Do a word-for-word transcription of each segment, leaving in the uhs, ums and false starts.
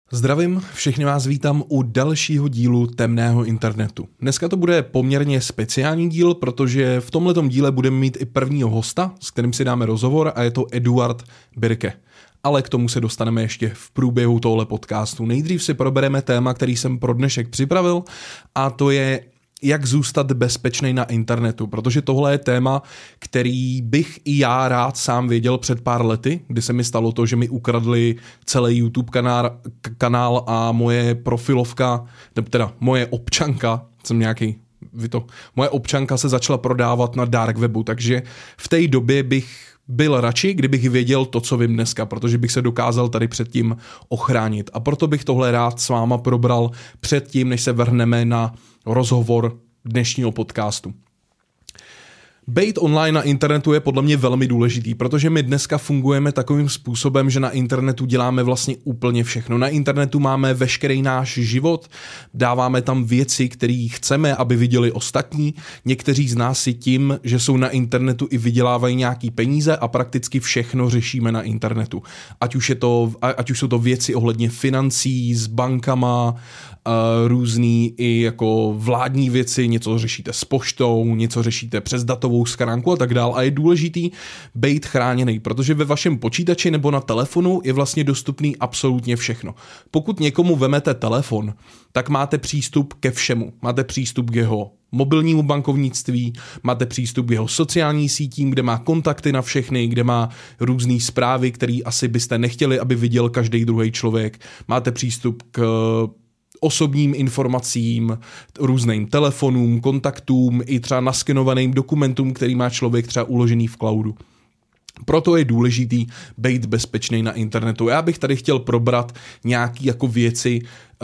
Zdravím, všechny vás vítám u dalšího dílu Temného internetu. Dneska to bude poměrně speciální díl, protože v tomhletom díle budeme mít i prvního hosta, s kterým si dáme rozhovor, a je to Eduard Birke. Ale k tomu se dostaneme ještě v průběhu tohle podcastu. Nejdřív si probereme téma, který jsem pro dnešek připravil, a to je jak zůstat bezpečný na internetu, protože tohle je téma, který bych i já rád sám věděl před pár lety, kdy se mi stalo to, že mi ukradli celý YouTube kanál, kanál a moje profilovka, teda moje občanka, jsem nějaký, vy to, moje občanka se začala prodávat na dark webu, takže v té době bych byl radši, kdybych věděl to, co vím dneska, protože bych se dokázal tady předtím ochránit. A proto bych tohle rád s váma probral předtím, než se vrhneme na rozhovor dnešního podcastu. Bejt online na internetu je podle mě velmi důležitý, protože my dneska fungujeme takovým způsobem, že na internetu děláme vlastně úplně všechno. Na internetu máme veškerý náš život, dáváme tam věci, které chceme, aby viděli ostatní. Někteří z nás si tím, že jsou na internetu, i vydělávají nějaký peníze a prakticky všechno řešíme na internetu. Ať už, je to, ať už jsou to věci ohledně financí, s bankama, Uh, různý i jako vládní věci, něco řešíte s poštou, něco řešíte přes datovou schránku a tak dál, a je důležitý být chráněný, protože ve vašem počítači nebo na telefonu je vlastně dostupný absolutně všechno. Pokud někomu vemete telefon, tak máte přístup ke všemu. Máte přístup k jeho mobilnímu bankovnictví, máte přístup k jeho sociální sítím, kde má kontakty na všechny, kde má různý zprávy, které asi byste nechtěli, aby viděl každý druhý člověk. Máte přístup k osobním informacím, různým telefonům, kontaktům, i třeba naskenovaným dokumentům, který má člověk třeba uložený v cloudu. Proto je důležitý být bezpečný na internetu. Já bych tady chtěl probrat nějaký jako věci,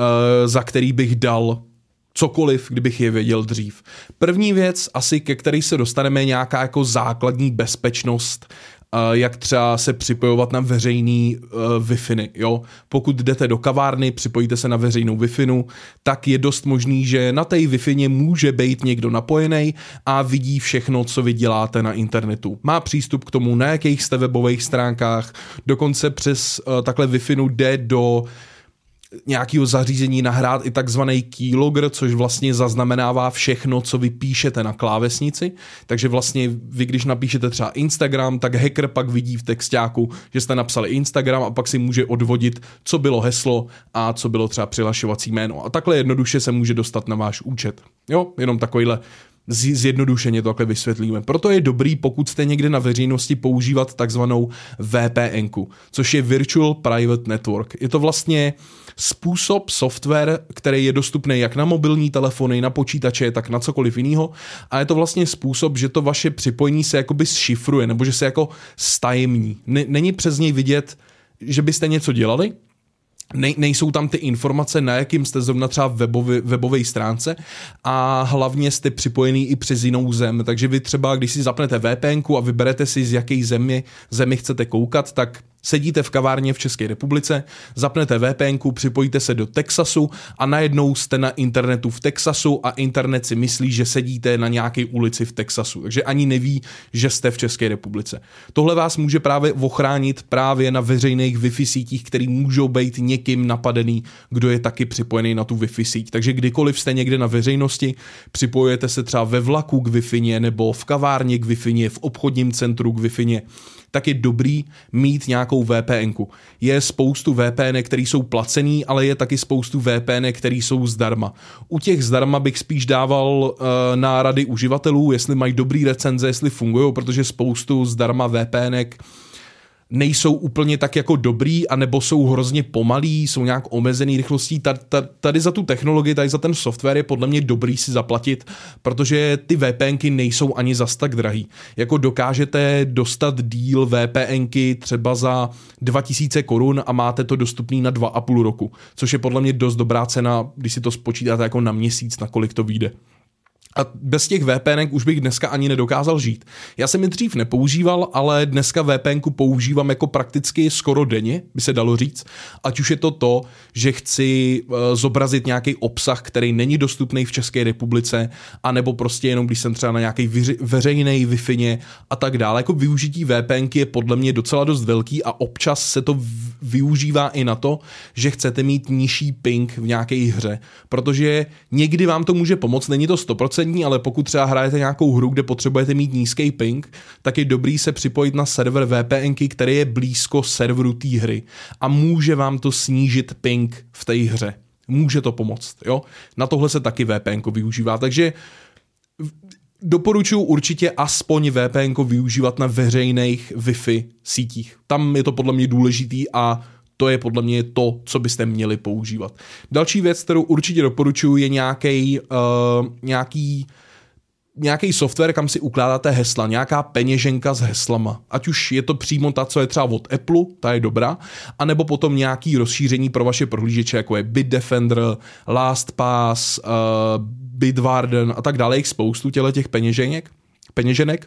za který bych dal cokoliv, kdybych je věděl dřív. První věc, asi ke který se dostaneme, je nějaká jako základní bezpečnost, jak třeba se připojovat na veřejný uh, Wi-Fi, jo. Pokud jdete do kavárny, připojíte se na veřejnou Wi-Fi, tak je dost možný, že na té Wi-Fi může být někdo napojený a vidí všechno, co vy děláte na internetu. Má přístup k tomu, na jakých jste webových stránkách, dokonce přes uh, takhle Wi-Fi jde do nějakého zařízení nahrát i takzvaný keylogger, což vlastně zaznamenává všechno, co vy píšete na klávesnici. Takže vlastně vy, když napíšete třeba Instagram, tak hacker pak vidí v textáku, že jste napsali Instagram, a pak si může odvodit, co bylo heslo a co bylo třeba přihlašovací jméno. A takhle jednoduše se může dostat na váš účet. Jo, jenom takovýhle zjednodušeně to takhle vysvětlíme. Proto je dobrý, pokud jste někde na veřejnosti, používat takzvanou V P N ku, což je Virtual Private Network. Je to vlastně způsob, software, který je dostupný jak na mobilní telefony, na počítače, tak na cokoliv jiného. A je to vlastně způsob, že to vaše připojení se jakoby šifruje, nebo že se jako stajemní. Není přes něj vidět, že byste něco dělali, Ne, nejsou tam ty informace, na jakým jste zrovna třeba webový, webové stránce, a hlavně jste připojený i přes jinou zem. Takže vy třeba, když si zapnete V P N ku a vyberete si, z jaké zemi, zemi chcete koukat, tak sedíte v kavárně v České republice, zapnete V P N ku, připojíte se do Texasu a najednou jste na internetu v Texasu a internet si myslí, že sedíte na nějaké ulici v Texasu. Takže ani neví, že jste v České republice. Tohle vás může právě ochránit právě na veřejných Wi-Fi sítích, které můžou být někým napadený, kdo je taky připojený na tu Wi-Fi síť. Takže kdykoliv jste někde na veřejnosti, připojujete se třeba ve vlaku k Wi-Fi nebo v kavárně k Wi-Fi, v obchodním centru k Wi-Fi, tak je dobrý mít nějakou V P N ku. Je spoustu V P N, které jsou placený, ale je taky spoustu V P N, které jsou zdarma. U těch zdarma bych spíš dával uh, na rady uživatelů, jestli mají dobrý recenze, jestli fungují, protože spoustu zdarma V P N nejsou úplně tak jako dobrý, anebo jsou hrozně pomalý, jsou nějak omezený rychlostí. Tady za tu technologii, tady za ten software je podle mě dobrý si zaplatit, protože ty V P N ky nejsou ani zas tak drahý. Jako dokážete dostat díl V P N ky třeba za dva tisíce korun a máte to dostupný na dva a půl roku, což je podle mě dost dobrá cena, když si to spočítáte jako na měsíc, na kolik to vyjde. A bez těch VPNek už bych dneska ani nedokázal žít. Já jsem je dřív nepoužíval, ale dneska VPNku používám jako prakticky skoro denně, by se dalo říct. Ať už je to to, že chci uh, zobrazit nějaký obsah, který není dostupný v České republice, anebo prostě jenom když jsem třeba na nějaký vyři- veřejný Wi-Fi a tak dále. Jako využití VPNky je podle mě docela dost velký a občas se to v- využívá i na to, že chcete mít nižší ping v nějaké hře. Protože někdy vám to může pomoct, není to sto procent, ale pokud třeba hrajete nějakou hru, kde potřebujete mít nízký ping, tak je dobrý se připojit na server VPNky, který je blízko serveru té hry a může vám to snížit ping v té hře. Může to pomoct, jo? Na tohle se taky VPNko využívá, takže doporučuji určitě aspoň VPNko využívat na veřejných Wi-Fi sítích. Tam je to podle mě důležitý a to je podle mě to, co byste měli používat. Další věc, kterou určitě doporučuji, je nějaký, uh, nějaký, nějaký software, kam si ukládáte hesla, nějaká peněženka s heslama. Ať už je to přímo ta, co je třeba od Apple, ta je dobrá, anebo potom nějaký rozšíření pro vaše prohlížeče, jako je Bitdefender, LastPass, uh, Bitwarden a tak dále, jich spoustu těch peněženek, peněženek.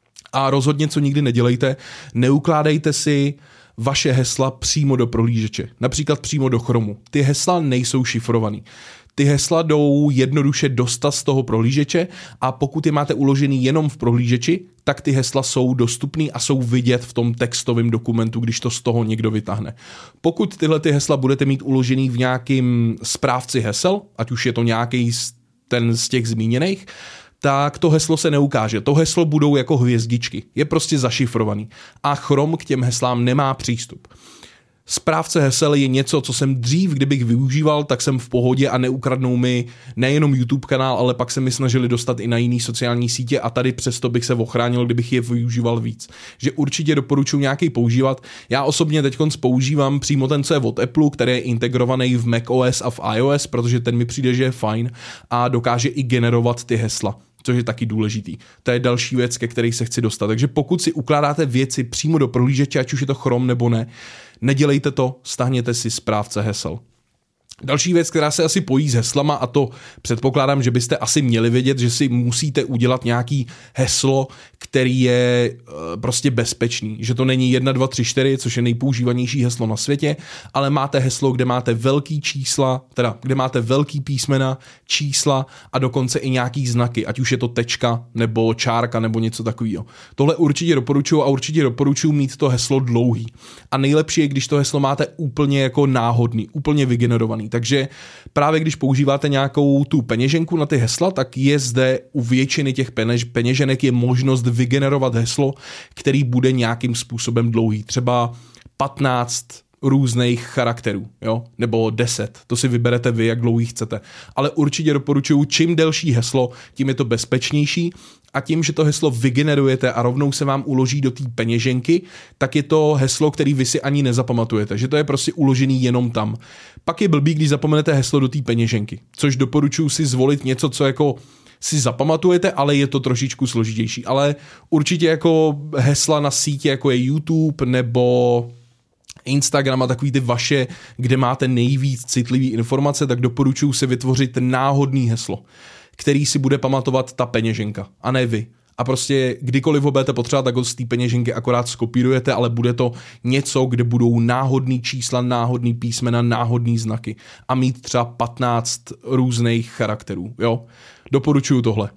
A rozhodně, co nikdy nedělejte, neukládejte si vaše hesla přímo do prohlížeče, například přímo do Chromu. Ty hesla nejsou šifrovaný. Ty hesla jdou jednoduše dostat z toho prohlížeče a pokud je máte uložený jenom v prohlížeči, tak ty hesla jsou dostupný a jsou vidět v tom textovém dokumentu, když to z toho někdo vytáhne. Pokud tyhle ty hesla budete mít uložený v nějakým správci hesel, ať už je to nějaký ten z těch zmíněných, tak to heslo se neukáže. To heslo budou jako hvězdičky. Je prostě zašifrovaný. A Chrome k těm heslám nemá přístup. Správce hesel je něco, co jsem dřív, kdybych využíval, tak jsem v pohodě a neukradnou mi nejenom YouTube kanál, ale pak se mi snažili dostat i na jiný sociální sítě a tady přesto bych se ochránil, kdybych je využíval víc. Že určitě doporučuji nějaký používat. Já osobně teď používám přímo ten, co je od Apple, který je integrovaný v macOS a v iOS, protože ten mi přijde, že je fajn a dokáže i generovat ty hesla, což je taky důležitý. To je další věc, ke které se chci dostat. Takže pokud si ukládáte věci přímo do prohlížeče, ať už je to Chrome nebo ne, nedělejte to, stáhněte si správce hesel. Další věc, která se asi pojí s heslama, a to předpokládám, že byste asi měli vědět, že si musíte udělat nějaký heslo, který je e, prostě bezpečný. Že to není jedna, dva, tři, čtyři, což je nejpoužívanější heslo na světě, ale máte heslo, kde máte velký čísla, teda kde máte velký písmena, čísla a dokonce i nějaký znaky, ať už je to tečka nebo čárka nebo něco takového. Tohle určitě doporučuji a určitě doporučuji mít to heslo dlouhý. A nejlepší je, když to heslo máte úplně jako náhodný, úplně vygenerovaný. Takže právě když používáte nějakou tu peněženku na ty hesla, tak je zde u většiny těch peněž, peněženek je možnost vygenerovat heslo, který bude nějakým způsobem dlouhý. Třeba patnáct různých charakterů, jo? Nebo deset. To si vyberete vy, jak dlouhý chcete. Ale určitě doporučuji, čím delší heslo, tím je to bezpečnější a tím, že to heslo vygenerujete a rovnou se vám uloží do té peněženky, tak je to heslo, který vy si ani nezapamatujete, že to je prostě uložený jenom tam. Pak je blbý, když zapomenete heslo do té peněženky, což doporučuji si zvolit něco, co jako si zapamatujete, ale je to trošičku složitější. Ale určitě jako hesla na sítě, jako je YouTube nebo Instagram a takový ty vaše, kde máte nejvíc citlivý informace, tak doporučuji si vytvořit náhodný heslo, který si bude pamatovat ta peněženka, a ne vy. A prostě kdykoliv ho budete potřebovat, tak ho z té peněženky akorát skopírujete, ale bude to něco, kde budou náhodný čísla, náhodný písmena, náhodný znaky a mít třeba patnáct různých charakterů. Jo? Doporučuju tohle.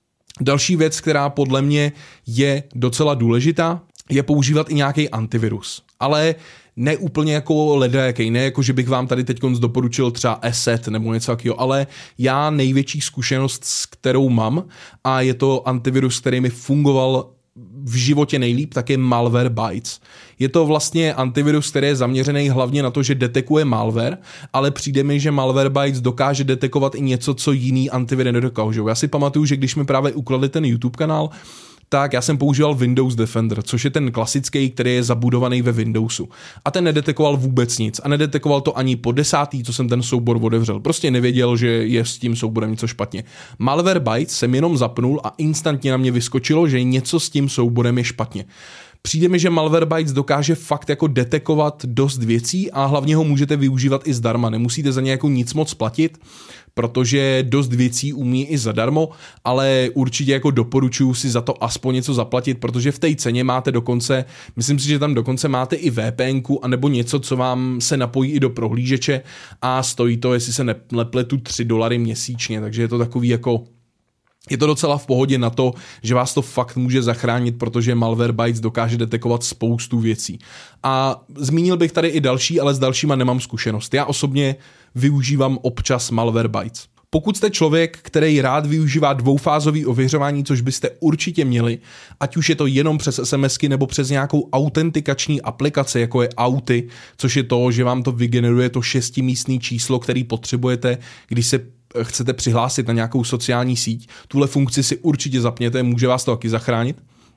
Další věc, která podle mě je docela důležitá, je používat i nějaký antivirus. Ale ne úplně jako ledajaký, ne jako, že bych vám tady teď doporučil třeba Asset nebo něco takového, ale já největší zkušenost, s kterou mám, a je to antivirus, který mi fungoval v životě nejlíp, tak je Malwarebytes. Je to vlastně antivirus, který je zaměřený hlavně na to, že detekuje malware, ale přijde mi, že Malwarebytes dokáže detekovat i něco, co jiný antiviry nedokážou. Já si pamatuju, že když mi právě ukladli ten YouTube kanál, tak já jsem používal Windows Defender, což je ten klasický, který je zabudovaný ve Windowsu. A ten nedetekoval vůbec nic. A nedetekoval to ani po desátý, co jsem ten soubor otevřel. Prostě nevěděl, že je s tím souborem něco špatně. Malwarebytes jsem jenom zapnul a instantně na mě vyskočilo, že něco s tím souborem je špatně. Přijde mi, že Malwarebytes dokáže fakt jako detekovat dost věcí a hlavně ho můžete využívat i zdarma. Nemusíte za ně jako nic moc platit, protože dost věcí umí i zadarmo, ale určitě jako doporučuji si za to aspoň něco zaplatit, protože v té ceně máte dokonce, myslím si, že tam dokonce máte i V P N ku anebo něco, co vám se napojí i do prohlížeče a stojí to, jestli se nepletu, tři dolary měsíčně, takže je to takový jako je to docela v pohodě na to, že vás to fakt může zachránit, protože Malwarebytes dokáže detekovat spoustu věcí. A zmínil bych tady i další, ale s dalšíma nemám zkušenost. Já osobně využívám občas Malwarebytes. Pokud jste člověk, který rád využívá dvoufázový ověřování, což byste určitě měli, ať už je to jenom přes SMSky nebo přes nějakou autentikační aplikaci, jako je Auty, což je to, že vám to vygeneruje to šestimístný číslo, který potřebujete, když se chcete přihlásit na nějakou sociální síť. Tuhle funkci si určitě zapněte, může vás to taky zachránit.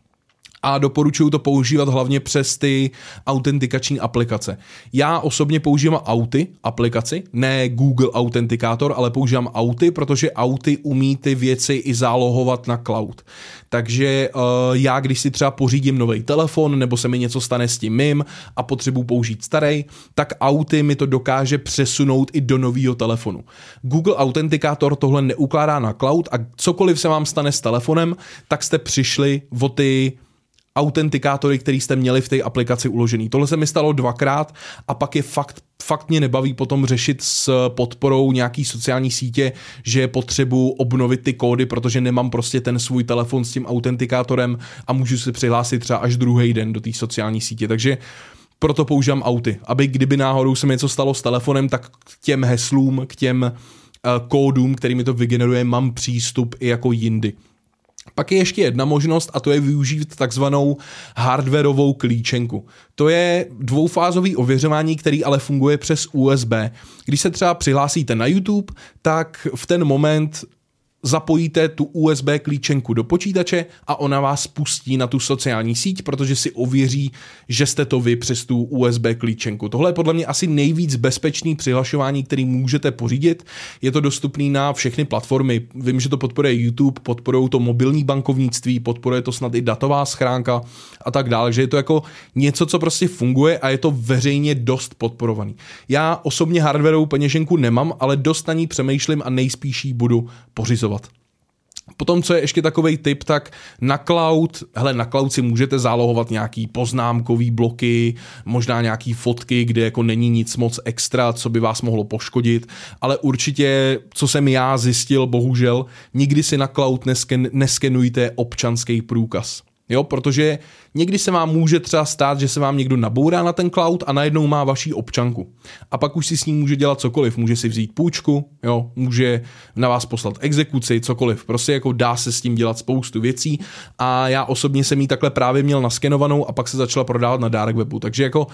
A doporučuji to používat hlavně přes ty autentikační aplikace. Já osobně používám Auty aplikaci, ne Google Autentikátor, ale používám Auty, protože Auty umí ty věci i zálohovat na cloud. Takže uh, já, když si třeba pořídím nový telefon, nebo se mi něco stane s tím mým a potřebuji použít starý, tak Auty mi to dokáže přesunout i do nového telefonu. Google Autentikátor tohle neukládá na cloud a cokoliv se vám stane s telefonem, tak jste přišli o ty autentikátory, který jste měli v té aplikaci uložený. Tohle se mi stalo dvakrát a pak je fakt, fakt mě nebaví potom řešit s podporou nějaký sociální sítě, že potřebuji obnovit ty kódy, protože nemám prostě ten svůj telefon s tím autentikátorem a můžu se přihlásit třeba až druhý den do té sociální sítě. Takže proto používám Auty, aby kdyby náhodou se mi něco stalo s telefonem, tak k těm heslům, k těm uh, kódům, který mi to vygeneruje, mám přístup i jako jindy. Pak je ještě jedna možnost a to je využít takzvanou hardwarovou klíčenku. To je dvoufázový ověřování, který ale funguje přes U S B. Když se třeba přihlásíte na YouTube, tak v ten moment zapojíte tu U S B klíčenku do počítače a ona vás pustí na tu sociální síť, protože si ověří, že jste to vy přes tu U S B klíčenku. Tohle je podle mě asi nejvíc bezpečný přihlašování, který můžete pořídit. Je to dostupný na všechny platformy. Vím, že to podporuje YouTube, podporuje to mobilní bankovnictví, podporuje to snad i datová schránka a tak dále. Takže je to jako něco, co prostě funguje a je to veřejně dost podporovaný. Já osobně hardwarovou peněženku nemám, ale dost na ní přemýšlím a nejspíš ji budu pořizovat. Potom, co je ještě takovej tip, tak na cloud, hele, na cloud si můžete zálohovat nějaký poznámkový bloky, možná nějaký fotky, kde jako není nic moc extra, co by vás mohlo poškodit, ale určitě, co jsem já zjistil, bohužel, nikdy si na cloud nesken, neskenujte občanský průkaz. Jo, protože někdy se vám může třeba stát, že se vám někdo nabourá na ten cloud a najednou má vaši občanku. A pak už si s ním může dělat cokoliv. Může si vzít půjčku, jo, může na vás poslat exekuci, cokoliv. Prostě jako dá se s tím dělat spoustu věcí a já osobně jsem ji takhle právě měl naskenovanou a pak se začala prodávat na dark webu. Takže jako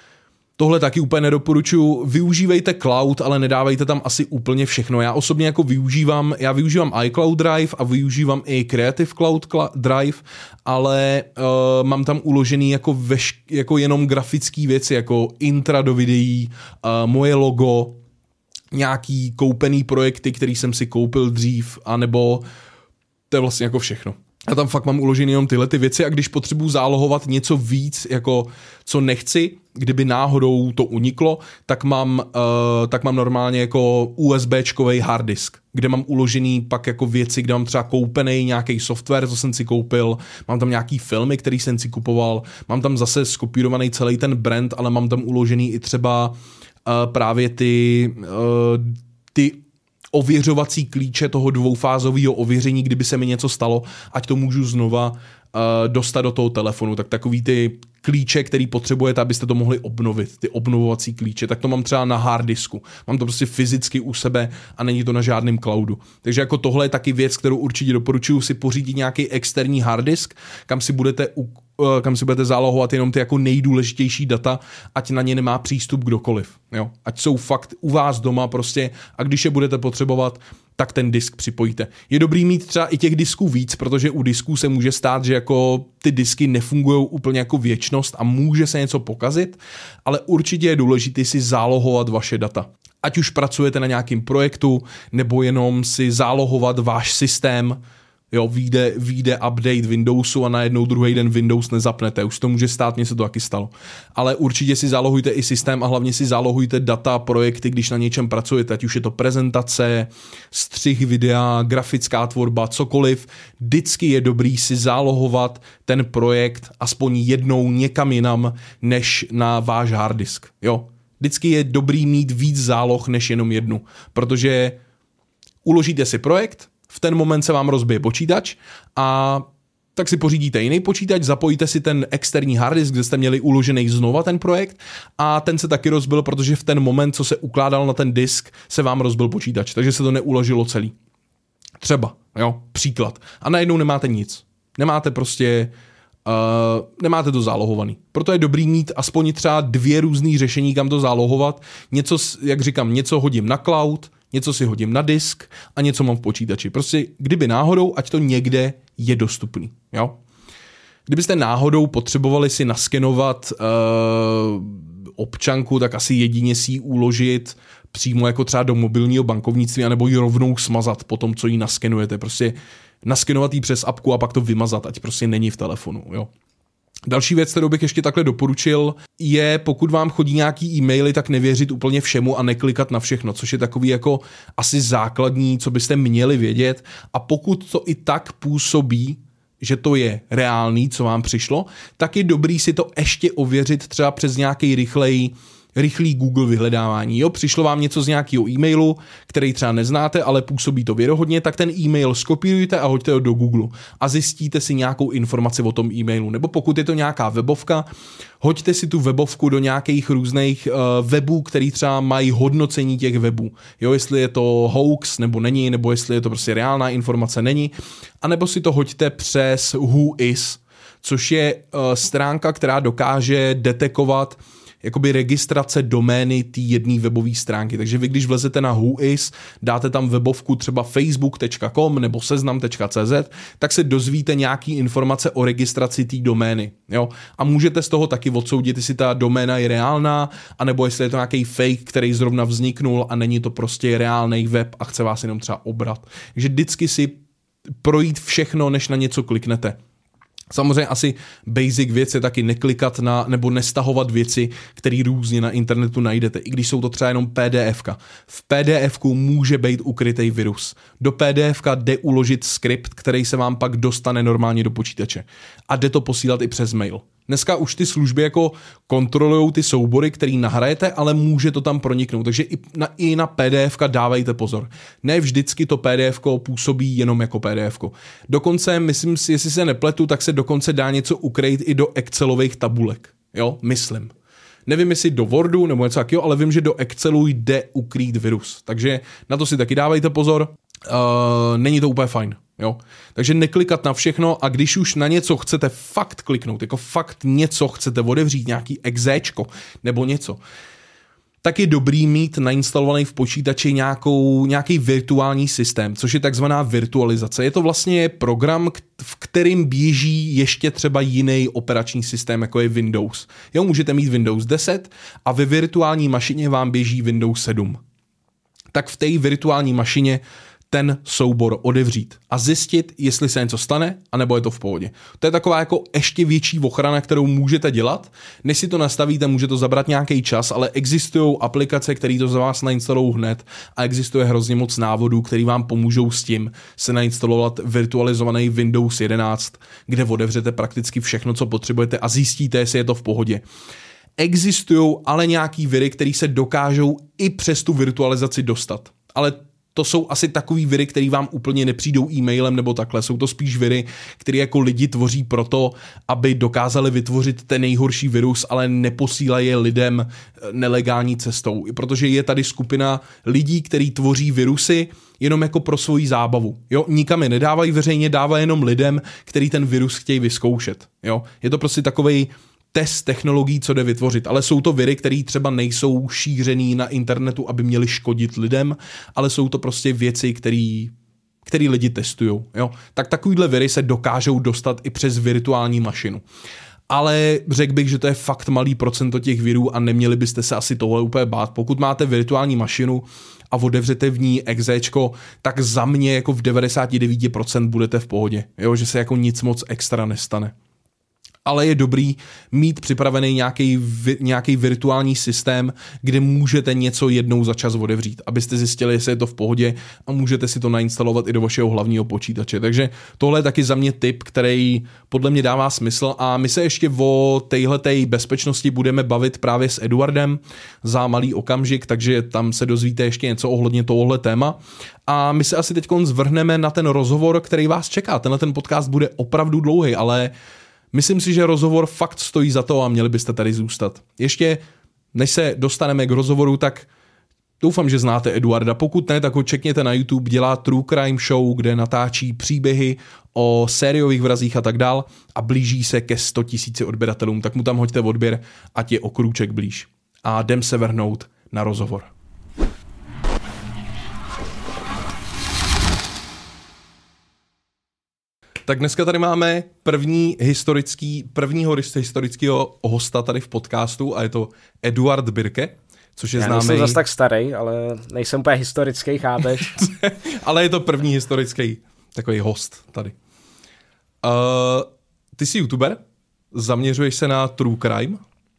tohle taky úplně nedoporučuji. Využívejte cloud, ale nedávejte tam asi úplně všechno. Já osobně jako využívám, já využívám iCloud Drive a využívám i Creative Cloud Drive, ale uh, mám tam uložený jako, veš, jako jenom grafické věci, jako intra do videí, uh, moje logo, nějaký koupený projekty, který jsem si koupil dřív, anebo to je vlastně jako všechno. Já tam fakt mám uložený jenom tyhle ty věci a když potřebuji zálohovat něco víc, jako co nechci, kdyby náhodou to uniklo, tak mám, uh, tak mám normálně jako USBčkovej hard disk, kde mám uložený pak jako věci, kde mám třeba koupený nějaký software, co jsem si koupil, mám tam nějaký filmy, který jsem si kupoval, mám tam zase skopírovaný celý ten brand, ale mám tam uložený i třeba uh, právě ty, uh, ty ověřovací klíče toho dvoufázového ověření, kdyby se mi něco stalo, ať to můžu znova uh, dostat do toho telefonu. Tak takový ty klíče, který potřebujete, abyste to mohli obnovit, ty obnovovací klíče, tak to mám třeba na hard disku. Mám to prostě fyzicky u sebe a není to na žádném cloudu. Takže jako tohle je taky věc, kterou určitě doporučuji si pořídit nějaký externí hard disk, kam si budete u kam si budete zálohovat jenom ty jako nejdůležitější data, ať na ně nemá přístup kdokoliv. Jo? Ať jsou fakt u vás doma prostě a když je budete potřebovat, tak ten disk připojíte. Je dobrý mít třeba i těch disků víc, protože u disků se může stát, že jako ty disky nefungují úplně jako věčnost a může se něco pokazit, ale určitě je důležité si zálohovat vaše data. Ať už pracujete na nějakém projektu, nebo jenom si zálohovat váš systém. Jo, vyjde, vyjde update Windowsu a najednou druhý den Windows nezapnete. Už to může stát, mně se to taky stalo. Ale určitě si zálohujte i systém a hlavně si zálohujte data, projekty, když na něčem pracujete. Ať už je to prezentace, střih videa, grafická tvorba, cokoliv. Vždycky je dobrý si zálohovat ten projekt aspoň jednou někam jinam, než na váš harddisk. Jo. Vždycky je dobrý mít víc záloh než jenom jednu, protože uložíte si projekt, v ten moment se vám rozbije počítač a tak si pořídíte jiný počítač, zapojíte si ten externí harddisk, kde jste měli uložený znova ten projekt a ten se taky rozbil, protože v ten moment, co se ukládal na ten disk, se vám rozbil počítač, takže se to neuložilo celý. Třeba, jo, příklad. A najednou nemáte nic. Nemáte prostě, uh, nemáte to zálohovaný. Proto je dobrý mít aspoň třeba dvě různý řešení, kam to zálohovat. Něco, jak říkám, něco hodím na cloud, něco si hodím na disk a něco mám v počítači. Prostě kdyby náhodou, ať to někde je dostupný. Jo? Kdybyste náhodou potřebovali si naskenovat uh, občanku, tak asi jedině si ji uložit přímo jako třeba do mobilního bankovnictví, anebo ji rovnou smazat po tom, co ji naskenujete. Prostě naskenovat ji přes apku a pak to vymazat, ať prostě není v telefonu. Jo? Další věc, kterou bych ještě takhle doporučil, je, pokud vám chodí nějaký e-maily, tak nevěřit úplně všemu a neklikat na všechno, což je takový jako asi základní, co byste měli vědět. A pokud to i tak působí, že to je reálný, co vám přišlo, tak je dobrý si to ještě ověřit třeba přes nějaký rychlej rychlý Google vyhledávání. Jo, přišlo vám něco z nějakého e-mailu, který třeba neznáte, ale působí to věrohodně, tak ten e-mail skopírujte a hoďte ho do Google a zjistíte si nějakou informaci o tom e-mailu. Nebo pokud je to nějaká webovka, hoďte si tu webovku do nějakých různých uh, webů, který třeba mají hodnocení těch webů. Jo, jestli je to hoax nebo není, nebo jestli je to prostě reálná informace, není. A nebo si to hoďte přes Whois, což je uh, stránka, která dokáže detekovat jakoby registrace domény té jedné webové stránky. Takže vy, když vlezete na Whois, dáte tam webovku třeba facebook tečka com nebo seznam tečka cé zet, tak se dozvíte nějaký informace o registraci té domény. Jo? A můžete z toho taky odsoudit, jestli ta doména je reálná, anebo jestli je to nějaký fake, který zrovna vzniknul a není to prostě reálný web a chce vás jenom třeba obrat. Takže vždycky si projít všechno, než na něco kliknete. Samozřejmě asi basic věc je taky neklikat na nebo nestahovat věci, které různě na internetu najdete, i když jsou to třeba jenom pé dé efka. V pé dé efku může být ukrytý virus. Do pé dé efka jde uložit skript, který se vám pak dostane normálně do počítače. A jde to posílat i přes mail. Dneska už ty služby jako kontrolují ty soubory, který nahrajete, ale může to tam proniknout. Takže i na, i na pé dé efka dávejte pozor. Ne vždycky to pé dé efko působí jenom jako pé dé efko. Dokonce, myslím si, jestli se nepletu, tak se dokonce dá něco ukrýt i do Excelových tabulek. Jo, myslím. Nevím, jestli do Wordu nebo něco takového, ale vím, že do Excelu jde ukrýt virus. Takže na to si taky dávejte pozor. Uh, není to úplně fajn. Jo? Takže neklikat na všechno a když už na něco chcete fakt kliknout, jako fakt něco chcete otevřít, nějaký exéčko nebo něco, tak je dobrý mít nainstalovaný v počítači nějakou, nějaký virtuální systém, což je takzvaná virtualizace. Je to vlastně program, v kterým běží ještě třeba jiný operační systém, jako je Windows. Jo, můžete mít Windows deset a ve virtuální mašině vám běží Windows sedm. Tak v té virtuální mašině ten soubor otevřít a zjistit, jestli se něco stane, anebo je to v pohodě. To je taková jako ještě větší ochrana, kterou můžete dělat. Než si to nastavíte, může to zabrat nějaký čas, ale existují aplikace, které to za vás nainstalují hned a existuje hrozně moc návodů, které vám pomůžou s tím se nainstalovat virtualizovaný Windows jedenáct, kde otevřete prakticky všechno, co potřebujete a zjistíte, jestli je to v pohodě. Existují ale nějaký viry, které se dokážou i přes tu virtualizaci dostat. Ale to jsou asi takový viry, které vám úplně nepřijdou e-mailem nebo takhle. Jsou to spíš viry, které jako lidi tvoří proto, aby dokázali vytvořit ten nejhorší virus, ale neposílají je lidem nelegální cestou. Protože je tady skupina lidí, kteří tvoří virusy jenom jako pro svoji zábavu. Jo? Nikam je nedávají veřejně, dávají jenom lidem, kteří ten virus chtějí vyzkoušet. Jo? Je to prostě takovej test technologií, co jde vytvořit, ale jsou to viry, které třeba nejsou šířený na internetu, aby měly škodit lidem, ale jsou to prostě věci, které který lidi testujou. Jo? Tak takovýhle viry se dokážou dostat i přes virtuální mašinu. ale řekl bych, že to je fakt malý procento těch virů a neměli byste se asi tohle úplně bát. Pokud máte virtuální mašinu a otevřete v ní exéčko, tak za mě jako v devadesát devět procent budete v pohodě, jo, že se jako nic moc extra nestane. Ale je dobrý mít připravený nějaký, nějaký virtuální systém, kde můžete něco jednou za čas otevřít, abyste zjistili, jestli je to v pohodě a můžete si to nainstalovat i do vašeho hlavního počítače. Takže tohle je taky za mě tip, který podle mě dává smysl a my se ještě o téhletej bezpečnosti budeme bavit právě s Eduardem za malý okamžik, takže tam se dozvíte ještě něco ohledně tohohle téma. A my se asi teď zvrhneme na ten rozhovor, který vás čeká. Tenhle ten podcast bude opravdu dlouhý, ale myslím si, že rozhovor fakt stojí za to a měli byste tady zůstat. Ještě než se dostaneme k rozhovoru, tak doufám, že znáte Eduarda. Pokud ne, tak ho čekněte na YouTube, dělá True Crime Show, kde natáčí příběhy o sériových vrazích a tak dál a blíží se ke sto tisíci odběratelům, tak mu tam hoďte odběr, ať je o krůček blíž. A jdem se vrhnout na rozhovor. Tak dneska tady máme první historický, prvního historického hosta tady v podcastu a je to Eduard Birke, což je Já známý... Já nejsem zase tak starý, ale nejsem úplně historický, chápeš? Ale je to první historický takový host tady. Uh, ty jsi youtuber, zaměřuješ se na true crime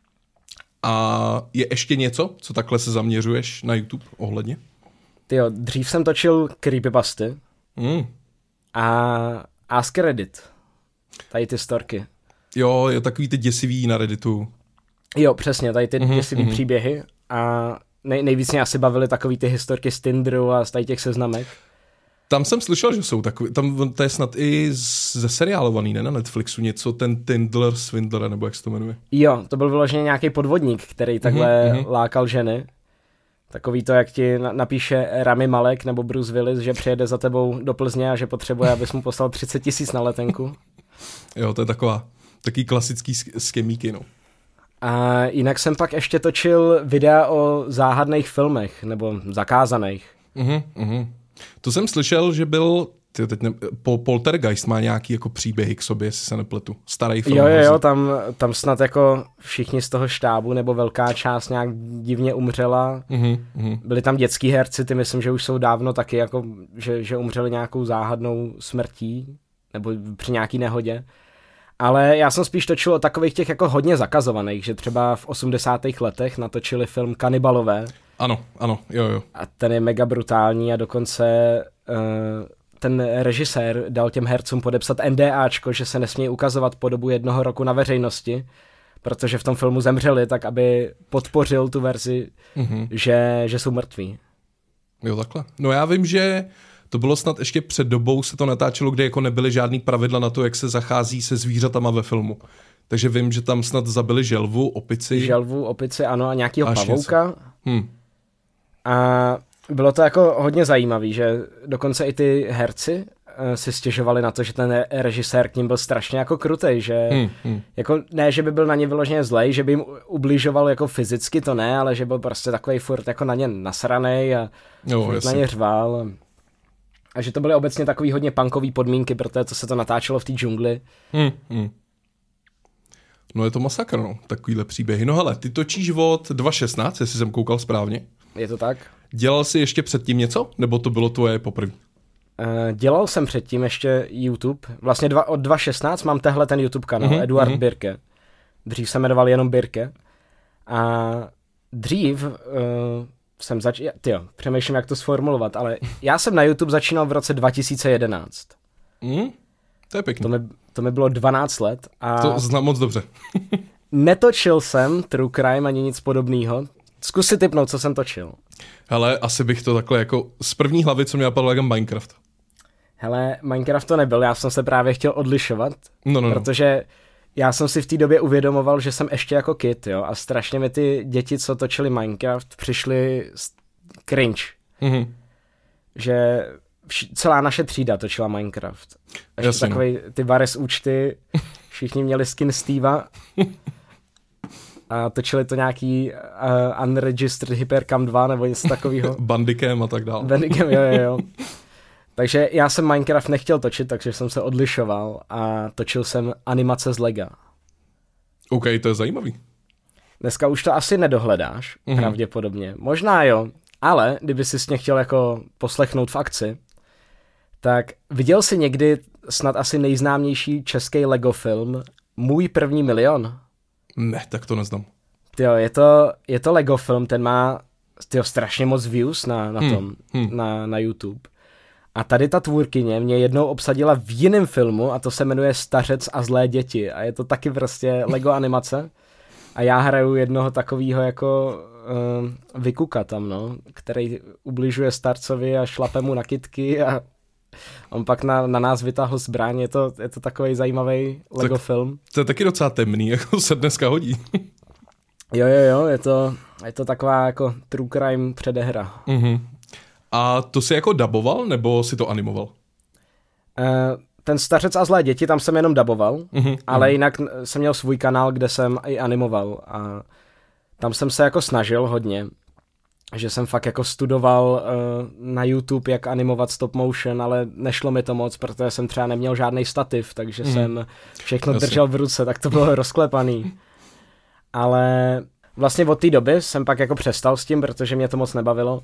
a je ještě něco, co takhle se zaměřuješ na YouTube ohledně? Tyjo, dřív jsem točil creepypasty mm. a Ask Reddit. Tady ty storky. Jo, je takový ty děsivý na Redditu. Jo, přesně, tady ty mm-hmm, děsivý mm-hmm. příběhy a nej, nejvíc mě asi bavily takový ty historky z Tinderu a z tady těch seznamek. Tam jsem slyšel, že jsou takový, tam to je snad i ze seriálovaný, ne, na Netflixu, něco, ten Tindler, Swindler, nebo jak se to jmenuje. Jo, to byl vyloženě nějaký podvodník, který takhle mm-hmm. lákal ženy. Takový to, jak ti napíše Rami Malek nebo Bruce Willis, že přijede za tebou do Plzně a že potřebuje, abys mu poslal třicet tisíc na letenku. Jo, to je taková, taký klasický skemíky, no. A jinak jsem pak ještě točil videa o záhadných filmech, nebo zakázaných. Uh-huh, uh-huh. To jsem slyšel, že byl, tyjo, teď ne, Poltergeist má nějaký jako příběhy k sobě, jestli se nepletu. Starý film. Jo, jo, jo, tam, tam snad jako všichni z toho štábu, nebo velká část nějak divně umřela. Uh-huh, uh-huh. Byli tam dětský herci, ty myslím, že už jsou dávno taky, jako, že, že umřeli nějakou záhadnou smrtí, nebo při nějaký nehodě. Ale já jsem spíš točil o takových těch jako hodně zakazovaných, že třeba v osmdesátých letech natočili film Kanibalové. Ano, ano, jo, jo. A ten je mega brutální a dokonce uh, ten režisér dal těm hercům podepsat NDAčko, že se nesmějí ukazovat po dobu jednoho roku na veřejnosti, protože v tom filmu zemřeli, tak aby podpořil tu verzi, mm-hmm. že, že jsou mrtví. Jo, takhle. No já vím, že to bylo snad ještě před dobou se to natáčelo, kde jako nebyly žádný pravidla na to, jak se zachází se zvířatama ve filmu. Takže vím, že tam snad zabili želvu, opici. Želvu, opici, ano, a nějakýho pavouka. Hm. A bylo to jako hodně zajímavý, že dokonce i ty herci uh, si stěžovali na to, že ten režisér k ním byl strašně jako krutej, že hmm, hmm. jako ne, že by byl na ně vyloženě zlej, že by jim ubližoval jako fyzicky, to ne, ale že byl prostě takovej furt jako na ně nasranej a jo, furt na ně řval. A že to byly obecně takový hodně punkový podmínky, protože to se to natáčelo v té džungli. Hmm, hmm. No je to masakr, no, takovýhle příběhy. No hele, ty točíš od dva tisíce šestnáct, jestli jsem koukal správně. Je to tak? Dělal jsi ještě předtím něco? Nebo to bylo tvoje poprvé? Uh, dělal jsem předtím ještě YouTube. Vlastně dva, od dva tisíce šestnáct mám tehle ten YouTube kanál, uh-huh, Eduard uh-huh. Birke. Dřív se jmenoval jenom Birke. A dřív uh, jsem začal... Tyjo, přemýšlím, jak to sformulovat, ale já jsem na YouTube začínal v roce dva tisíce jedenáct. Mm, to je pěkný. To mi, to mi bylo dvanáct let. A to znám moc dobře. netočil jsem True Crime ani nic podobného. Zkus si tipnout, co jsem točil. Hele, asi bych to takhle jako z první hlavy, co mě napadlo, jako Minecraft. Hele, Minecraft to nebyl, já jsem se právě chtěl odlišovat, no, no, protože já jsem si v té době uvědomoval, že jsem ještě jako kid, jo, a strašně mi ty děti, co točili Minecraft, přišly cringe. Mm-hmm. Že vš- celá naše třída točila Minecraft. Ještě takovej ty Vares účty, všichni měli skin Steva. A točili to nějaký uh, unregistered Hypercam dva nebo něco takového. Bandicam a tak dále. Bandicam, jo, jo, jo. Takže já jsem Minecraft nechtěl točit, takže jsem se odlišoval a točil jsem animace z Lega. OK, to je zajímavý. Dneska už to asi nedohledáš, mm-hmm. pravděpodobně. Možná jo, ale kdyby si mě chtěl jako poslechnout v akci, tak viděl jsi někdy snad asi nejznámější český Lego film Můj první milion? Ne, tak to neznám. Tyjo, je to, je to Lego film, ten má tyjo, strašně moc views na, na tom, hmm, hmm. Na, na YouTube. A tady ta tvůrkyně mě jednou obsadila v jiném filmu a to se jmenuje Stařec a zlé děti. A je to taky prostě Lego animace. A já hraju jednoho takového jako uh, vykuka tam, no, který ubližuje starcovi a šlape mu na kytky a on pak na, na nás vytáhl zbraň. Je to, je to takový zajímavý Lego tak, film. To je taky docela temný, jako se dneska hodí. Jo, jo, jo, je to, je to taková jako true crime předehra. Uh-huh. A to jsi jako daboval, nebo si to animoval? Uh, ten Stařec a zlé děti, tam jsem jenom daboval, uh-huh, ale uh-huh. jinak jsem měl svůj kanál, kde jsem i animoval a tam jsem se jako snažil hodně, že jsem fakt jako studoval uh, na YouTube, jak animovat stop motion, ale nešlo mi to moc, protože jsem třeba neměl žádný stativ, takže uh-huh. jsem všechno Jasně. držel v ruce, tak to bylo rozklepaný. Ale vlastně od té doby jsem pak jako přestal s tím, protože mě to moc nebavilo.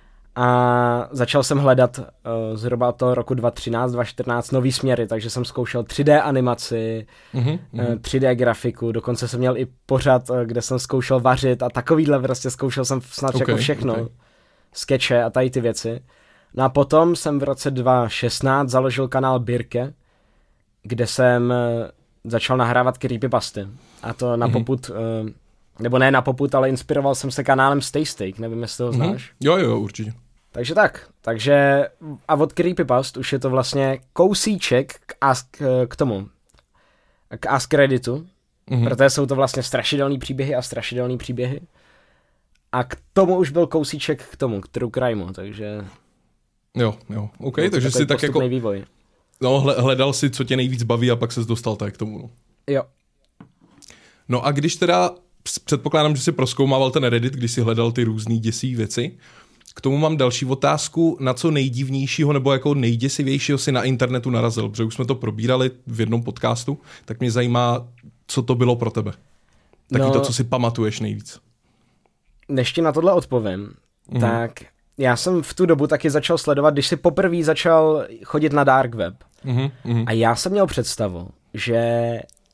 A začal jsem hledat uh, zhruba od toho roku dva tisíce třináct dva tisíce čtrnáct nový směry, takže jsem zkoušel tři dé animaci, mm-hmm. uh, tři dé grafiku, dokonce jsem měl i pořad, uh, kde jsem zkoušel vařit a takovýhle prostě zkoušel jsem snad okay, jako všechno, okay. Skeče a tady ty věci. No a potom jsem v roce dva tisíce šestnáct založil kanál Birke, kde jsem uh, začal nahrávat creepypasty. A to na mm-hmm. popud, uh, nebo ne na popud, ale inspiroval jsem se kanálem Stay Steak, nevím, jestli ho znáš. Mm-hmm. Jo, jo, určitě. Takže tak, takže a od creepypast už je to vlastně kousíček k, ask, k tomu, k Ask Redditu, mm-hmm. protože jsou to vlastně strašidelný příběhy a strašidelný příběhy. A k tomu už byl kousíček k tomu, k true crimeu, takže... Jo, jo, OK, takže si tak jako... vývoj. No, hledal si, co tě nejvíc baví a pak ses dostal tak k tomu. No. Jo. No a když teda, předpokládám, že jsi prozkoumával ten Reddit, když si hledal ty různý děsivý věci, k tomu mám další otázku, na co nejdivnějšího nebo jako nejděsivějšího si na internetu narazil, protože už jsme to probírali v jednom podcastu, tak mě zajímá, co to bylo pro tebe. Taky no, to, co si pamatuješ nejvíc. Než ti na tohle odpovím, mm. tak já jsem v tu dobu taky začal sledovat, když si poprvé začal chodit na dark web. Mm. A já jsem měl představu, že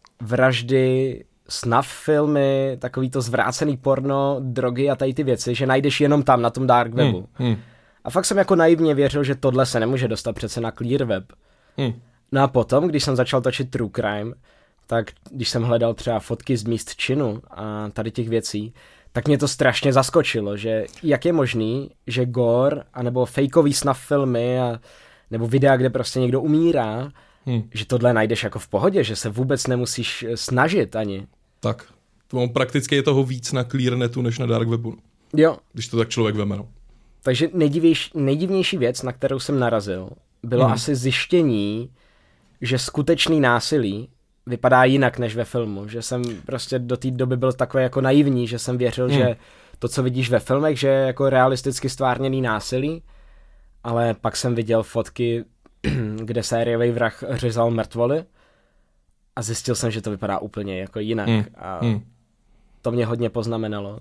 vraždy, snuff filmy, takový to zvrácený porno, drogy a tady ty věci, že najdeš jenom tam, na tom dark webu. Hmm, hmm. A fakt jsem jako naivně věřil, že tohle se nemůže dostat přece na clear web. Hmm. No a potom, když jsem začal točit true crime, tak když jsem hledal třeba fotky z míst činu a tady těch věcí, tak mě to strašně zaskočilo, že jak je možný, že gore, anebo fejkový snuff filmy, a, nebo videa, kde prostě někdo umírá, hmm. že tohle najdeš jako v pohodě, že se vůbec nemusíš snažit ani. Tak, to prakticky je toho víc na clearnetu, než na dark webu. Jo. Když to tak člověk veme, no. Takže nejdivnější, nejdivnější věc, na kterou jsem narazil, bylo hmm. asi zjištění, že skutečný násilí vypadá jinak než ve filmu. Že jsem prostě do té doby byl takový jako naivní, že jsem věřil, hmm. že to, co vidíš ve filmech, že je jako realisticky stvárněný násilí, ale pak jsem viděl fotky, kde sériový vrah řezal mrtvoly a zjistil jsem, že to vypadá úplně jako jinak. Hmm. A hmm. to mě hodně poznamenalo.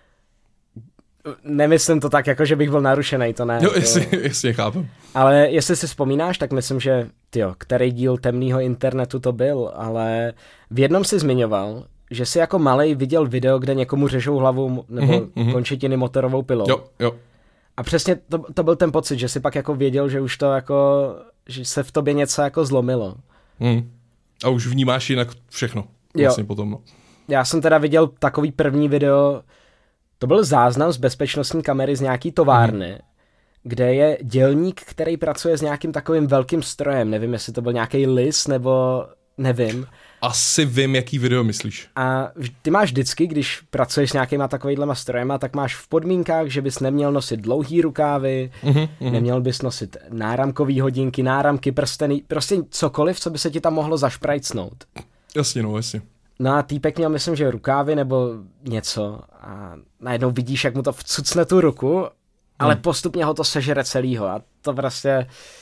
Nemyslím to tak, jako že bych byl narušený, to ne. Jo, jestli, jestli chápu. Ale jestli si vzpomínáš, tak myslím, že tyjo, který díl temného internetu to byl, ale v jednom si zmiňoval, že si jako malej viděl video, kde někomu řežou hlavu nebo mm-hmm. končetiny motorovou pilou. Jo, jo. A přesně to, to byl ten pocit, že si pak jako věděl, že už to jako, že se v tobě něco jako zlomilo. Mm. A už vnímáš jinak všechno. Vlastně jo. Potom, no. Já jsem teda viděl takový první video, to byl záznam z bezpečnostní kamery z nějaký továrny, mm. kde je dělník, který pracuje s nějakým takovým velkým strojem. Nevím, jestli to byl nějaký lis, nebo nevím. Asi vím, jaký video myslíš. A ty máš vždycky, když pracuješ s nějakýma takovýhlema strojema, tak máš v podmínkách, že bys neměl nosit dlouhý rukávy, mm-hmm. neměl bys nosit náramkový hodinky, náramky, prsteny, prostě cokoliv, co by se ti tam mohlo zašprajcnout. Jasně, no, jasně. No a týpek měl, myslím, že rukávy nebo něco a najednou vidíš, jak mu to vcucne tu ruku, ale hmm. postupně ho to sežere celýho a to prostě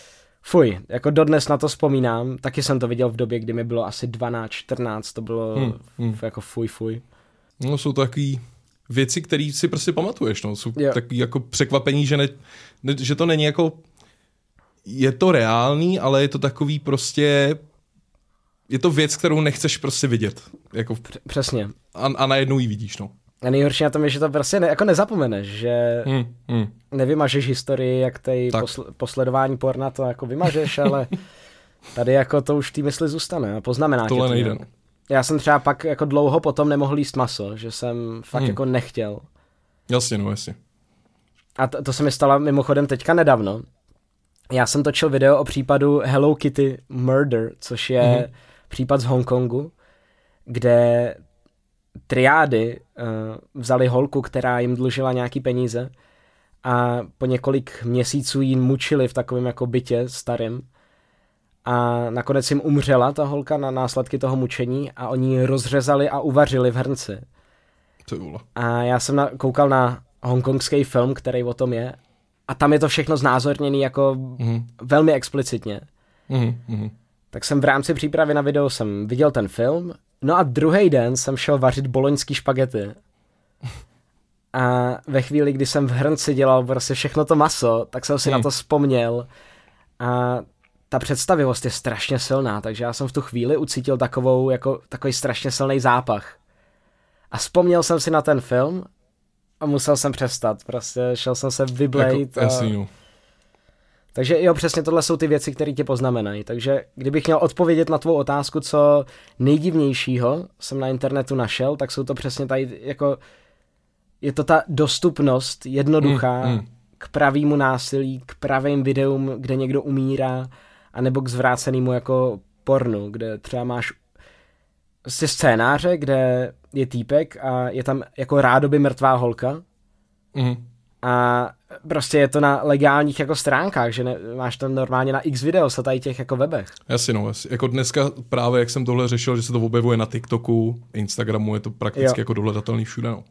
fuj, jako dodnes na to vzpomínám, taky jsem to viděl v době, kdy mi bylo asi dvanáct, čtrnáct, to bylo hmm, hmm. jako fuj, fuj. No jsou to takový věci, které si prostě pamatuješ, no, jsou jo. takový jako překvapení, že, ne, ne, že to není jako, je to reálný, ale je to takový prostě, je to věc, kterou nechceš prostě vidět. Jako, přesně. A, a najednou ji vidíš, no. A nejhorší na tom je, že to prostě ne, jako nezapomeneš, že hmm, hmm. nevymažeš historii, jak tej posl- posledování porna, to jako vymažeš, ale tady jako to už v té mysli zůstane a poznamená Tohle tě to. nejde. Já jsem třeba pak jako dlouho potom nemohl jíst maso, že jsem fakt hmm. jako nechtěl. Jasně, no jasně. A to, to se mi stalo mimochodem teďka nedávno. Já jsem točil video o případu Hello Kitty Murder, což je hmm. případ z Hongkongu, kde triády uh, vzali holku, která jim dlužila nějaký peníze a po několik měsíců jí mučili v takovém jako bytě starým a nakonec jim umřela ta holka na následky toho mučení a oni ji rozřezali a uvařili v hrnci. A já jsem na, koukal na hongkongský film, který o tom je a tam je to všechno znázorněný jako mm. velmi explicitně. Mm, mm. Tak jsem v rámci přípravy na video jsem viděl ten film. No a druhý den jsem šel vařit boloňský špagety. A ve chvíli, kdy jsem v hrnci dělal prostě všechno to maso, tak jsem si hmm. na to vzpomněl. A ta představivost je strašně silná, takže já jsem v tu chvíli ucítil takovou, jako, takový strašně silný zápach. A vzpomněl jsem si na ten film a musel jsem přestat. Prostě šel jsem se vyblejt. Jako, a... no. Takže jo, přesně tohle jsou ty věci, které tě poznamenají. Takže kdybych měl odpovědět na tvou otázku, co nejdivnějšího jsem na internetu našel, tak jsou to přesně tady, jako je to ta dostupnost jednoduchá mm, mm. k pravýmu násilí, k pravým videům, kde někdo umírá, anebo k zvrácenému jako pornu, kde třeba máš prostě scénáře, kde je týpek a je tam jako rádoby mrtvá holka mm. a prostě je to na legálních jako stránkách, že ne, máš to normálně na X videos a tady těch jako webech. Jasně no, jasně. Jako dneska právě, jak jsem tohle řešil, že se to objevuje na TikToku, Instagramu, je to prakticky jo. jako dohledatelný všude, no.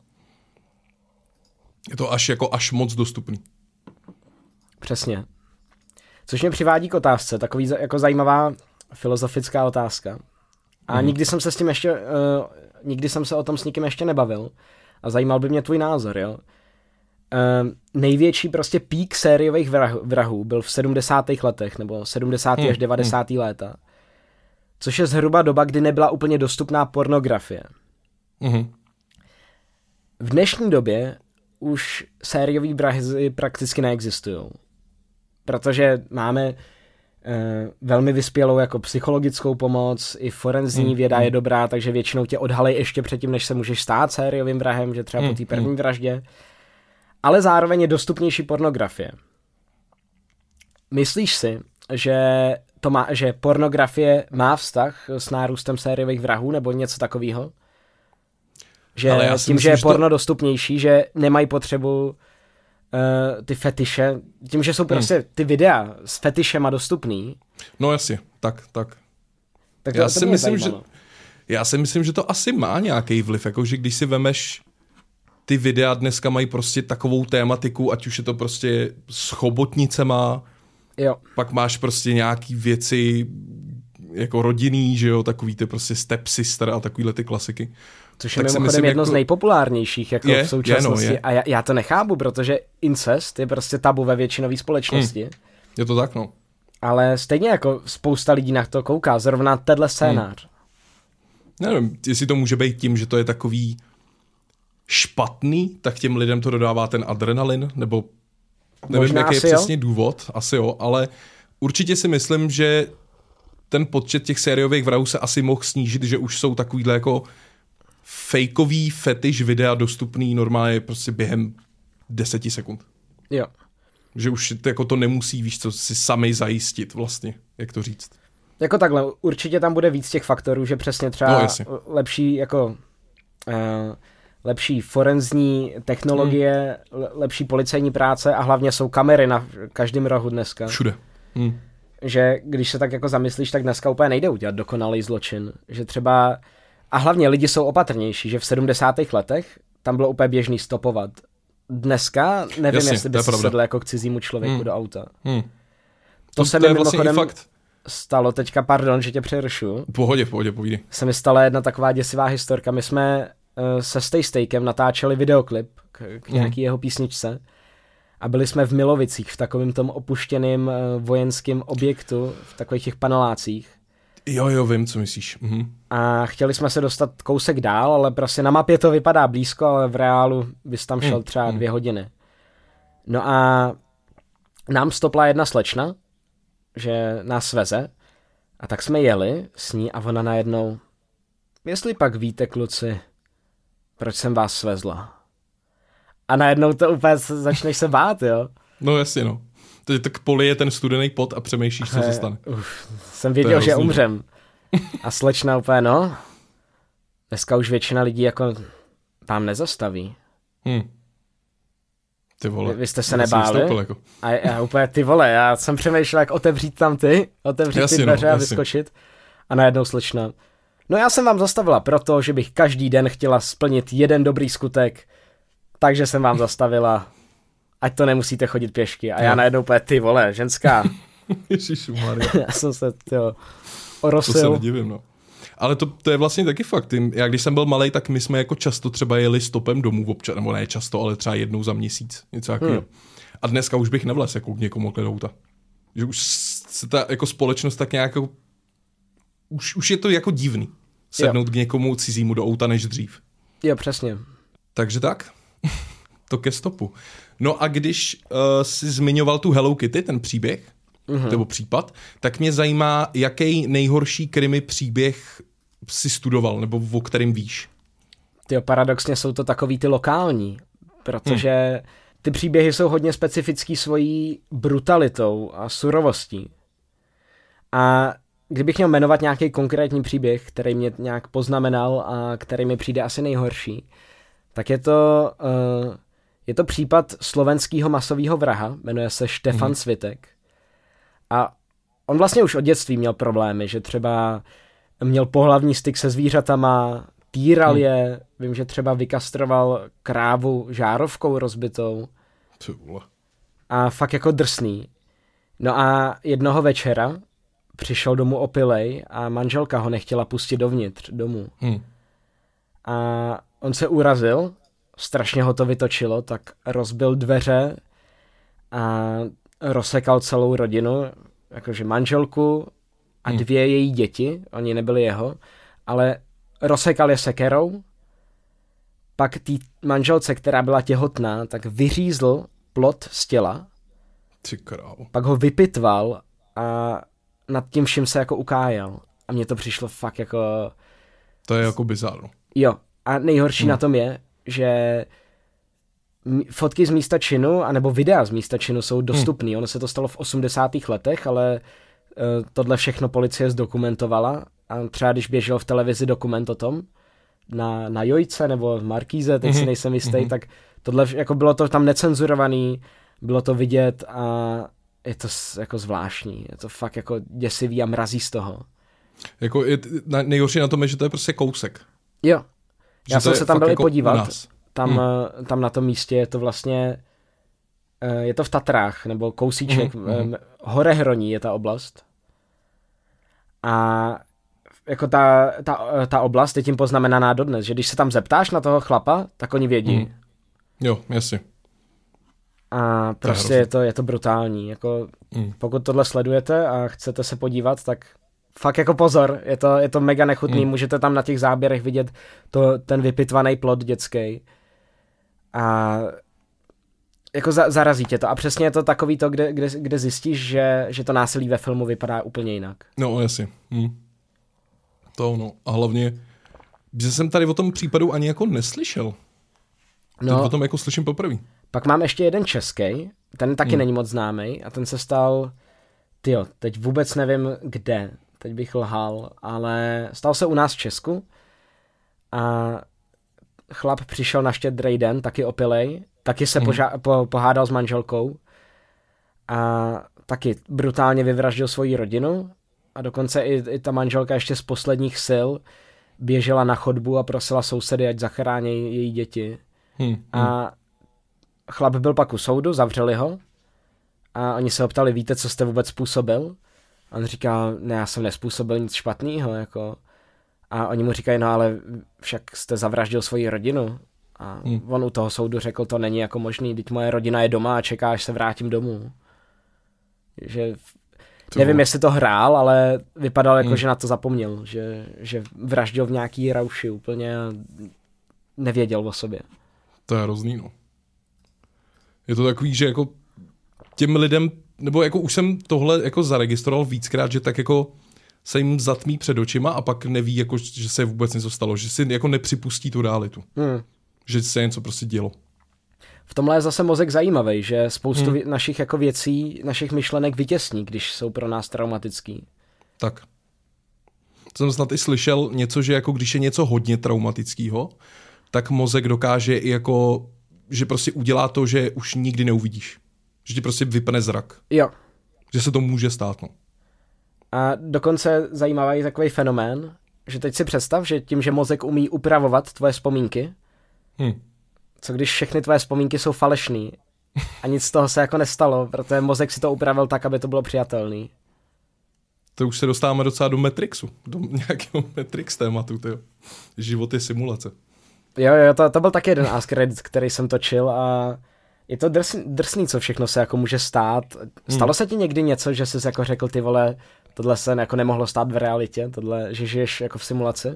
Je to až jako až moc dostupný. Přesně. Což mě přivádí k otázce, takový jako zajímavá filozofická otázka. A mm. nikdy jsem se s tím ještě, uh, nikdy jsem se o tom s nikým ještě nebavil a zajímal by mě tvůj názor, jo. Uh, největší prostě pík sériových vrahů, vrahů byl v sedmdesátých letech, nebo sedmdesátých hmm. až devadesátých Hmm. léta. Což je zhruba doba, kdy nebyla úplně dostupná pornografie. Hmm. V dnešní době už sériový vrahy prakticky neexistují. Protože máme uh, velmi vyspělou jako psychologickou pomoc, i forenzní hmm. věda je dobrá, takže většinou tě odhalej ještě předtím, než se můžeš stát sériovým vrahem, že třeba hmm. po té první vraždě. Ale zároveň je dostupnější pornografie. Myslíš si, že, to má, že pornografie má vztah s nárůstem sériových vrahů nebo něco takového? Že tím, myslím, že je porno to... dostupnější, že nemají potřebu uh, ty fetiše, tím, že jsou prostě hmm. ty videa s fetišema dostupný. No jasně, tak, tak. tak to, já, to si myslím, že, já si myslím, že to asi má nějaký vliv, jakože když si vemeš ty videa dneska mají prostě takovou tématiku, ať už je to prostě s chobotnicema, jo. Pak máš prostě nějaký věci jako rodinný, že jo, takový ty prostě stepsister a takovýhle ty klasiky. Což je mimochodem jedno jako... z nejpopulárnějších jako je, v současnosti. Je, no, je. A já, já to nechápu, protože incest je prostě tabu ve většinové společnosti. Hmm. Je to tak, no. Ale stejně jako spousta lidí na to kouká, zrovna tenhle scénář. Hmm. Nevím, jestli to může být tím, že to je takový špatný, tak těm lidem to dodává ten adrenalin, nebo nevím, možná jaký je přesně jo? důvod, asi jo, ale určitě si myslím, že ten počet těch sériových vrahů se asi mohl snížit, že už jsou takovýhle jako fejkový fetiš videa dostupný normálně prostě během deseti sekund. Jo. Že už to, jako to nemusí, víš co, si sami zajistit vlastně, jak to říct. Jako takhle, určitě tam bude víc těch faktorů, že přesně třeba no, lepší jako uh, lepší forenzní technologie, hmm. lepší policejní práce a hlavně jsou kamery na každém rohu dneska. Všude. Hmm. Že když se tak jako zamyslíš, tak dneska úplně nejde udělat dokonalý zločin. Že třeba, a hlavně lidi jsou opatrnější, že v sedmdesátých letech tam bylo úplně běžný stopovat. Dneska nevím, Jasně, jestli by si sedl jako k cizímu člověku hmm. do auta. Hmm. To, to se to mi je vlastně mimochodem fakt... stalo teďka, pardon, že tě přerušu. Pohodě, pohodě, povídej. Se mi stala jedna taková děsivá historka. My jsme uh, se Stay Steakem natáčeli videoklip k, k nějaký mm. jeho písničce a byli jsme v Milovicích, v takovém tom opuštěném uh, vojenském objektu, v takových těch panelácích. Jo, jo, vím, co myslíš. Mhm. A chtěli jsme se dostat kousek dál, ale prostě na mapě to vypadá blízko, ale v reálu bys tam šel třeba dvě hodiny. No a nám stopla jedna slečna, že nás veze, a tak jsme jeli s ní a ona najednou, jestli pak víte, kluci, proč jsem vás svezla. A najednou to úplně začneš se bát, jo? No jasně, no. Teď tak polije ten studený pot a přemýšlíš, co se stane. Uf, jsem věděl, že umřem. A slečna úplně, no, dneska už většina lidí jako vám nezastaví. Hmm. Ty vole. Vy, vy jste se nebáli? Jako. A já úplně, ty vole, já jsem přemýšlel, jak otevřít tam ty, otevřít jasně, ty dveře no, a vyskočit. A najednou slečna, no já jsem vám zastavila proto, že bych každý den chtěla splnit jeden dobrý skutek, takže jsem vám zastavila, ať to nemusíte chodit pěšky. A já no. najednou úplně, ty vole, ženská. Ježišmarja. Já jsem se, tyjo, orosil. To se nedivím, no. Ale to, to je vlastně taky fakt. Já když jsem byl malej, tak my jsme jako často třeba jeli stopem domů občas, nebo ne často, ale třeba jednou za měsíc. Něco takového. Hmm. A dneska už bych nevlez jako k někomu okolo auta. Že už se ta jako společnost tak nějak jako, už, už je to jako divný. Sednout jo. k někomu cizímu do auta než dřív. Jo, přesně. Takže tak. To ke stopu. No a když uh, jsi zmiňoval tu Hello Kitty, ten příběh, mm-hmm. nebo případ, tak mě zajímá, jaký nejhorší krimi příběh si studoval, nebo o kterým víš. Tyjo, paradoxně jsou to takový ty lokální, protože hmm. ty příběhy jsou hodně specifický svojí brutalitou a surovostí. A kdybych měl jmenovat nějaký konkrétní příběh, který mě nějak poznamenal a který mi přijde asi nejhorší, tak je to, uh, je to případ slovenského masového vraha, jmenuje se Štefan hmm. Svitek. A on vlastně už od dětství měl problémy, že třeba měl pohlavní styk se zvířatama, týral hmm. je, vím, že třeba vykastroval krávu žárovkou rozbitou. A fakt jako drsný. No a jednoho večera přišel domů opilej a manželka ho nechtěla pustit dovnitř domů. Hmm. A on se urazil, strašně ho to vytočilo, tak rozbil dveře a rozsekal celou rodinu, jakože manželku a dvě hmm. její děti, oni nebyli jeho, ale rozsekal je sekerou, pak té manželce, která byla těhotná, tak vyřízl plot z těla, Ty krávo. Pak ho vypitval a nad tím vším se jako ukájel. A mně to přišlo fakt jako... To je jako bizarno. Jo, a nejhorší hmm. na tom je, že fotky z místa činu, anebo videa z místa činu jsou dostupný. Hmm. Ono se to stalo v osmdesátých letech, ale uh, tohle všechno policie zdokumentovala. A třeba když běžel v televizi dokument o tom, na, na Jojce nebo v Markíze, teď hmm. si nejsem jistý, hmm. tak tohle, jako bylo to tam necenzurovaný, bylo to vidět a je to jako zvláštní. Je to fakt jako děsivý a mrazí z toho. Jako je, nejhorší na tom je, že to je prostě kousek. Jo. Já jsem se tam byl i jako podívat. Tam, hmm. tam na tom místě je to vlastně, je to v Tatrách, nebo kousíček, hmm. Horehroní je ta oblast. A jako ta, ta, ta oblast je tím poznamenaná dodnes, že když se tam zeptáš na toho chlapa, tak oni vědí. Hmm. Jo, jasně. A prostě je to, je to brutální. Jako, hmm. pokud tohle sledujete a chcete se podívat, tak fakt jako pozor, je to, je to mega nechutný, hmm. můžete tam na těch záběrech vidět to, ten vypitvaný plod dětský. A jako za, zarazí tě to. A přesně je to takový to, kde, kde, kde zjistíš, že, že to násilí ve filmu vypadá úplně jinak. No, jasně. Hmm. To no. A hlavně, že jsem tady o tom případu ani jako neslyšel. No, teď o tom jako slyším poprvé. Pak mám ještě jeden český, ten taky hmm. není moc známý a ten se stal, tyjo, teď vůbec nevím kde, teď bych lhal, ale stal se u nás v Česku a chlap přišel na Štědrý den, taky opilej, taky se hmm. poža- po- pohádal s manželkou a taky brutálně vyvraždil svoji rodinu a dokonce i, i ta manželka ještě z posledních sil běžela na chodbu a prosila sousedy, ať zachrání její děti. Hmm. A chlap byl pak u soudu, zavřeli ho A oni se ho ptali, víte, co jste vůbec způsobil? A on říká, ne, já jsem nespůsobil nic špatného, jako. A oni mu říkají, no ale však jste zavraždil svoji rodinu. A hmm. on u toho soudu řekl, to není jako možný, teď moje rodina je doma a čeká, až se vrátím domů. Že to nevím, jestli to hrál, ale vypadal jako, hmm. že na to zapomněl, že, že vraždil v nějaký rauši úplně a nevěděl o sobě. To je hrozný, no. Je to takový, že jako těm lidem, nebo jako už jsem tohle jako zaregistroval víckrát, že tak jako se jim zatmí před očima a pak neví, jako, že se vůbec něco stalo, že si jako nepřipustí tu realitu. Hmm. Že se něco prostě dělo. V tomhle je zase mozek zajímavý, že spoustu hmm. našich jako věcí, našich myšlenek vytěsní, když jsou pro nás traumatický. Tak. Jsem snad i slyšel něco, že jako když je něco hodně traumatického, tak mozek dokáže i jako, že prostě udělá to, že už nikdy neuvidíš. Že ti prostě vypne zrak. Jo. Že se to může stát, no. A dokonce zajímavý takový fenomén, že teď si představ, že tím, že mozek umí upravovat tvoje vzpomínky, hmm. co když všechny tvoje vzpomínky jsou falešný a nic z toho se jako nestalo, protože mozek si to upravil tak, aby to bylo přijatelný. To už se dostáváme docela do Matrixu, do nějakého Matrix tématu, tyjo. Život je simulace. Jo, jo, to, to byl taky jeden Ask Reddit, který jsem točil a je to drsný, drsný, co všechno se jako může stát. Stalo hmm. se ti někdy něco, že jsi jako řekl, ty vole, tohle se jako nemohlo stát v realitě, tohle, že žiješ jako v simulaci?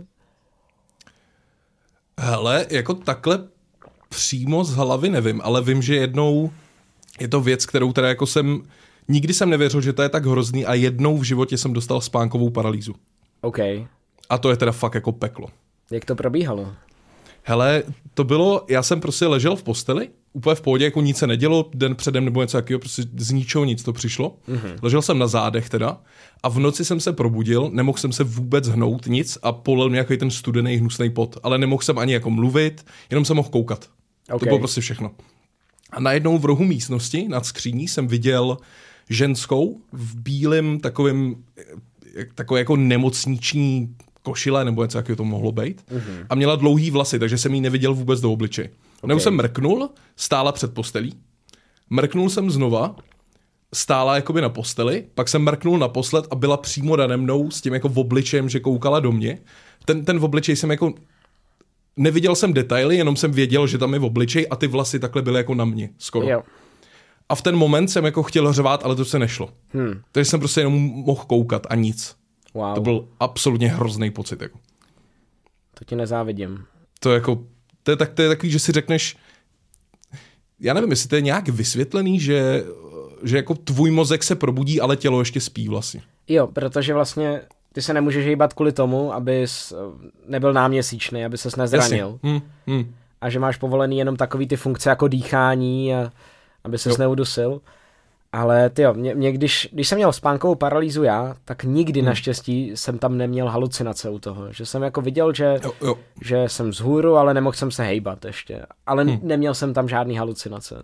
Hele, jako takhle přímo z hlavy nevím, ale vím, že jednou je to věc, kterou teda jako jsem, nikdy jsem nevěřil, že to je tak hrozný a jednou v životě jsem dostal spánkovou paralýzu. OK. A to je teda fakt jako peklo. Jak to probíhalo? Hele, to bylo, já jsem prostě ležel v posteli, úplně v pohodě, jako nic se nedělo, den předem nebo něco takového, prostě z ničeho nic to přišlo. Mm-hmm. Ležel jsem na zádech teda a v noci jsem se probudil, nemohl jsem se vůbec hnout nic a polil mě jako ten studený hnusný pot, ale nemohl jsem ani jako mluvit, jenom jsem mohl koukat. Okay. To bylo prostě všechno. A najednou v rohu místnosti nad skříní jsem viděl ženskou v bílém takovém, takové jako nemocniční košile, nebo něco, jak to mohlo být. Mm-hmm. A měla dlouhý vlasy, takže jsem jí neviděl vůbec do obličeje. Okay. Nebo jsem mrknul, stála před postelí, mrknul jsem znova, stála jakoby na posteli, pak jsem mrknul naposled a byla přímo nade mnou s tím jako v obličejem, že koukala do mě. Ten, ten v obličej jsem jako, neviděl jsem detaily, jenom jsem věděl, že tam je v obličej a ty vlasy takhle byly jako na mě, skoro. Jo. A v ten moment jsem jako chtěl řvát, ale to se nešlo. Hmm. Takže jsem prostě jenom mohl koukat a nic. Wow. To byl absolutně hrozný pocit. Jako. To ti nezávidím. To, jako, to, je tak, to je takový, že si řekneš, já nevím, jestli to je nějak vysvětlený, že, že jako tvůj mozek se probudí, ale tělo ještě spí vlastně. Jo, protože vlastně ty se nemůžeš hýbat kvůli tomu, abys nebyl náměsíčný, aby ses nezranil. Hmm, hmm. A že máš povolený jenom takový ty funkce jako dýchání, a aby ses jo. neudusil. Ale tyjo, mě, mě když, když jsem měl spánkovou paralýzu já, tak nikdy hmm. naštěstí jsem tam neměl halucinace u toho. Že jsem jako viděl, že, jo, jo. že jsem vzhůru, ale nemohl jsem se hejbat ještě. Ale hmm. neměl jsem tam žádný halucinace.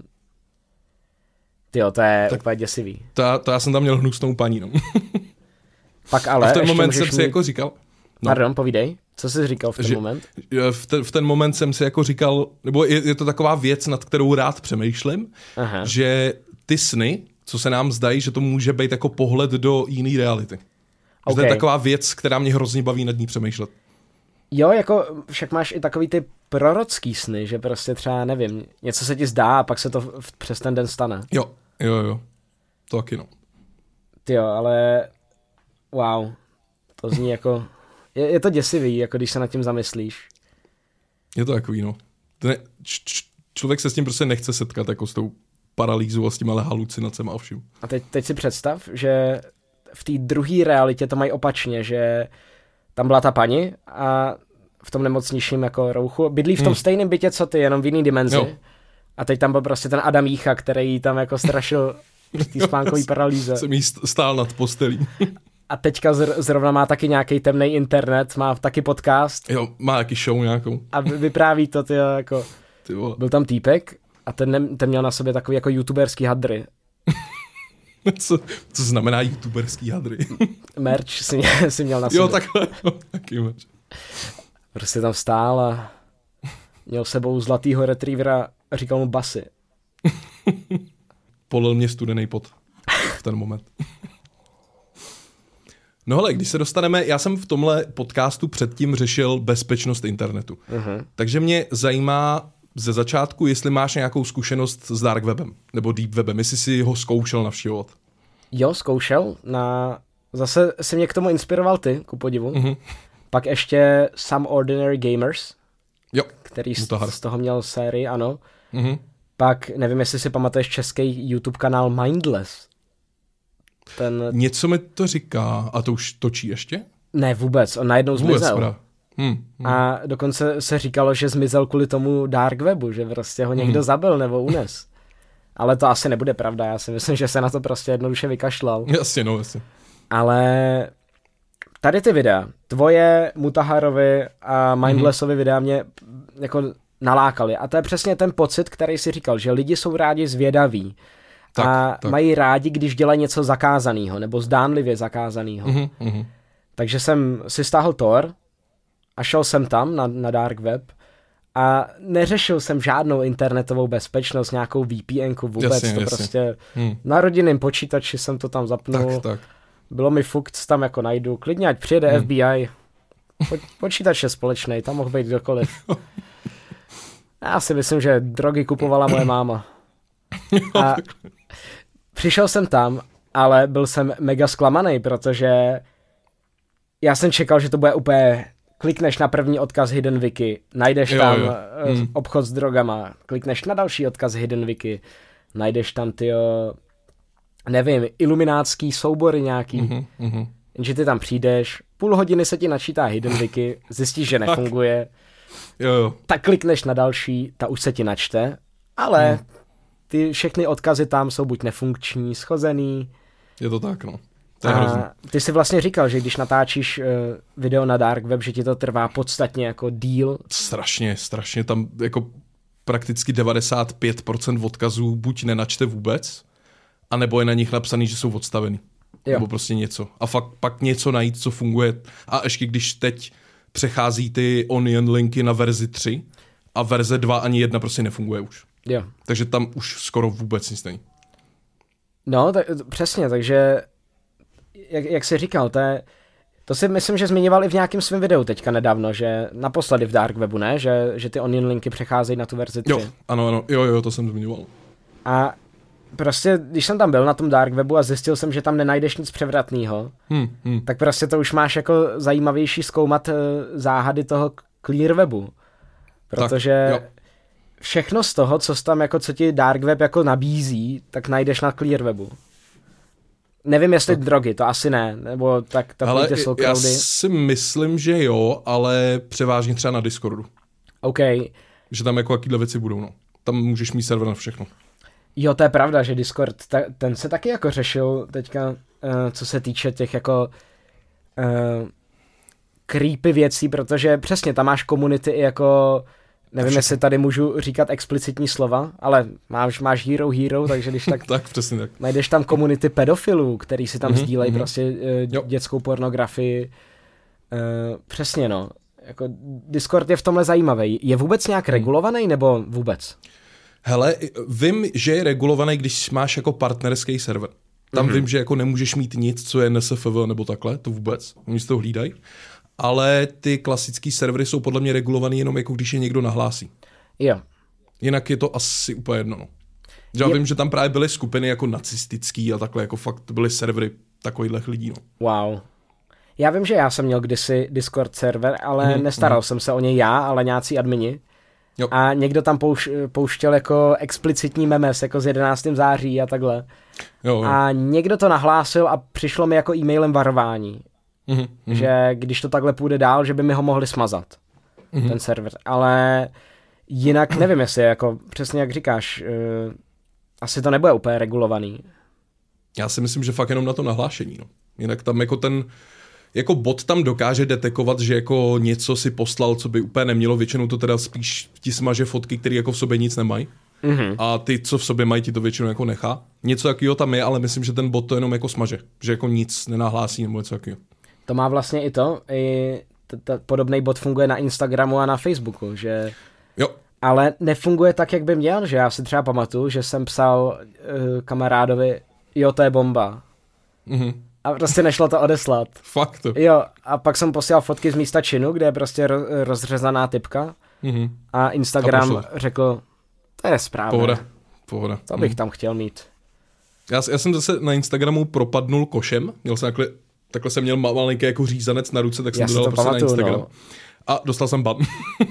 Tyjo, to je tak úplně děsivý. To, to já jsem tam měl hnusnou paní, no. Pak ale... A v ten moment jsem mít... si jako říkal... No. Pardon, povídej. Co jsi říkal v ten že, moment? V ten, v ten moment jsem si jako říkal, nebo je, je to taková věc, nad kterou rád přemýšlím, Aha. že ty sny, co se nám zdají, že to může být jako pohled do jiné reality. Okay. Že to je taková věc, která mě hrozně baví nad ní přemýšlet. Jo, jako však máš i takový ty prorocký sny, že prostě třeba, nevím, něco se ti zdá a pak se to v, přes ten den stane. Jo, jo, jo. To taky no. Tyjo, ale wow, to zní jako, je, je to děsivý, jako když se nad tím zamyslíš. Je to takový, no. Ne, č, č, člověk se s tím prostě nechce setkat, jako s tou paralýzu a s tím ale halucinacem a vším. A teď, teď si představ, že v té druhé realitě to mají opačně, že tam byla ta paní a v tom nemocničním jako rouchu bydlí v tom hmm. stejném bytě, co ty, jenom v jiný dimenzi. Jo. A teď tam byl prostě ten Adam Jícha, který tam jako strašil v té spánkový paralýze. Jsem jí stál nad postelí. A teďka zrovna má taky nějaký temný internet, má taky podcast. Jo, má taky show nějakou. A vypráví to, ty jako, ty byl tam týpek a ten, ne, ten měl na sobě takový jako youtuberský hadry. co, co znamená youtuberský hadry? Merch si, si měl na sobě. Jo, takhle, jo, taky merch. Prostě tam stál a měl sebou zlatýho retrievera a říkal mu basy. Polil mě studený pot. v ten moment. No hele, když se dostaneme, já jsem v tomhle podcastu předtím řešil bezpečnost internetu. Uh-huh. Takže mě zajímá ze začátku, jestli máš nějakou zkušenost s dark webem, nebo deep webem, jestli jsi ho zkoušel navštěvovat. Jo, zkoušel. Na... Zase si mě k tomu inspiroval ty, ku podivu. Uh-huh. Pak ještě Some Ordinary Gamers, jo, který z, z toho měl sérii, ano. Uh-huh. Pak, nevím, jestli si pamatuješ český YouTube kanál Mindless. Ten... Něco mi to říká, a to už točí ještě? Ne, vůbec, on najednou vůbec, zmizel. Hmm, hmm. A dokonce se říkalo, že zmizel kvůli tomu dark webu, že prostě ho někdo hmm. zabil nebo unes. Ale to asi nebude pravda, já si myslím, že se na to prostě jednoduše vykašlal. Jasně, no, jasně. Ale tady ty videa, tvoje, Mutaharovi a Mindlessovi mm-hmm. videa mě jako nalákaly. A to je přesně ten pocit, který si říkal, že lidi jsou rádi zvědaví. Tak, a tak. mají rádi, když dělají něco zakázaného, nebo zdánlivě zakázaného. Mm-hmm. Takže jsem si stáhl Tor a šel jsem tam na, na dark web a neřešil jsem žádnou internetovou bezpečnost, nějakou V P N ku vůbec. Jasně, to jasně. prostě hmm. na rodinném počítači jsem to tam zapnul. Tak, tak. Bylo mi fukt, tam jako najdu. Klidně, ať přijede hmm. F B I. Po, počítač je společnej, tam mohl být kdokoliv. Já si myslím, že drogy kupovala moje máma. A přišel jsem tam, ale byl jsem mega zklamaný, protože já jsem čekal, že to bude úplně... Klikneš na první odkaz Hidden Wiki, najdeš jo, tam jo. Hmm. obchod s drogama, klikneš na další odkaz Hidden Wiki, najdeš tam tyjo, nevím, iluminátský soubory nějaký. Mm-hmm, mm-hmm. Jenže ty tam přijdeš, půl hodiny se ti načítá Hidden Wiki, zjistíš, že nefunguje, jo, jo. tak klikneš na další, ta už se ti načte, ale mm. ty všechny odkazy tam jsou buď nefunkční, schozený. Je to tak, no. To je a hrozný. ty jsi vlastně říkal, že když natáčíš uh, video na dark web, že ti to trvá podstatně jako díl. Strašně, strašně. Tam jako prakticky devadesát pět procent odkazů buď nenačte vůbec, anebo je na nich napsaný, že jsou odstavený. Jo. Nebo prostě něco. A fakt pak něco najít, co funguje. A ještě když teď přechází ty onion linky na verzi tři a verze dva ani jedna prostě nefunguje už. Jo. Takže tam už skoro vůbec nic není. No, tak, přesně, takže jak, jak jsi říkal, to, je, to si myslím, že zmiňoval i v nějakém svém videu teďka nedávno, že naposledy v dark webu, ne? Že, že ty onion linky přecházejí na tu verzi tři. Jo, ano, ano, jo, jo, to jsem zmiňoval. A prostě, když jsem tam byl na tom dark webu a zjistil jsem, že tam nenajdeš nic převratného, hmm, hmm. tak prostě to už máš jako zajímavější zkoumat uh, záhady toho clear webu. Protože tak, všechno z toho, co tam jako, co ti dark web jako nabízí, tak najdeš na clear webu. Nevím, jestli tak. drogy, to asi ne, nebo tak takový ty soul já crowdy. si myslím, že jo, ale převážně třeba na Discordu. OK. Že tam jako jakýhle věci budou, no. Tam můžeš mít server na všechno. Jo, to je pravda, že Discord, ta, ten se taky jako řešil teďka, uh, co se týče těch jako uh, creepy věcí, protože přesně tam máš komunity i jako, nevím, jestli tady můžu říkat explicitní slova, ale máš, máš Hero Hero, takže když tak, tak přesně tak. Najdeš tam komunity pedofilů, který si tam mm-hmm, sdílejí mm-hmm. prostě uh, dětskou pornografii. Uh, přesně, no. Jako Discord je v tomhle zajímavý. Je vůbec nějak hmm. regulovaný, nebo vůbec? Hele, vím, že je regulovaný, když máš jako partnerský server. Tam mm-hmm. vím, že jako nemůžeš mít nic, co je N S F V nebo takhle, to vůbec. Oni si to hlídají. Ale ty klasický servery jsou podle mě regulovaný jenom jako když je někdo nahlásí. Jo. Jinak je to asi úplně jedno. No. Já je... vím, že tam právě byly skupiny jako nacistický a takhle jako fakt byly servery takovýchhlech lidí. No. Wow. Já vím, že já jsem měl kdysi Discord server, ale mm-hmm. nestaral mm-hmm. jsem se o něj já, ale nějací admini. Jo. A někdo tam pouš, pouštěl jako explicitní memes, jako z jedenáctého září a takhle. Jo, jo. A někdo to nahlásil a přišlo mi jako e-mailem varování. Mm-hmm. Že když to takhle půjde dál, že by mi ho mohli smazat. Mm-hmm. Ten server. Ale jinak nevím, jestli je jako přesně jak říkáš, uh, asi to nebude úplně regulovaný. Já si myslím, že fakt jenom na to nahlášení. No. Jinak tam jako ten jako bot tam dokáže detekovat, že jako něco si poslal, co by úplně nemělo, většinou to teda spíš ti smaže fotky, které jako v sobě nic nemají. Mm-hmm. A ty, co v sobě mají, ti to většinou jako nechá. Něco jakýho tam je, ale myslím, že ten bot to jenom jako smaže, že jako nic nenahlásí nebo něco jakýho. To má vlastně i to, i t- t- podobný bot funguje na Instagramu a na Facebooku, že... Jo. Ale nefunguje tak, jak by měl, že já si třeba pamatuju, že jsem psal uh, kamarádovi jo, to je bomba. Mhm. A prostě nešlo to odeslat. Fakt to. Jo, a pak jsem posílal fotky z místa činu, kde je prostě ro- rozřezaná typka Mhm. a Instagram a řekl, to je správné. Pohoda. Pohoda. To bych mhm. tam chtěl mít. Já, já jsem zase na Instagramu propadnul košem, měl jsem takhle, takhle jsem měl malinký jako řízanec na ruce, tak jsem Já to si dal to prostě pamatuju, na Instagram. no. A dostal jsem ban.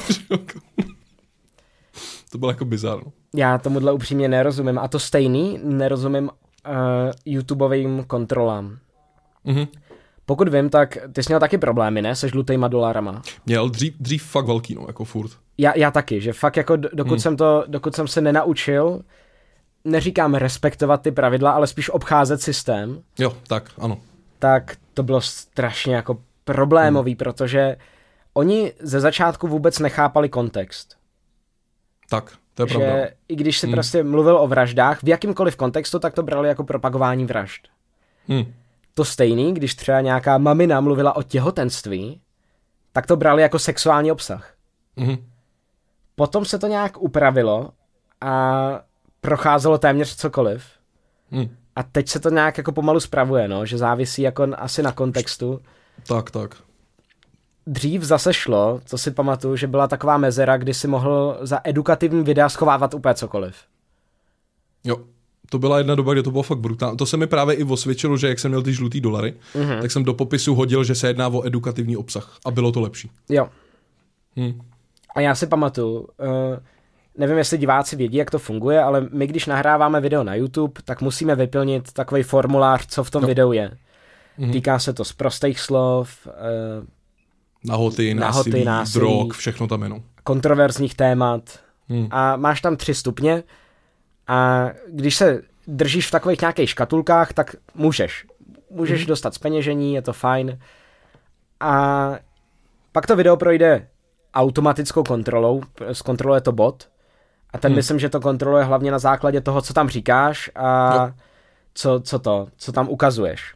To bylo jako bizár. No. Já tomuhle upřímně nerozumím. A to stejný nerozumím uh, YouTubeovým kontrolám. Mhm. Pokud vím, tak ty jsi měl taky problémy, ne? Se žlutýma dolarama. Měl dřív, dřív fakt velký, no, jako furt. Já, já taky, že fakt jako do- dokud, Hmm. jsem to, dokud jsem se nenaučil, neříkám respektovat ty pravidla, ale spíš obcházet systém, Jo, tak, ano. tak to bylo strašně jako problémový, hmm. protože oni ze začátku vůbec nechápali kontext. Tak, to je Že pravda. i když si Hmm. prostě mluvil o vraždách, v jakýmkoliv kontextu, tak to brali jako propagování vražd. Hmm. To stejný, když třeba nějaká mamina mluvila o těhotenství, tak to brali jako sexuální obsah. Mhm. Potom se to nějak upravilo a procházelo téměř cokoliv. Hmm. A teď se to nějak jako pomalu spravuje, no, že závisí jako asi na kontextu. Tak, tak. Dřív zase šlo, to si pamatuju, že byla taková mezera, kdy si mohl za edukativní videa schovávat úplně cokoliv. Jo. To byla jedna doba, kde to bylo fakt brutální. To se mi právě i osvědčilo, že jak jsem měl ty žlutý dolary, Mhm. tak jsem do popisu hodil, že se jedná o edukativní obsah. A bylo to lepší. Jo. Hmm. A já si pamatuju, uh, nevím, jestli diváci vědí, jak to funguje, ale my, když nahráváme video na YouTube, tak musíme vyplnit takový formulář, co v tom no. videu je. Mhm. Týká se to z prostých slov, uh, Nahoty, Nahoty, násilí, násilí. drog, všechno tam jenom. kontroverzních témat. Hmm. A máš tam tři stupně a když se držíš v takových nějakých škatulkách, tak můžeš. Můžeš Mhm. dostat zpeněžení, je to fajn. A pak to video projde automatickou kontrolou, zkontroluje to bot a ten Hmm. myslím, že to kontroluje hlavně na základě toho, co tam říkáš a Jo. co, co to, co tam ukazuješ.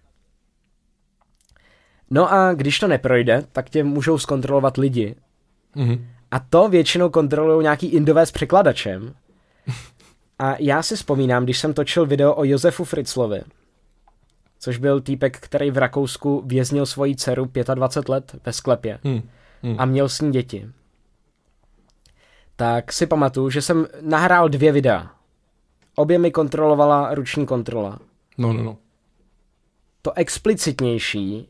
No a když to neprojde, tak tě můžou zkontrolovat lidi. Mhm. A to většinou kontrolují nějaký Indové s překladačem. A já si vzpomínám, když jsem točil video o Josefu Fritzlovi, což byl týpek, který v Rakousku věznil svoji dceru dvacet pět let ve sklepě Hmm. Hmm. a měl s ní děti. Tak si pamatuju, že jsem nahrál dvě videa. Obě mi kontrolovala ruční kontrola. No, no, no. To explicitnější,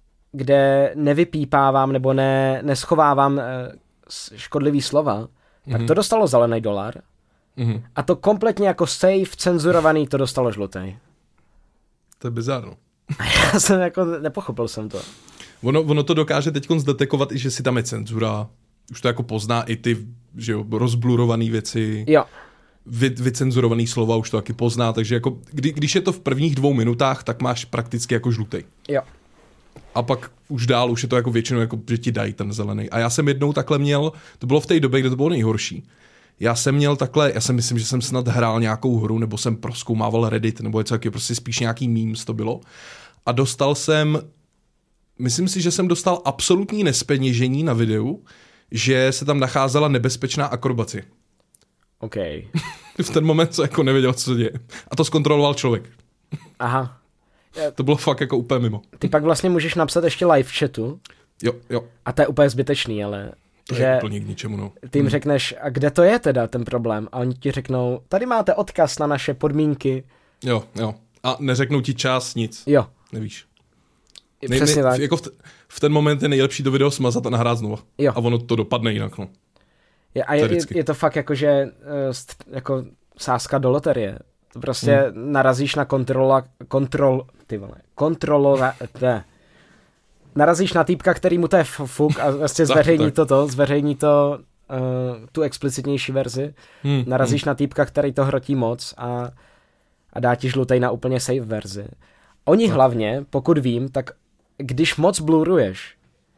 kde nevypípávám nebo ne, neschovávám eh, škodlivý slova, mm-hmm. tak to dostalo zelený dolar. Mhm. A to kompletně jako safe, cenzurovaný, to dostalo žlutý. To je bizarno. Já jsem jako, nepochopil jsem to. Ono, ono to dokáže teď zdetekovat i, že si tam je cenzura. Už to jako pozná i ty, že jo, rozblurované věci, Jo. vy, vycenzurovaný slova už to taky pozná, takže jako, kdy, když je to v prvních dvou minutách, tak máš prakticky jako žlutej. Jo. A pak už dál, už je to jako většinou, jako, že ti dají ten zelený. A já jsem jednou takhle měl, to bylo v té době, kde to bylo nejhorší. Já jsem měl takhle, já si myslím, že jsem snad hrál nějakou hru, nebo jsem prozkoumával Reddit, nebo něco taky, prostě spíš nějaký memes to bylo. A dostal jsem, myslím si, že jsem dostal absolutní nespeněžení na videu, že se tam nacházela nebezpečná akrobacie. OK. V ten moment jsem jako nevěděl, co se děje. A to zkontroloval člověk. Aha. To bylo fakt jako úplně mimo. Ty pak vlastně můžeš napsat ještě live chatu Jo, jo. a to je úplně zbytečný, ale To že je úplně k ničemu, no. ty jim řekneš, a kde to je teda ten problém? A oni ti řeknou, tady máte odkaz na naše podmínky. Jo, jo. A neřeknou ti čas, nic. Jo. Nevíš. Nej, Přesně nej, tak. Jako v, t- v ten moment je nejlepší to video smazat a nahrát znova. Jo. A ono to dopadne jinak, no. Je, a je, je, je to fakt jako, že uh, st, jako sázka do loterie. To prostě hmm. narazíš na kontrola, kontrol, ty vole, kontrolora, ne. Narazíš na týpka, který mu to je fuk a vlastně zveřejní to to, zveřejní to uh, tu explicitnější verzi. Hmm. Narazíš hmm. na týpka, který to hrotí moc a, a dá ti žlutej na úplně safe verzi. Oni no. hlavně, pokud vím, tak když moc bluruješ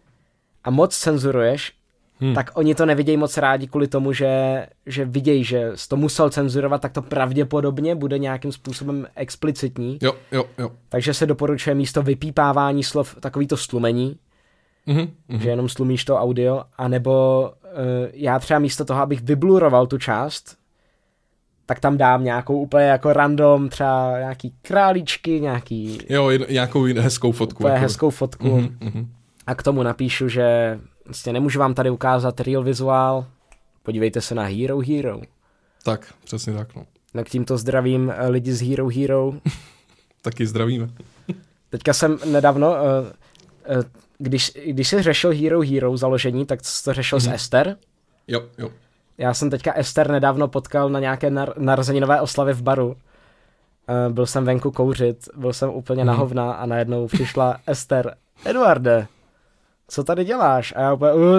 a moc cenzuruješ, Hmm. tak oni to nevidějí moc rádi kvůli tomu, že, že vidějí, že jsi to musel cenzurovat, tak to pravděpodobně bude nějakým způsobem explicitní. Jo, jo, jo. Takže se doporučuje místo vypípávání slov takový to stlumení, Mm-hmm, mm-hmm. že jenom stlumíš to audio, anebo uh, já třeba místo toho, abych vybluroval tu část, tak tam dám nějakou úplně jako random, třeba nějaký králíčky, nějaký... Jo, nějakou hezkou fotku. Úplně jako hezkou fotku. Mm-hmm. A k tomu napíšu, že vlastně nemůžu vám tady ukázat real vizuál, podívejte se na Hero Hero. Tak, přesně tak, no. Tak tímto zdravím lidi z Hero Hero. Taky zdravíme. Teďka jsem nedávno, když, když jsi řešil Hero Hero založení, tak jsi to řešil mm-hmm. s Ester. Jo, jo. Já jsem teďka Ester nedávno potkal na nějaké nar- narozeninové oslavě v baru. Uh, byl jsem venku kouřit, byl jsem úplně mm. na hovna a najednou přišla Ester. Eduarde, co tady děláš? A já úplně... Uh,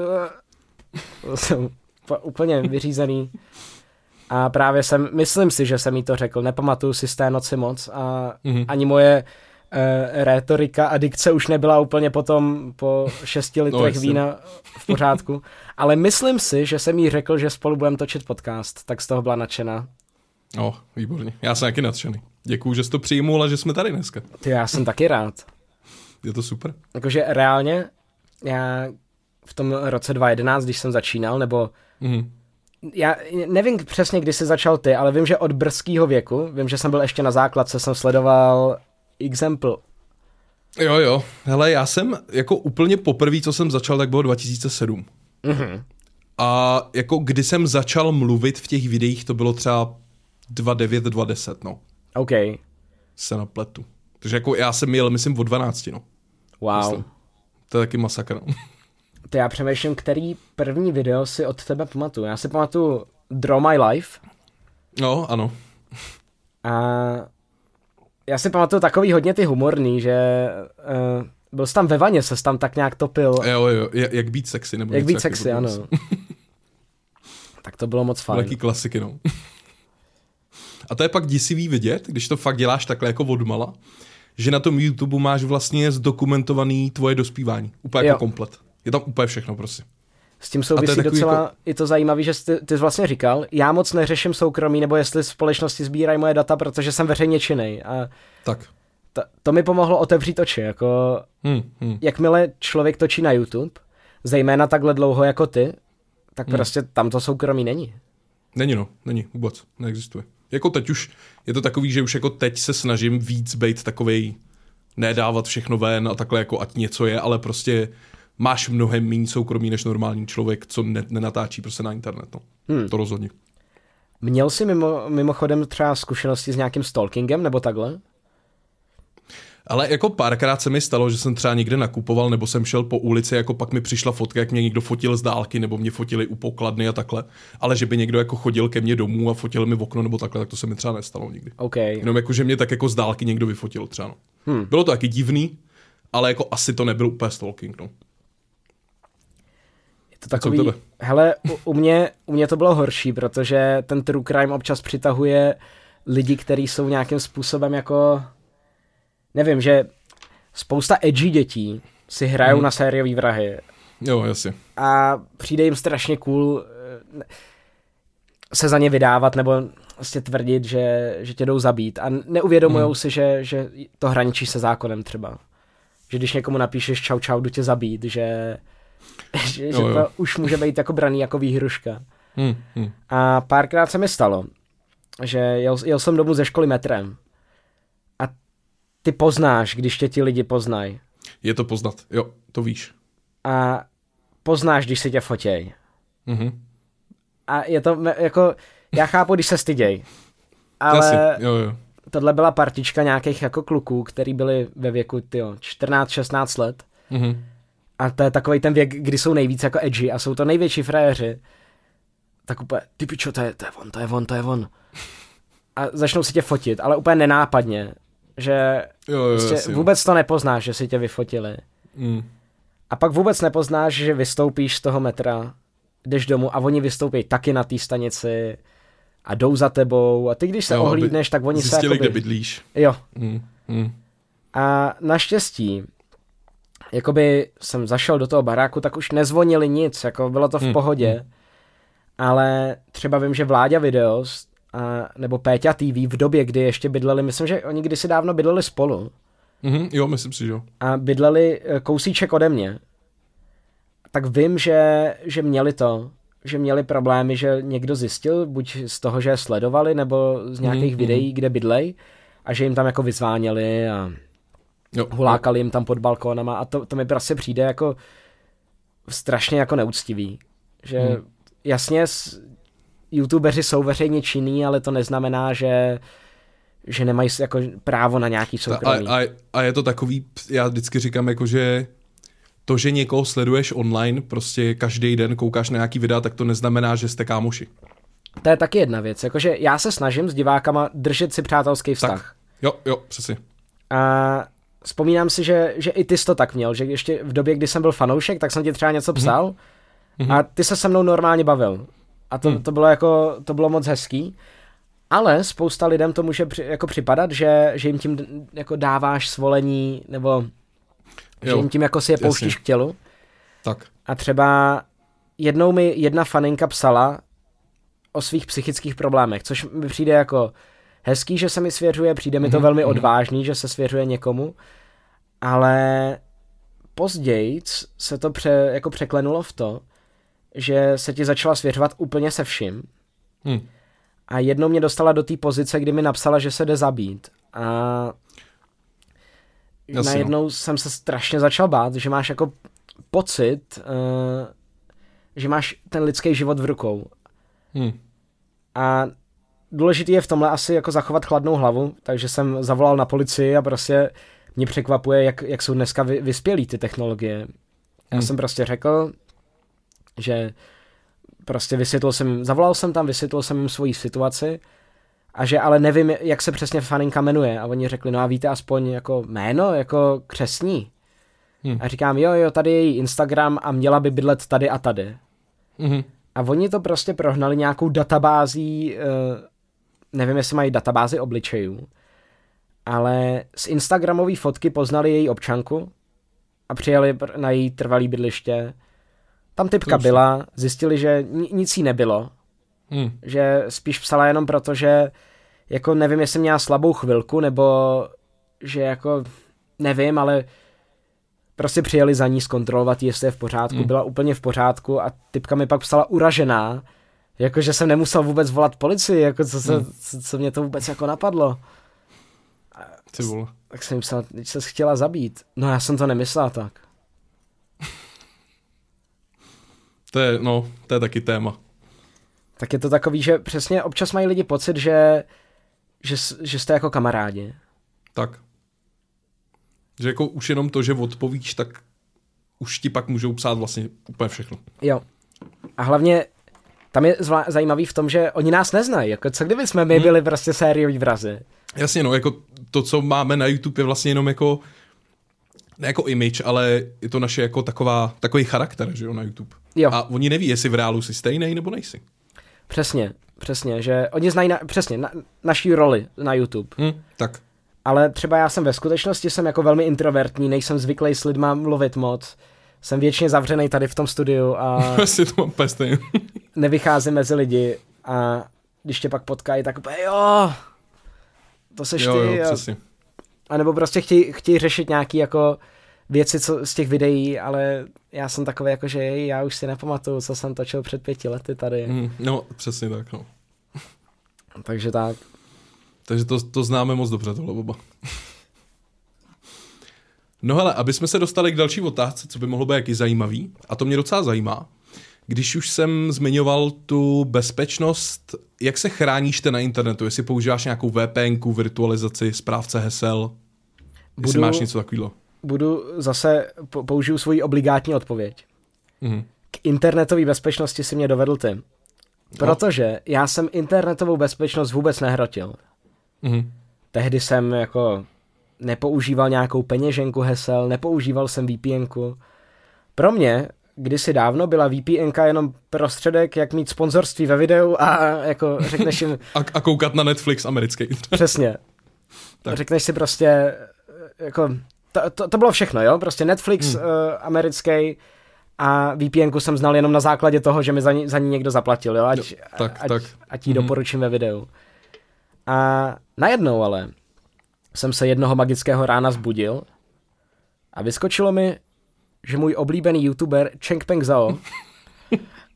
uh, jsem úplně vyřízený. A právě jsem, myslím si, že jsem jí to řekl, nepamatuju si z té noci moc a mm. ani moje uh, rétorika a dikce už nebyla úplně potom po šesti litrech no, vína v pořádku. Ale myslím si, že jsem jí řekl, že spolu budeme točit podcast, tak z toho byla nadšená. No, výborně. Já jsem taky nadšený. Děkuju, že jsi to přijmul a že jsme tady dneska. Ty, já jsem taky rád. Je to super. Jakože reálně, já v tom roce dva tisíce jedenáct, když jsem začínal, nebo mm. já nevím přesně, kdy jsi začal ty, ale vím, že od brzkého věku, vím, že jsem byl ještě na základce, jsem sledoval Example. Jo, jo. Hele, já jsem jako úplně poprvé, co jsem začal, tak bylo dva tisíce sedm. Mm-hmm. A jako kdy jsem začal mluvit v těch videích, to bylo třeba dva tisíce devět, dva tisíce deset, no. OK. Se napletu. Takže jako já jsem jel, myslím, od dvanácti, no. Wow. Myslím. To je taky masakr, no. To já přemýšlím, který první video si od tebe pamatuju. Já si pamatuju Draw My Life. No, ano. A já si pamatuju takový hodně ty humorný, že uh, byl jsi tam ve vaně, ses tam tak nějak topil. Jo, jo, jak být sexy. Nebo jak být sexy, ano. Tak to bylo moc fajn. Velký klasiky, no. A to je pak děsivý vidět, když to fakt děláš takhle jako odmala, že na tom YouTube máš vlastně zdokumentovaný tvoje dospívání. Úplně jako komplet. Je tam úplně všechno, prostě. S tím souvisí docela jako... i to zajímavé, že ty, ty jsi vlastně říkal, já moc neřeším soukromí, nebo jestli společnosti sbírají moje data, protože jsem veřejně činnej. A tak. To, to mi pomohlo otevřít oči. Jako, hmm, hmm. Jakmile člověk točí na YouTube, zejména takhle dlouho jako ty, tak hmm. prostě tam to soukromí není. Není no, není, vůbec, neexistuje. Jako teď už je to takový, že už jako teď se snažím víc být takovej, nedávat všechno ven a takhle jako ať něco je, ale prostě máš mnohem méně soukromí než normální člověk, co ne, nenatáčí prostě na internet, no. Hmm. To rozhodně. Měl jsi mimo, mimochodem třeba zkušenosti s nějakým stalkingem nebo takhle? Ale jako párkrát se mi stalo, že jsem třeba někde nakupoval, nebo jsem šel po ulici, jako pak mi přišla fotka, jak mě někdo fotil z dálky, nebo mě fotili u pokladny a takhle. Ale že by někdo jako chodil ke mně domů a fotil mi v okno nebo takhle, tak to se mi třeba nestalo nikdy. Okay. Jenom jako, že mě tak jako z dálky někdo vyfotil třeba. No. Hmm. Bylo to taky divný, ale jako asi to nebyl úplně stalking, no. Je to takový, hele, u, u, mě, u mě to bylo horší, protože ten true crime občas přitahuje lidi, kteří jsou nějakým způsobem jako... Nevím, že spousta edgy dětí si hrajou hmm. na sériový vrahy. Jo, jasně. A přijde jim strašně cool se za ně vydávat nebo vlastně tvrdit, že, že tě jdou zabít. A neuvědomujou hmm. si, že, že to hraničí se zákonem třeba. Že když někomu napíšeš čau čau, jdu tě zabít, že, že, jo, že to jo. už může být jako braný jako výhruška. Hmm. Hmm. A párkrát se mi stalo, že jel, jel jsem domů ze školy metrem. Ty poznáš, když tě ti lidi poznají. Je to poznat, jo, to víš. A poznáš, když si tě fotěj. Mhm. A je to jako, já chápu, když se styděj. Ale Asi, jo, jo. tohle byla partička nějakých jako kluků, který byli ve věku tyjo, čtrnáct šestnáct let. Mhm. A to je takovej ten věk, kdy jsou nejvíc jako edgy a jsou to největší frajeři. Tak úplně, ty pičo, to je, to je on, to je on, to je on. A začnou si tě fotit, ale úplně nenápadně. Že jo, jo, prostě jasně, vůbec to nepoznáš, že si tě vyfotili. Mm. A pak vůbec nepoznáš, že vystoupíš z toho metra, jdeš domů a oni vystoupí taky na té stanici a jdou za tebou a ty, když se jo, ohlídneš, tak oni zjistili, se jakoby... kde bydlíš. Jo. Mm. Mm. A naštěstí, jakoby jsem zašel do toho baráku, tak už nezvonili nic, jako bylo to v mm. pohodě. Mm. Ale třeba vím, že Vláďa Videos a, nebo Péťa T V v době, kdy ještě bydleli, myslím, že oni kdysi dávno bydleli spolu. Mm-hmm, jo, myslím si, že jo. A bydleli kousíček ode mě. Tak vím, že, že měli to, že měli problémy, že někdo zjistil, buď z toho, že je sledovali, nebo z nějakých mm, videí, mm. kde bydlej, a že jim tam jako vyzváněli a jo, hulákali jo. jim tam pod balkónama a to, to mi prostě přijde jako strašně jako neúctivý. Že mm. jasně youtubeři jsou veřejně činní, ale to neznamená, že že nemají jako právo na nějaký soukromí. A, a, a je to takový, já vždycky říkám, jako že to, že někoho sleduješ online, prostě každý den koukáš na nějaký videa, tak to neznamená, že jste kámoši. To je taky jedna věc, jakože já se snažím s divákama držet si přátelský vztah. Tak, jo, jo, přesně. A vzpomínám si, že, že i ty jsi to tak měl, že ještě v době, kdy jsem byl fanoušek, tak jsem ti třeba něco psal mm-hmm. a ty se se mnou normálně bavil. A to, mm. to bylo jako, to bylo moc hezký. Ale spousta lidem to může při, jako připadat, že, že jim tím jako dáváš svolení, nebo jo, že jim tím jako si je pouštíš jasně. k tělu. Tak. A třeba jednou mi jedna faninka psala o svých psychických problémech, což mi přijde jako hezký, že se mi svěřuje, přijde mi to mm-hmm. velmi odvážný, že se svěřuje někomu, ale později se to pře, jako překlenulo v to, že se ti začala svěřovat úplně se vším. Hmm. A jednou mě dostala do té pozice, kdy mi napsala, že se jde zabít. A Jasně, najednou no. jsem se strašně začal bát, že máš jako pocit, uh, že máš ten lidský život v rukou. Hmm. A důležitý je v tomhle asi jako zachovat chladnou hlavu, takže jsem zavolal na policii a prostě mě překvapuje, jak, jak jsou dneska vy, vyspělý ty technologie. Já hmm. jsem prostě řekl, že prostě vysvětlil jsem, zavolal jsem tam, vysvětlil jsem jim svoji situaci a že ale nevím, jak se přesně faninka jmenuje a oni řekli, no a víte aspoň jako jméno, jako křestní. Hmm. A říkám, jo, jo, tady je její Instagram a měla by bydlet tady a tady. Hmm. A oni to prostě prohnali nějakou databází, nevím, jestli mají databázi obličejů, ale z Instagramové fotky poznali její občanku a přijeli na její trvalý bydliště. Tam typka byla, zjistili, že nic jí nebylo, hmm. že spíš psala jenom proto, že jako nevím, jestli měla slabou chvilku, nebo že jako nevím, ale prostě přijeli za ní zkontrolovat, jestli je v pořádku, hmm. byla úplně v pořádku a typka mi pak psala uražená, jako že jsem nemusel vůbec volat policii, jako co, se, hmm. co, co mě to vůbec jako napadlo. Ty vole. Tak jsem psal, když ses chtěla zabít. No já jsem to nemyslela tak. To je, no, to je taky téma. Tak je to takový, že přesně občas mají lidi pocit, že, že, že jste jako kamarádi. Tak. Že jako už jenom to, že odpovíš, tak už ti pak můžou psát vlastně úplně všechno. Jo. A hlavně tam je zvla- zajímavý v tom, že oni nás neznají. Jako co kdyby jsme my hmm. byli prostě sérioví vrazi. Jasně, no, jako to, co máme na YouTube, je vlastně jenom jako ne jako image, ale je to naše jako taková, takový charakter, že jo, na YouTube. Jo. A oni neví, jestli v reálu jsi stejnej nebo nejsi. Přesně, přesně, že oni znají na, přesně na, naší roli na YouTube. Hmm, tak. Ale třeba já jsem ve skutečnosti jsem jako velmi introvertní, nejsem zvyklý s lidma mluvit moc. Jsem většině zavřenej tady v tom studiu a Asi to mám pestej. nevycházím mezi lidi a když tě pak potkají, tak úplně jo, to seš jo, ty. Jo, přesně. A nebo prostě chtějí, chtějí řešit nějaký jako věci co, z těch videí, ale já jsem takový jako, že já už si nepamatuju, co jsem točil před pěti lety tady. Mm, no, přesně tak, no. Takže tak. Takže to, to známe moc dobře, tohle oba. No hele, aby jsme se dostali k další otázce, co by mohlo být jaký zajímavý, a to mě docela zajímá, když už jsem zmiňoval tu bezpečnost, jak se chráníš ty na internetu, jestli používáš nějakou V P N ku, virtualizaci, správce hesel, budu, jestli máš něco takového. Budu zase, použiju svoji obligátní odpověď. Mhm. K internetové bezpečnosti si mě dovedl ty. Protože no. já jsem internetovou bezpečnost vůbec nehrotil. Mhm. Tehdy jsem jako nepoužíval nějakou peněženku hesel, nepoužíval jsem V P N ku. Pro mě kdysi dávno byla V P N ka jenom prostředek, jak mít sponzorství ve videu a jako řekneš jim... a, a koukat na Netflix americký. Přesně. Tak. Řekneš si prostě, jako, to, to, to bylo všechno, jo? Prostě Netflix hmm. uh, americký a V P N ku jsem znal jenom na základě toho, že mi za ní, za ní někdo zaplatil, jo? Ať, jo, tak, ať, tak. ať jí hmm. doporučím ve videu. A najednou ale jsem se jednoho magického rána zbudil a vyskočilo mi, že můj oblíbený youtuber Cheng Peng Zhao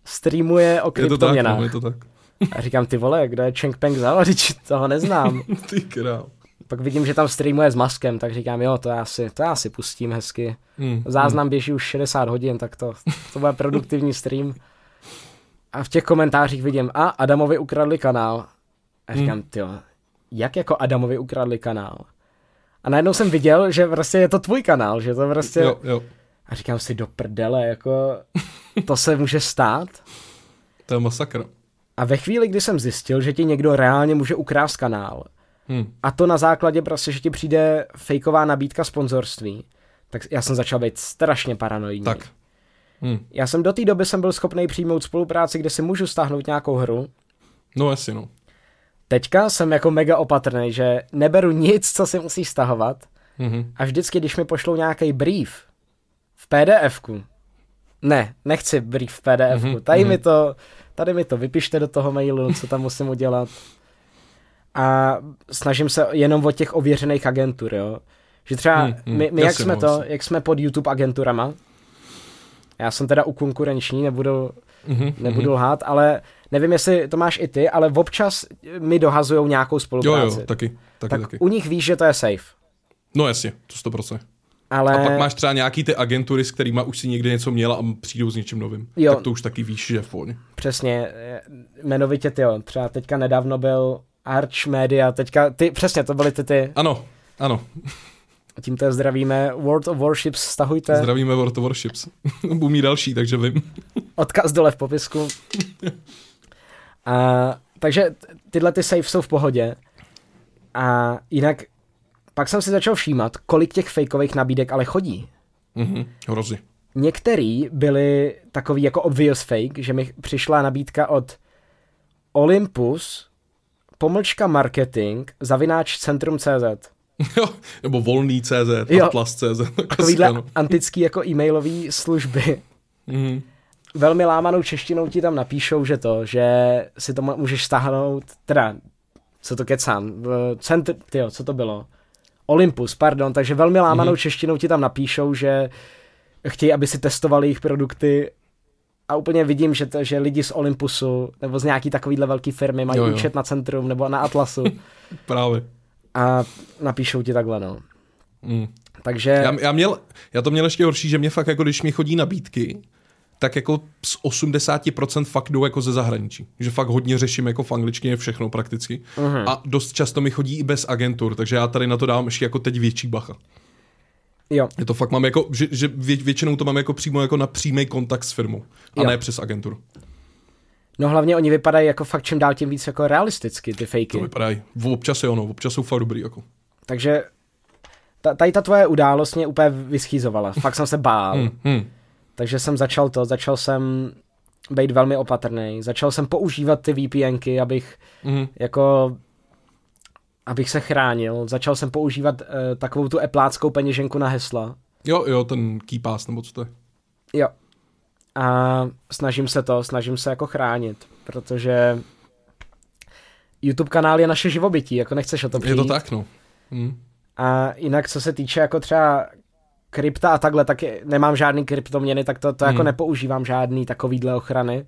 streamuje o kryptoměnách. Je to tak, no, je to tak. A říkám, ty vole, kdo je Cheng Peng Zhao, toho neznám. Ty král. Pak vidím, že tam streamuje s Muskem, tak říkám, jo, to já si, to já si pustím hezky. Mm, Záznam mm. běží už šedesát hodin, tak to, to bude produktivní stream. A v těch komentářích vidím, a Adamovi ukradli kanál. A říkám, mm. tyjo, jak jako Adamovi ukradli kanál? A najednou jsem viděl, že prostě je to tvůj kanál, že to prostě... Jo, jo. A říkám si, do prdele, jako to se může stát. To je masakr. A ve chvíli, kdy jsem zjistil, že ti někdo reálně může ukrást kanál, hmm. a to na základě prostě, že ti přijde fejková nabídka sponzorství, tak já jsem začal být strašně paranoidní. Tak. Hmm. Já jsem do té doby jsem byl schopný přijmout spolupráci, kde si můžu stáhnout nějakou hru. No jasně, no. Teďka jsem jako mega opatrný, že neberu nic, co si musí stahovat, mm-hmm. a vždycky, když mi pošlou nějaký brief v PDFku, ne, nechci brief v PDFku, mm-hmm. tady, mm-hmm. mi to, tady mi to vypište do toho mailu, co tam musím udělat. A snažím se jenom o těch ověřených agentur, jo. Že třeba mm, mm, my, my jak jsme to, jak jsme pod YouTube agenturama, já jsem teda u konkurenční, nebudu, mm-hmm, nebudu mm-hmm. lhát, ale nevím, jestli to máš i ty, ale občas mi dohazujou nějakou spolupráci. Jo, jo, taky, taky, tak taky. U nich víš, že to je safe. No jasně, to sto procent. Ale... A pak máš třeba nějaký ty agentury, s kterýma už si někde něco měla a přijdou s něčím novým. Jo. Tak to už taky víš, že je v pohodě. Přesně, jmenovitě ty jo. Třeba teďka nedávno byl Arch Media, teďka ty, přesně, to byly ty ty. Ano, ano. Tímto zdravíme World of Warships, stahujte. Zdravíme World of Warships. Budu mít další, takže vím. Odkaz dole v popisku. A, takže tyhle ty safe jsou v pohodě. A jinak pak jsem si začal všímat, kolik těch fejkových nabídek ale chodí. Mhm, hrozí. Některý byly takový jako obvious fake, že mi přišla nabídka od Olympus, pomlčka marketing, zavináč centrum tečka cé zet. Jo, nebo volný tečka cé zet, atlas tečka cé zet. Takovýhle antický jako e-mailový služby. Mhm. Velmi lámanou češtinou ti tam napíšou, že to, že si to můžeš stáhnout, teda, co to kecám, centr, tyjo, co to bylo? Olympus, pardon, takže velmi lámanou mm-hmm. češtinou ti tam napíšou, že chtějí, aby si testovali jejich produkty a úplně vidím, že, to, že lidi z Olympusu nebo z nějaký takovýhle velký firmy mají jo, jo. účet na Centrum nebo na Atlasu. Právě. A napíšou ti takhle, no. Mm. Takže... Já, já, měl, já to měl ještě horší, že mě fakt jako, když mi chodí nabídky, tak jako z osmdesát procent fakt jdou jako ze zahraničí. Že fakt hodně řeším jako v angličtině všechno prakticky. Uh-huh. A dost často mi chodí i bez agentur, takže já tady na to dám ještě jako teď větší bacha. Jo. Je to fakt mám jako, že, že vě, většinou to mám jako přímo jako na přímý kontakt s firmou. A jo. ne přes agenturu. No hlavně oni vypadají jako fakt čím dál tím víc jako realisticky, ty fejky. To vypadají. Občas je ono, občas jsou fakt dobrý jako. Takže ta, tady ta tvoje událost mě úplně vyschýzovala. Fakt jsem se bál. hmm, hmm. Takže jsem začal to, začal jsem být velmi opatrný, začal jsem používat ty VPNky, abych mm. jako, abych se chránil, začal jsem používat uh, takovou tu epláckou peněženku na hesla. Jo, jo, ten KeyPass, nebo co to je? Jo. A snažím se to, snažím se jako chránit, protože YouTube kanál je naše živobytí, jako nechceš o to přijít. Je to tak, no. Mm. A jinak, co se týče jako třeba krypta a takhle, tak nemám žádný kryptoměny, tak to, to hmm. jako nepoužívám žádný takovýhle ochrany,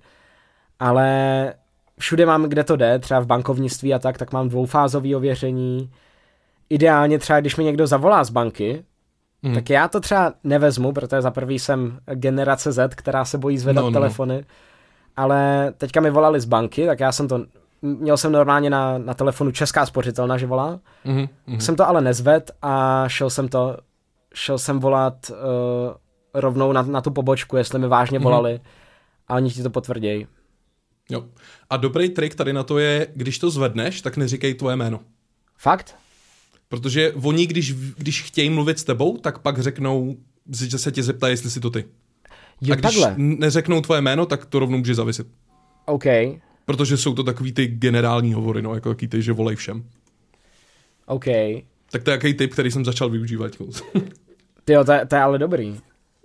ale všude mám, kde to jde, třeba v bankovnictví a tak, tak mám dvoufázový ověření. Ideálně třeba, když mi někdo zavolá z banky, hmm. tak já to třeba nevezmu, protože za prvý jsem generace Z, která se bojí zvedat no, no. telefony, ale teďka mi volali z banky, tak já jsem to, měl jsem normálně na, na telefonu Česká spořitelna, že volá, hmm. jsem to ale nezved a šel jsem to šel jsem volat uh, rovnou na, na tu pobočku, jestli mi vážně volali, mm. a oni ti to potvrdějí. Jo. A dobrý trik tady na to je, když to zvedneš, tak neříkej tvoje jméno. Fakt? Protože oni, když, když chtějí mluvit s tebou, tak pak řeknou, že se tě zeptají, jestli jsi to ty. Jo, a když takhle. neřeknou tvoje jméno, tak to rovnou může zavisit. OK. Protože jsou to takový ty generální hovory, no, jako takový ty, že volej všem. OK. Tak to je jaký tip, který jsem začal využívat. Tyjo, to, to je ale dobrý.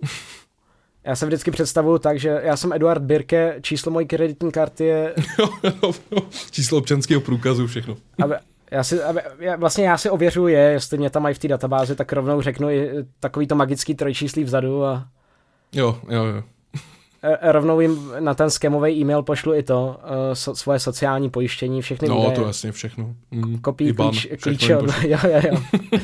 Já se vždycky představuju tak, že já jsem Eduard Birke, číslo mojí kreditní karty je... Číslo občanského průkazu, všechno. Aby, já si, aby, já, vlastně já si ověřuji je, jestli mě tam mají v té databázi, tak rovnou řeknu i takový to magický trojčíslí vzadu a... Jo, jo, jo. rovnou jim na ten scamový e-mail pošlu i to, uh, so, svoje sociální pojištění, všechny no, údaje. No to jasně, všechno. Mm, kopí klíč, klíče. Od... jo, jo, jo.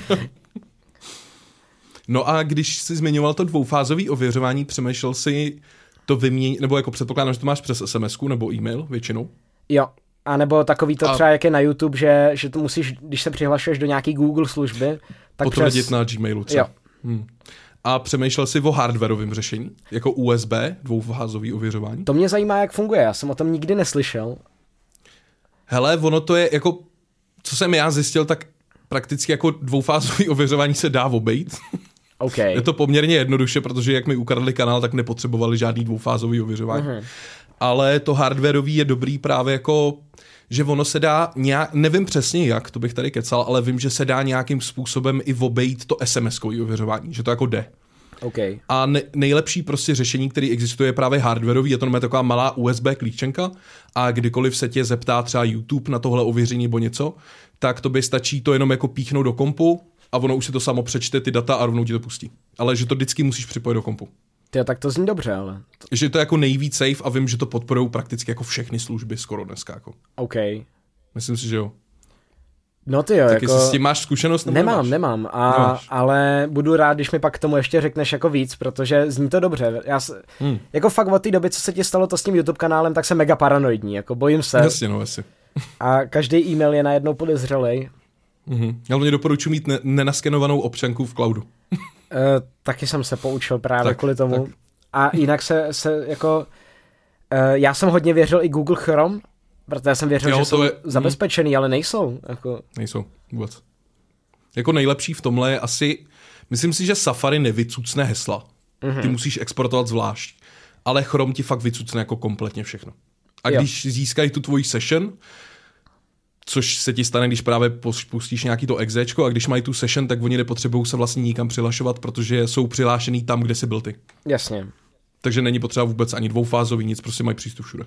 No a když jsi zmiňoval to dvoufázové ověřování, přemýšlel jsi to vyměnit, nebo jako předpokládám, že to máš přes es em esku nebo e-mail většinou? Jo, a nebo takový to a... třeba, jak je na YouTube, že, že to musíš, když se přihlašuješ do nějaký Google služby, tak potvrdit přes... na Gmailu třeba. Hmm. A přemýšlel jsi o hardwarovém řešení? Jako U S B, dvoufázový ověřování? To mě zajímá, jak funguje, já jsem o tom nikdy neslyšel. Hele, ono to je jako, co jsem já zjistil, tak prakticky jako dvoufázový ověřování se dá obejít. Okay. Je to poměrně jednoduše, protože jak mi ukradli kanál, tak nepotřebovali žádný dvoufázový ověřování. Uh-huh. Ale to hardwarový je dobrý právě jako, že ono se dá nějak, nevím přesně jak, to bych tady kecal, ale vím, že se dá nějakým způsobem i obejít to es em eskový ověřování, že to jako jde. Okay. A ne, nejlepší prostě řešení, který existuje, je právě hardwarový, je to normálně taková malá U S B klíčenka a kdykoliv se tě zeptá třeba YouTube na tohle ověření nebo něco, tak to by stačí to jenom jako píchnout do kompu a ono už si to samo přečte ty data a rovnou ti to pustí. Ale že to vždycky musíš připojit do kompu. Tyjo, tak to zní dobře, ale... Že to je jako nejvíc safe a vím, že to podporují prakticky jako všechny služby skoro dneska. Jako. OK. Myslím si, že jo. No ty jo, tak jako... jestli s tím máš zkušenost? Nemám, nemáš? nemám, a, nemáš. Ale budu rád, když mi pak k tomu ještě řekneš jako víc, protože zní to dobře. Já s... hmm. Jako fakt od té doby, co se ti stalo to s tím YouTube kanálem, tak jsem mega paranoidní, jako bojím se. Jasně, no, jasně. A každý e-mail je najednou podezřelej. Mhm. Já hlavně doporučuji mít ne- nenaskenovanou občanku v cloudu. uh, taky jsem se poučil právě tak, kvůli tomu. Tak. A jinak se, se jako... Uh, já jsem hodně věřil i Google Chrome, protože jsem věřil, jo, že jsou je... zabezpečený, hmm. ale nejsou. Jako... Nejsou, vůbec. Jako nejlepší v tomhle je asi... Myslím si, že Safari nevycucne hesla. Mm-hmm. Ty musíš exportovat zvlášť. Ale Chrome ti fakt vycucne jako kompletně všechno. A jo. Když získají tu tvoji session, což se ti stane, když právě pustíš nějaký to exéčko a když mají tu session, tak oni nepotřebují se vlastně nikam přihlašovat, protože jsou přihlášený tam, kde jsi byl ty. Jasně. Takže není potřeba vůbec ani dvoufázový, nic, prostě mají přístup všude.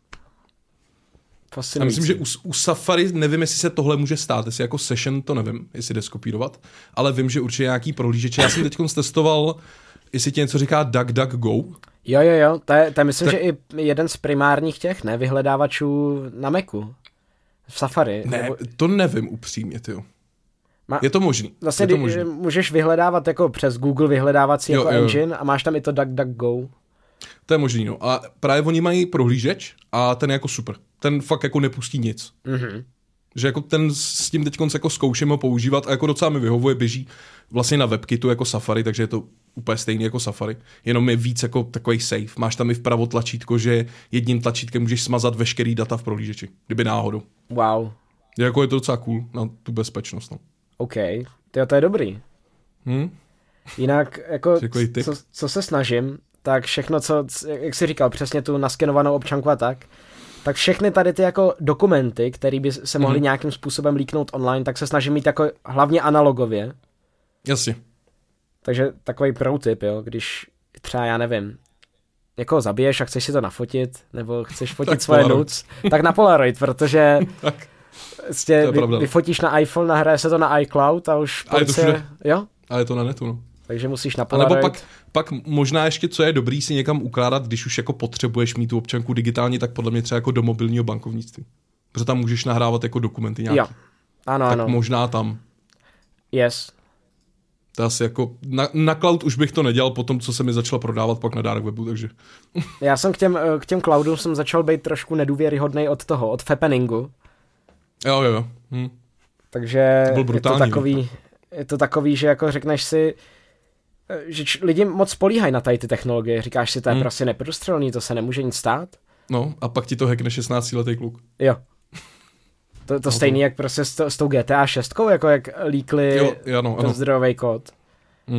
A myslím, že u, u Safari nevím, jestli se tohle může stát, jestli jako session to nevím, jestli jde skopírovat, ale vím, že určitě nějaký prohlížeč. Já jsem teď testoval, jestli ti něco říká DuckDuckGo. Jo, jo, jo, to je, to je myslím, tak... že i jeden z primárních těch, ne, vyhledávačů na Macu. V Safari. Ne, nebo... to nevím upřímně, tyjo. Ma... Je to možný. Vlastně je to možný. Můžeš vyhledávat jako přes Google vyhledávací jo, jako jo. engine a máš tam i to DuckDuckGo. To je možný, no. A právě oni mají prohlížeč a ten je jako super. Ten fakt jako nepustí nic. Mm-hmm. Že jako ten s tím teď jako zkouším ho používat a jako docela mi vyhovuje, běží vlastně na WebKitu jako Safari, takže je to úplně stejný jako Safari. Jenom je víc jako takový safe. Máš tam i vpravo tlačítko, že jedním tlačítkem můžeš smazat veškerý data v prohlížeči, kdyby náhodou. Wow. Je, jako je to docela cool na tu bezpečnost. No. OK, to je dobrý. Hmm? Jinak jako co, co se snažím, tak všechno, co, jak jsi říkal, přesně tu naskenovanou občanku a tak, tak všechny tady ty jako dokumenty, které by se mohly mm-hmm. nějakým způsobem líknout online, tak se snažím mít jako hlavně analogově. Jasně. Takže takový pro tip, jo, když třeba, já nevím, někoho zabiješ a chceš si to nafotit, nebo chceš fotit svoje Polaroid. Notes, tak na Polaroid, protože vlastně vy, vyfotíš na iPhone, nahraje se to na iCloud a už a je to všude. Jo? A je to na netu, no. Takže musíš na Polaroid. A nebo pak, pak možná ještě, co je dobrý si někam ukládat, když už jako potřebuješ mít tu občanku digitálně, tak podle mě třeba jako do mobilního bankovnictví. Protože tam můžeš nahrávat jako dokumenty nějaký. Jo, ano, tak ano. možná tam. Yes. To asi jako, na, na cloud už bych to nedělal po tom, co se mi začalo prodávat pak na dark webu, takže. Já jsem k těm, k těm cloudům jsem začal být trošku nedůvěryhodnej od toho, od Fappeningu. Jo, jo, jo. Hm. Takže to byl brutální, je to takový, je to takový, že jako řekneš si, že č- lidi moc spolíhají na tady ty technologie. Říkáš si, to je hmm. prostě neprůstřelný, to se nemůže nic stát. No a pak ti to hackne šestnáctiletý kluk. Jo. To, to no, stejný to... jak prostě s, to, s tou G T A šest, jak, jak líkli jo, ano, ten zdrojový kód. Hmm.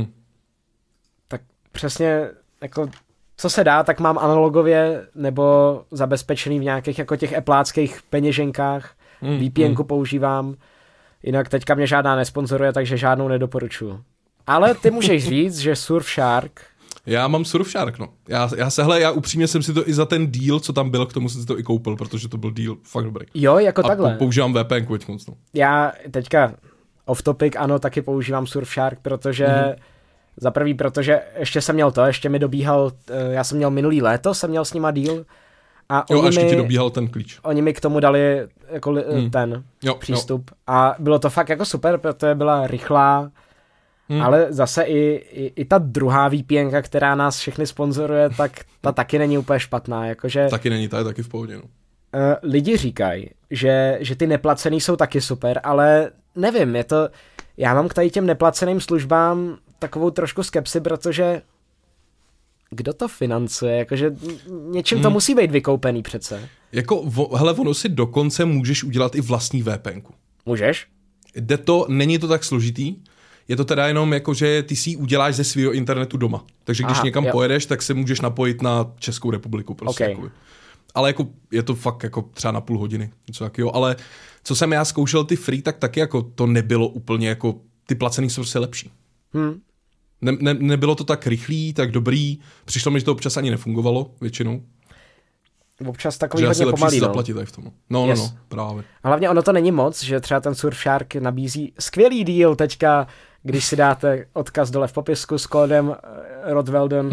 Tak přesně, jako, co se dá, tak mám analogově nebo zabezpečený v nějakých jako těch epláckých peněženkách. Hmm. V P N ku hmm. používám. Jinak teďka mě žádná nesponzoruje, takže žádnou nedoporučuju. Ale ty můžeš říct, že Surfshark... Já mám Surfshark, no. Já, já se, hele, já upřímně jsem si to i za ten deal, co tam byl, k tomu jsem si to i koupil, protože to byl deal fakt dobrý. Jo, jako a takhle. A používám V P N ku veď moc, no. Já teďka off topic, ano, taky používám Surfshark, protože mm-hmm. Za prvý, protože ještě jsem měl to, ještě mi dobíhal, já jsem měl minulý léto, jsem měl s nima deal. A jo, oni a ještě mi, ti dobíhal ten klíč. Oni mi k tomu dali jako hmm. ten jo, přístup. Jo. A bylo to fakt jako super, protože byla rychlá, hmm. ale zase i, i, i ta druhá VPNka, která nás všechny sponzoruje, tak ta taky není úplně špatná. Jakože, taky není, ta je taky v pohodě. No. Lidi říkají, že, že ty neplacený jsou taky super, ale nevím, je to, já mám k tady těm neplaceným službám takovou trošku skepsi, protože kdo to financuje, jakože něčím to hmm. musí být vykoupený přece. Jako, hele, ono si dokonce můžeš udělat i vlastní VPNku. Můžeš? Jde to, není to tak složitý, je to teda jenom jako, že ty si ji uděláš ze svého internetu doma. Takže když Aha, někam jo. pojedeš, tak se můžeš napojit na Českou republiku. Prostě okay. jako. Ale jako je to fakt jako třeba na půl hodiny. Něco takového. Ale co jsem já zkoušel ty free, tak taky jako to nebylo úplně jako, ty placený jsou prostě lepší. Hmm. Ne, ne, nebylo to tak rychlý, tak dobrý. Přišlo mi, že to občas ani nefungovalo většinou. Občas takový hodně pomalý. Že asi lepší si zaplatit tady v tom. No, yes. no, no, právě. A hlavně ono to není moc, že třeba ten Surfshark nabízí skvělý deal teďka, když si dáte odkaz dole v popisku s kódem Rodweldon.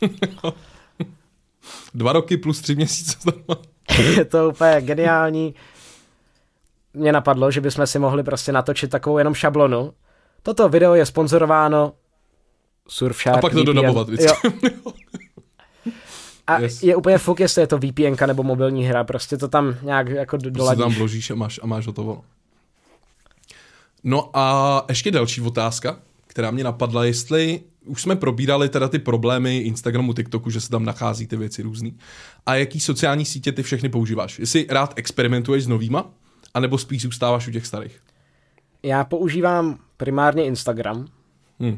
Dva roky plus tři měsíce. Je to úplně geniální. Mně napadlo, že bychom si mohli prostě natočit takovou jenom šablonu. Toto video je sponzorováno Surfshark. A pak to dodabovat vždycky. A yes. je úplně fuk, jestli je to VPNka nebo mobilní hra, prostě to tam nějak jako doladíš. Prostě tam vložíš a máš, a máš hotovo. No a ještě další otázka, která mě napadla, jestli už jsme probírali teda ty problémy Instagramu, TikToku, že se tam nachází ty věci různý. A jaký sociální sítě ty všechny používáš? Jestli rád experimentuješ s novýma, anebo spíš zůstáváš u těch starých? Já používám primárně Instagram. Hmm.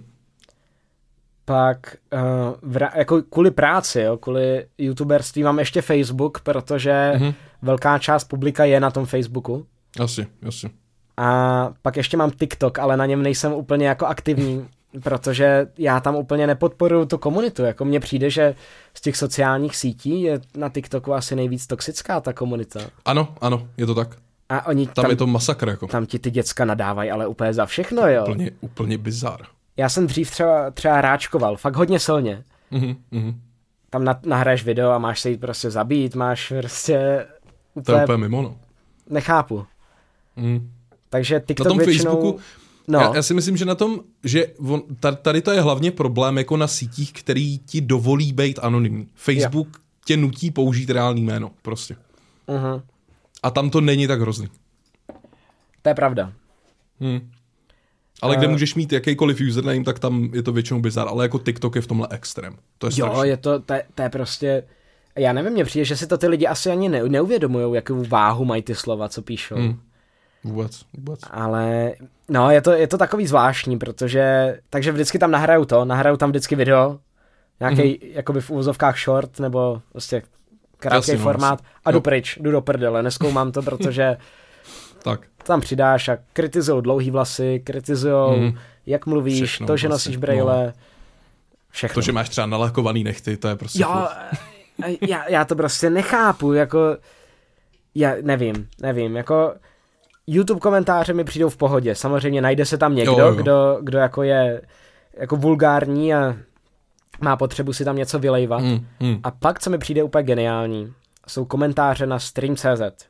Pak uh, vra- jako kvůli práci, jo, kvůli youtuberství mám ještě Facebook, protože mm-hmm. velká část publika je na tom Facebooku. Asi, asi. A pak ještě mám TikTok, ale na něm nejsem úplně jako aktivní, protože já tam úplně nepodporuju tu komunitu. Jako mně přijde, že z těch sociálních sítí je na TikToku asi nejvíc toxická ta komunita. Ano, ano, je to tak. A oni tam, tam je to masakr. Jako. Tam ti ty děcka nadávají, ale úplně za všechno, jo. Úplně, úplně bizar. Já jsem dřív třeba, třeba ráčkoval, fakt hodně silně. Mm-hmm, mm-hmm. Tam na, nahraješ video a máš se jít prostě zabít, máš prostě úplně... To je úplně mimo, no. Nechápu. Mm. Takže TikTok na tom většinou... Facebooku, no. já, já si myslím, že na tom, že on, tady to je hlavně problém jako na sítích, který ti dovolí být anonymní. Facebook jo. tě nutí použít reálný jméno, prostě. Uh-huh. A tam to není tak hrozný. To je pravda. Hmm. Ale kde můžeš mít jakýkoliv username, tak tam je to většinou bizar, ale jako TikTok je v tomhle extrém. To je jo, strašný. je to, to, je, to je prostě, já nevím, mně přijde, že si to ty lidi asi ani ne, neuvědomujou, jakou váhu mají ty slova, co píšou. Hmm. Vůbec, vůbec. Ale, no, je to, je to takový zvláštní, protože, takže vždycky tam nahraju to, nahraju tam vždycky video, nějaký, mm-hmm. jakoby v úvozovkách short, nebo prostě krátký Jasně, formát no, a jdu pryč, jdu do prdele, nezkoumám to, protože tak. tam přidáš a kritizujou dlouhý vlasy, kritizujou, mm. jak mluvíš, všechno, to, že vlastně, nosíš brejle, no. všechno. To, že máš třeba nalakovaný nechty, to je prostě... Jo, já, já to prostě nechápu, jako, já nevím, nevím, jako YouTube komentáře mi přijdou v pohodě, samozřejmě najde se tam někdo, jo, jo. Kdo, kdo jako je jako vulgární a má potřebu si tam něco vylejvat. Mm, mm. A pak, co mi přijde úplně geniální, jsou komentáře na stream tečka cé zet.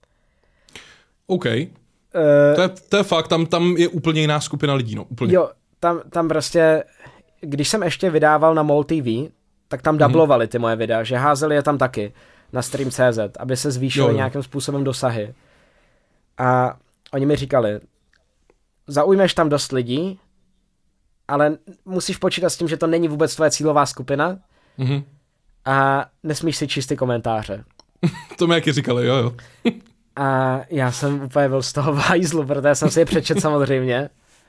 OK. Uh, to, je, to je fakt, tam, tam je úplně jiná skupina lidí, no, úplně. Jo, tam, tam prostě, když jsem ještě vydával na MOL T V, tak tam dublovali ty moje videa, že házeli je tam taky na stream tečka cé zet, aby se zvýšily nějakým způsobem dosahy. A oni mi říkali, zaujmeš tam dost lidí, ale musíš počítat s tím, že to není vůbec tvoje cílová skupina mm-hmm. a nesmíš si číst ty komentáře. To mi jaký říkali, jo, jo. A já jsem úplně byl z toho vajzlu, protože jsem si je přečet samozřejmě.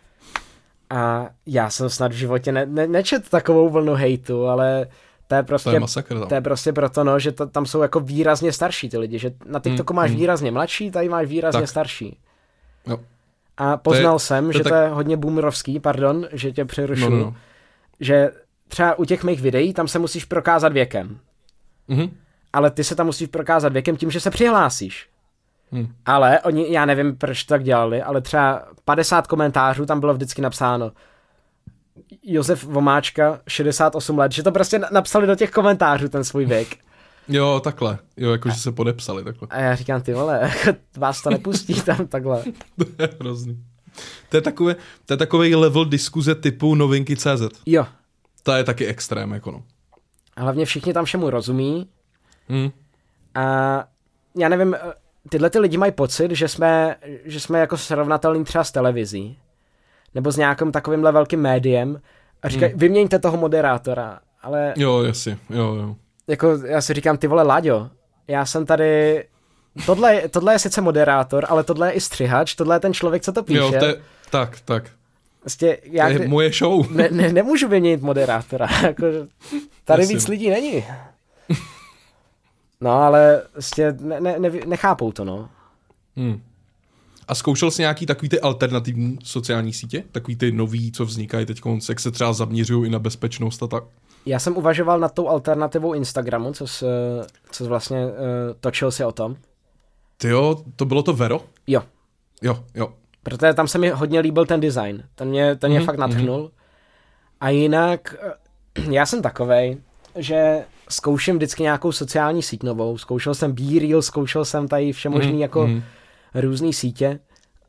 A já jsem snad v životě ne, ne, nečet takovou vlnu hejtu, ale to je prostě, to je, masakr, to je prostě proto, no, že to, tam jsou jako výrazně starší ty lidi, že na TikToku mm, máš mm. výrazně mladší, tady máš výrazně tak. starší. Jo. A poznal to je, jsem, to že tak... to je hodně boomerovský, pardon, že tě přerušu, no, no, no. že třeba u těch mých videí tam se musíš prokázat věkem. Mm-hmm. Ale ty se tam musíš prokázat věkem tím, že se přihlásíš. Hmm. Ale oni, já nevím, proč tak dělali, ale třeba padesát komentářů tam bylo vždycky napsáno Josef Vomáčka, šedesát osm let, že to prostě napsali do těch komentářů ten svůj věk. Jo, takhle. Jo, jakože se podepsali takhle. A já říkám, ty vole, vás to nepustí tam takhle. To je hrozný. To je, takové, to je takový level diskuze typu novinky tečka cé zet. Jo. To je taky extrém, jako no. A hlavně všichni tam všemu rozumí. Hmm. A já nevím, tyhle ty lidi mají pocit, že jsme, že jsme jako srovnatelní třeba s televizí. Nebo s nějakým takovýmhle velkým médiem. A říkají, hmm. vyměňte toho moderátora. Ale... Jo, jasně, jo, jo. Jako já si říkám, ty vole, Láďo, já jsem tady... Tohle, tohle je sice moderátor, ale tohle je i střihač, tohle je ten člověk, co to píše. Jo, to je... Tak, tak. Vlastně, já, to je moje show. Ne, ne, nemůžu vyměnit moderátora. Jako, tady jasně. Víc lidí není. No, ale vlastně ne, ne, ne, nechápou to, no. Hmm. A zkoušel jsi nějaký takový ty alternativní sociální sítě? Takový ty nový, co vznikají teď, jak se třeba zaměřují i na bezpečnost a tak? Já jsem uvažoval nad tou alternativou Instagramu, co jsi, co jsi vlastně uh, točil si o tom. Ty jo, to bylo to Vero? Jo. Jo, jo. Protože tam se mi hodně líbil ten design. Ten mě, ten mě mm-hmm. fakt nadchnul. Mm-hmm. A jinak, já jsem takovej, že zkouším vždycky nějakou sociální síť novou. Zkoušel jsem BeReal, zkoušel jsem tady všemožný mm-hmm. jako mm-hmm. různý sítě.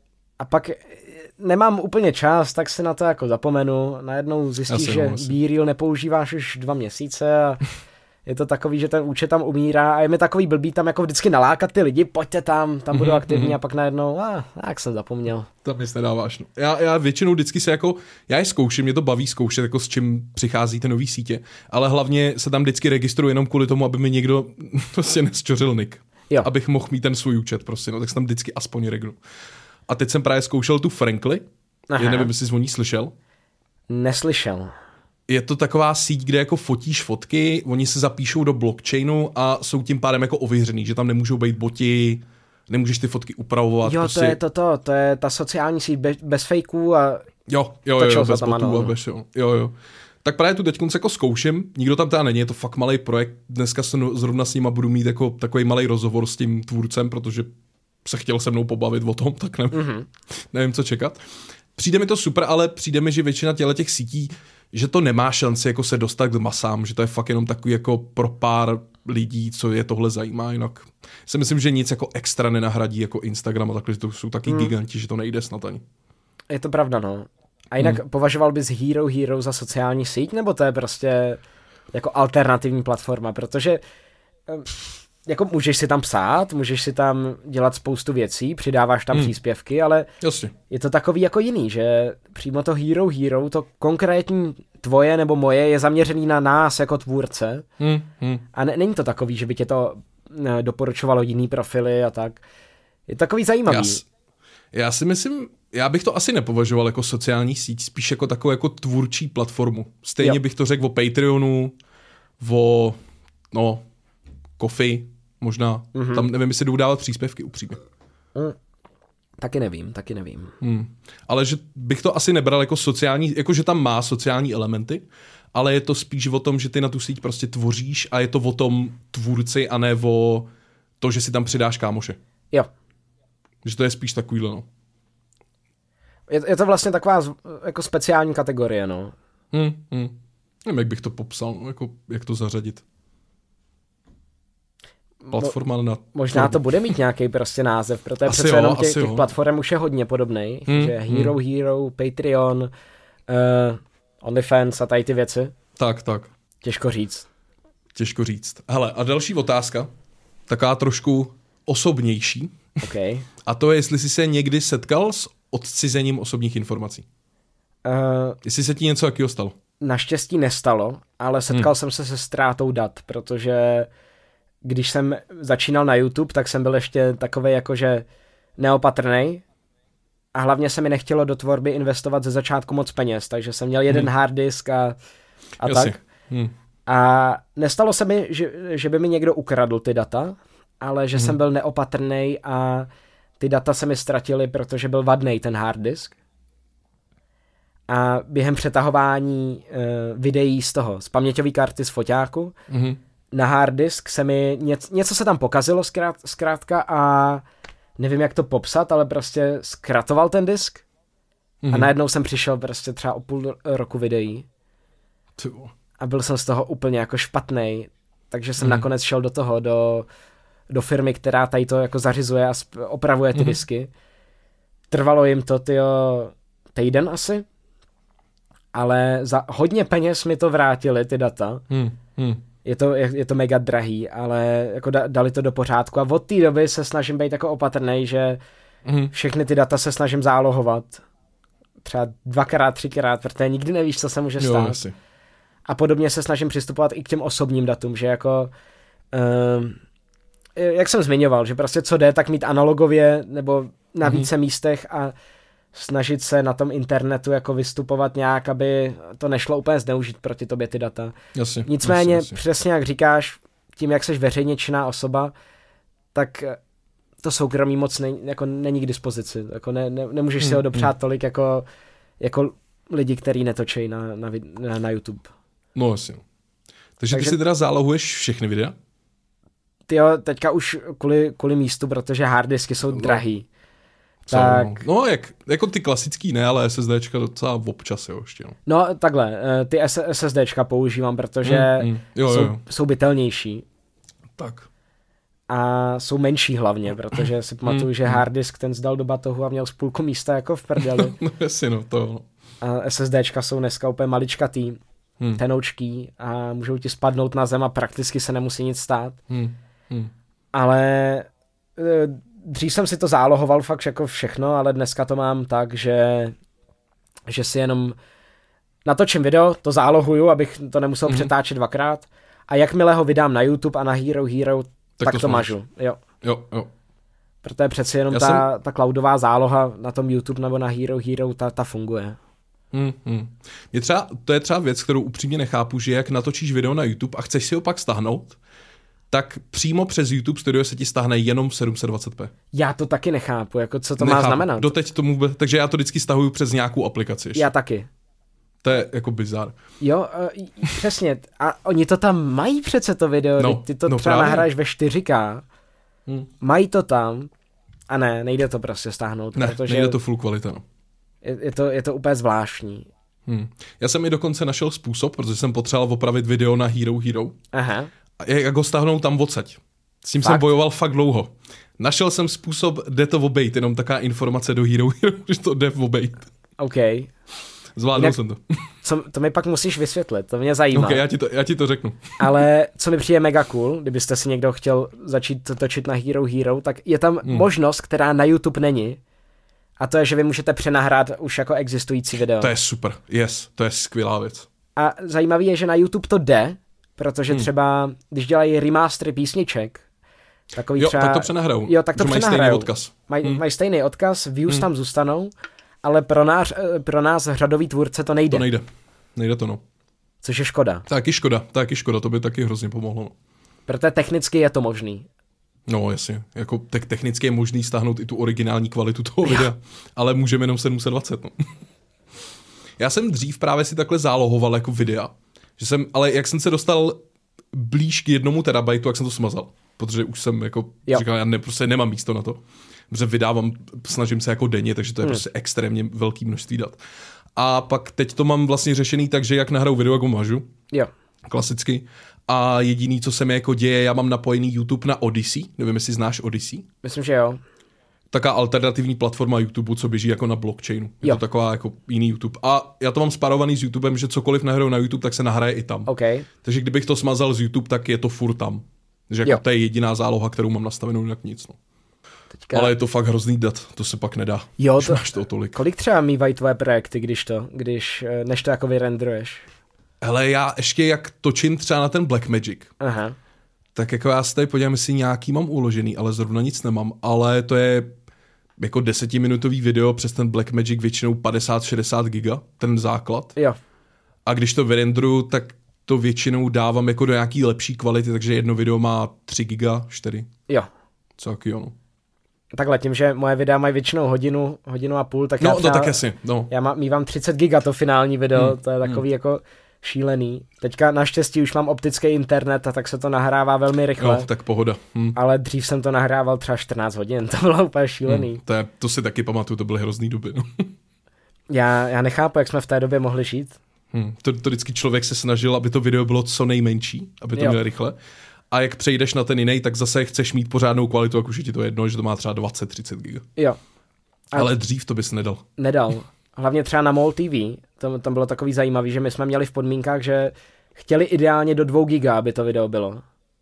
A pak nemám úplně čas, tak si na to jako zapomenu. Najednou zjistíš, že BeReal nepoužíváš už dva měsíce a je to takový, že ten účet tam umírá a je mi takový blbý tam jako vždycky nalákat ty lidi, pojďte tam, tam budou aktivní mm-hmm. a pak najednou, a ah, jak jsem zapomněl. Tam nic nedáváš. No. Já, já většinou vždycky se jako, já je zkouším, mě to baví zkoušet, jako s čím přichází ty nový sítě, ale hlavně se tam vždycky registruji jenom kvůli tomu, aby mi někdo prostě nesčořil nick. Jo. Abych mohl mít ten svůj účet prostě, no tak se tam vždycky aspoň regnu. A teď jsem právě zkoušel tu Frankly, já nevím, jestli jsi o ní slyšel. Neslyšel. Je to taková síť, kde jako fotíš fotky, oni se zapíšou do blockchainu a jsou tím pádem jako ověřený, že tam nemůžou být boti, nemůžeš ty fotky upravovat. Jo, prostě. to je to, to, to je ta sociální síť bez, bez fejků a jo, jo, jo, jo bez botů ano, a bez, jo, jo, jo. Tak právě tu teďkonc jako zkouším, nikdo tam teda není, je to fakt malý projekt, dneska se zrovna s nima budu mít jako takový malý rozhovor s tím tvůrcem, protože se chtěl se mnou pobavit o tom, tak nevím, mm-hmm. nevím co čekat. Přijde mi to super, ale přijde mi, že většina těch sítí, že to nemá šanci jako se dostat k masám, že to je fakt jenom takový jako pro pár lidí, co je tohle zajímá, jinak si myslím, že nic jako extra nenahradí jako Instagram a takhle, to jsou taky hmm. giganti, že to nejde snad ani. Je to pravda, no. A jinak hmm. považoval bys Hero Hero za sociální síť, nebo to je prostě jako alternativní platforma, protože jako můžeš si tam psát, můžeš si tam dělat spoustu věcí, přidáváš tam hmm. příspěvky, ale Jasně. je to takový jako jiný, že přímo to Hero Hero, to konkrétní tvoje nebo moje je zaměřený na nás jako tvůrce hmm. Hmm. a ne, není to takový, že by tě to ne, doporučovalo jiný profily a tak. Je to takový zajímavý. Já, já si myslím, já bych to asi nepovažoval jako sociální síť, spíš jako takovou jako tvůrčí platformu. Stejně jo. bych to řekl o Patreonu, o no, Ko-fi, možná. Mm-hmm. Tam nevím, jestli jdou dávat příspěvky upřímně. Mm. Taky nevím, taky nevím. Hmm. Ale že bych to asi nebral jako sociální, jako že tam má sociální elementy, ale je to spíš o tom, že ty na tu síť prostě tvoříš a je to o tom tvůrci a ne o to, že si tam přidáš kámoše. Jo. Že to je spíš takovýhle, no. Je, je to vlastně taková jako speciální kategorie, no. Hmm, hmm. Nevím, jak bych to popsal, no, jako, jak to zařadit. Platforma Mo- na... Možná to bude mít nějaký prostě název, protože přece jenom těch, těch platform už je hodně podobnej, hmm, že Hero hmm. Hero, Patreon, uh, OnlyFans a tady ty věci. Tak, tak. Těžko říct. Těžko říct. Hele, a další otázka, taková trošku osobnější. Okay. A to je, jestli jsi se někdy setkal s odcizením osobních informací. Uh, jestli se ti něco jakýho stalo? Naštěstí nestalo, ale setkal hmm. jsem se se ztrátou dat, protože když jsem začínal na YouTube, tak jsem byl ještě takovej jakože neopatrnej a hlavně se mi nechtělo do tvorby investovat ze začátku moc peněz, takže jsem měl jeden hmm. hard disk a, a tak. Hmm. A nestalo se mi, že, že by mi někdo ukradl ty data, ale že hmm. jsem byl neopatrnej a ty data se mi ztratily, protože byl vadnej ten hard disk. A během přetahování uh, videí z toho, z paměťové karty z foťáku, hmm. na hard disk se mi, něco, něco se tam pokazilo zkrát, zkrátka a nevím, jak to popsat, ale prostě zkratoval ten disk Mm-hmm. A najednou jsem přišel prostě třeba o půl roku videí. A byl jsem z toho úplně jako špatnej. Takže jsem mm. nakonec šel do toho, do, do firmy, která tady to jako zařizuje a opravuje ty mm. disky. Trvalo jim to, tyjo, týden asi. Ale za hodně peněz mi to vrátili, ty data. Mm. Mm. Je to, je, je to mega drahý, ale jako da, dali to do pořádku. A od té doby se snažím být jako opatrnej, že mm. všechny ty data se snažím zálohovat. Třeba dvakrát, třikrát, protože nikdy nevíš, co se může stát. Jo, asi. A podobně se snažím přistupovat i k těm osobním datům, že jako, um, jak jsem zmiňoval, že prostě co jde, tak mít analogově nebo na více mm-hmm. místech a snažit se na tom internetu jako vystupovat nějak, aby to nešlo úplně zneužít proti tobě ty data. Jasně, Nicméně, jasně, jasně. přesně jak říkáš, tím, jak jsi veřejně činná osoba, tak to soukromí moc ne, jako není k dispozici. Jako ne, ne, nemůžeš mm, si ho dopřát mm. tolik jako, jako lidi, kteří netočí na, na, na, na YouTube. No jasně. Takže, Takže ty si teda zálohuješ všechny videa? Tyjo, teďka už kvůli, kvůli místu, protože harddisky jsou no, drahý. Co, tak... No, no jak, jako ty klasický ne, ale SSDčka docela občas, jo, ještě. No, no takhle, ty SSDčka používám, protože mm, mm. Jo, jsou, jo, jo. jsou bytelnější. Tak. A jsou menší hlavně, protože si pamatuju, mm, že mm. harddisk ten zdal do batohu a měl spůlku místa jako v prdeli. No jasně, no, to. A SSDčka jsou dneska úplně maličkatý. Hmm. tenoučký a můžou ti spadnout na zem a prakticky se nemusí nic stát. Hmm. Hmm. Ale dřív jsem si to zálohoval fakt jako všechno, ale dneska to mám tak, že, že si jenom natočím video, to zálohuju, abych to nemusel hmm. přetáčet dvakrát a jakmile ho vydám na YouTube a na Hero Hero, tak, tak to, to mažu. Jo. Jo, jo. Protože přeci jenom ta, jsem... ta cloudová záloha na tom YouTube nebo na Hero Hero, ta, ta funguje. Hmm, hmm. Je třeba, to je třeba věc, kterou upřímně nechápu, že jak natočíš video na YouTube a chceš si ho pak stáhnout, tak přímo přes YouTube Studio se ti stáhne jenom v sedm set dvacet p. Já to taky nechápu, jako co to nechápu. Má znamenat. Doteď to vůbec, takže já to vždycky stahuju přes nějakou aplikaci. Ještě. Já taky. To je jako bizar. Jo, uh, přesně. A oni to tam mají přece to video, no, ty to no třeba právě. Nahráš ve čtyři ká, hmm. mají to tam a ne, nejde to prostě stáhnout. Ne, protože nejde to full kvalita, no. Je, je, to, je to úplně zvláštní. Hmm. Já jsem i dokonce našel způsob, protože jsem potřeboval opravit video na Hero Hero. Aha. A jak ho stáhnout tam odsaď. S tím fakt? Jsem bojoval fakt dlouho. Našel jsem způsob, jde to obejít, jenom taková informace do Hero Hero, že to jde obejít. OK. Zvládnul Jinak, jsem to. Co, to mi pak musíš vysvětlit, to mě zajímá. OK, já ti to, já ti to řeknu. Ale co mi přijde mega cool, kdybyste si někdo chtěl začít točit na Hero Hero, tak je tam hmm. možnost, která na YouTube není. A to je, že vy můžete přenahrát už jako existující video. To je super, yes, to je skvělá věc. A zajímavý je, že na YouTube to jde, protože hmm. třeba, když dělají remastery písniček, takový jo, třeba... tak to přenahrajou. Jo, tak to přenahrajou. Mají stejný odkaz. Maj, hmm. mají stejný odkaz, views hmm. tam zůstanou, ale pro nás, pro nás řadový tvůrce to nejde. To nejde, nejde to no. Což je škoda. Taky škoda, taky škoda, to by taky hrozně pomohlo. No. Protože technicky je to možný. No jasně, jako te- technicky je možný stáhnout i tu originální kvalitu toho videa, ale můžeme jenom sedm set dvacet, no. Já jsem dřív právě si takhle zálohoval jako videa, že jsem, ale jak jsem se dostal blíž k jednomu terabajtu, jak jsem to smazal, protože už jsem jako jo. říkal, já ne, prostě nemám místo na to, protože vydávám, snažím se jako denně, takže to je hmm. prostě extrémně velký množství dat. A pak teď to mám vlastně řešený tak, že jak nahraju video, jak ho mažu, jo. klasicky. A jediný, co se mi jako děje, já mám napojený YouTube na Odyssey. Nevím, jestli znáš Odyssey. Myslím, že jo. Taká alternativní platforma YouTube, co běží jako na blockchainu. Je jo. to taková jako jiný YouTube. A já to mám spárovaný s YouTubem, že cokoliv nahraju na YouTube, tak se nahraje i tam. Okay. Takže kdybych to smazal z YouTube, tak je to furt tam. Takže jako to je jediná záloha, kterou mám nastavenou, jinak nic. No. Teďka... Ale je to fakt hrozný dat, to se pak nedá. Jo, to... máš to tolik. Kolik třeba mývají tvoje projekty, když to, když, než to jako vyrendruješ? Hele, já ještě jak točím třeba na ten Blackmagic, Aha. tak jako já se tady podívám, jestli nějaký mám uložený, ale zrovna nic nemám, ale to je jako desetiminutový video přes ten Blackmagic většinou padesát šedesát giga, ten základ. Jo. A když to vyrendruju, tak to většinou dávám jako do nějaký lepší kvality, takže jedno video má tři giga, čtyři. Jo. Co taky ono. Takhle tím, že moje videa mají většinou hodinu, hodinu a půl, tak no, já třeba, to tak asi, no. Já má, mívám třicet giga to finální video, hmm. to je takový hmm. jako šílený. Teďka naštěstí už mám optický internet a tak se to nahrává velmi rychle. No, tak pohoda. Hmm. Ale dřív jsem to nahrával třeba čtrnáct hodin, to bylo úplně šílený. Hmm. To, je, to si taky pamatuju, to byly hrozný doby. No. Já, já nechápu, jak jsme v té době mohli žít. Hmm. To, to vždycky člověk se snažil, aby to video bylo co nejmenší, aby to mělo rychle. A jak přejdeš na ten jiný, tak zase chceš mít pořádnou kvalitu, jak už je ti to jedno, že to má třeba dvacet třicet giga. Jo. A ale dřív to bys nedal. Nedal. Hlavně třeba na MOL T V, tam, tam bylo takový zajímavý, že my jsme měli v podmínkách, že chtěli ideálně do dvou giga, aby to video bylo.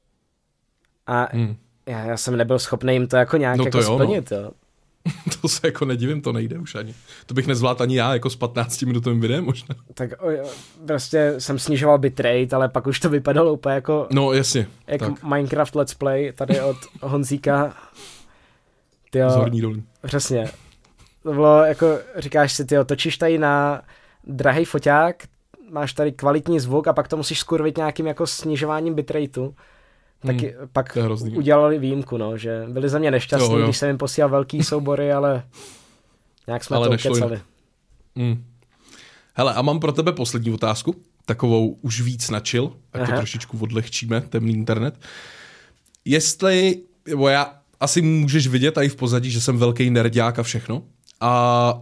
A hmm. já, já jsem nebyl schopný jim to jako nějak no to jako jo, splnit. No. Jo. To se jako nedivím, to nejde už ani. To bych nezvládl ani já, jako s patnáctiminutovým videem možná. Tak o, prostě jsem snižoval bitrate, ale pak už to vypadalo úplně jako... No jasně. Jak tak. Minecraft Let's Play tady od Honzíka. Tyjo, z horní dolní. Přesně. To bylo jako, říkáš si, tyjo, točíš tady na drahý foťák, máš tady kvalitní zvuk a pak to musíš skurvit nějakým jako snižováním bitrateu. Tak hmm, pak udělali výjimku, no, že byli za mě nešťastní, jo, jo. když jsem jim posílal velký soubory, ale nějak jsme ale to ukecali. Hmm. Hele, a mám pro tebe poslední otázku, takovou už víc na chill, ať Aha. to trošičku odlehčíme, temný internet. Jestli, bo já asi můžeš vidět tady v pozadí, že jsem velký nerdák a všechno. A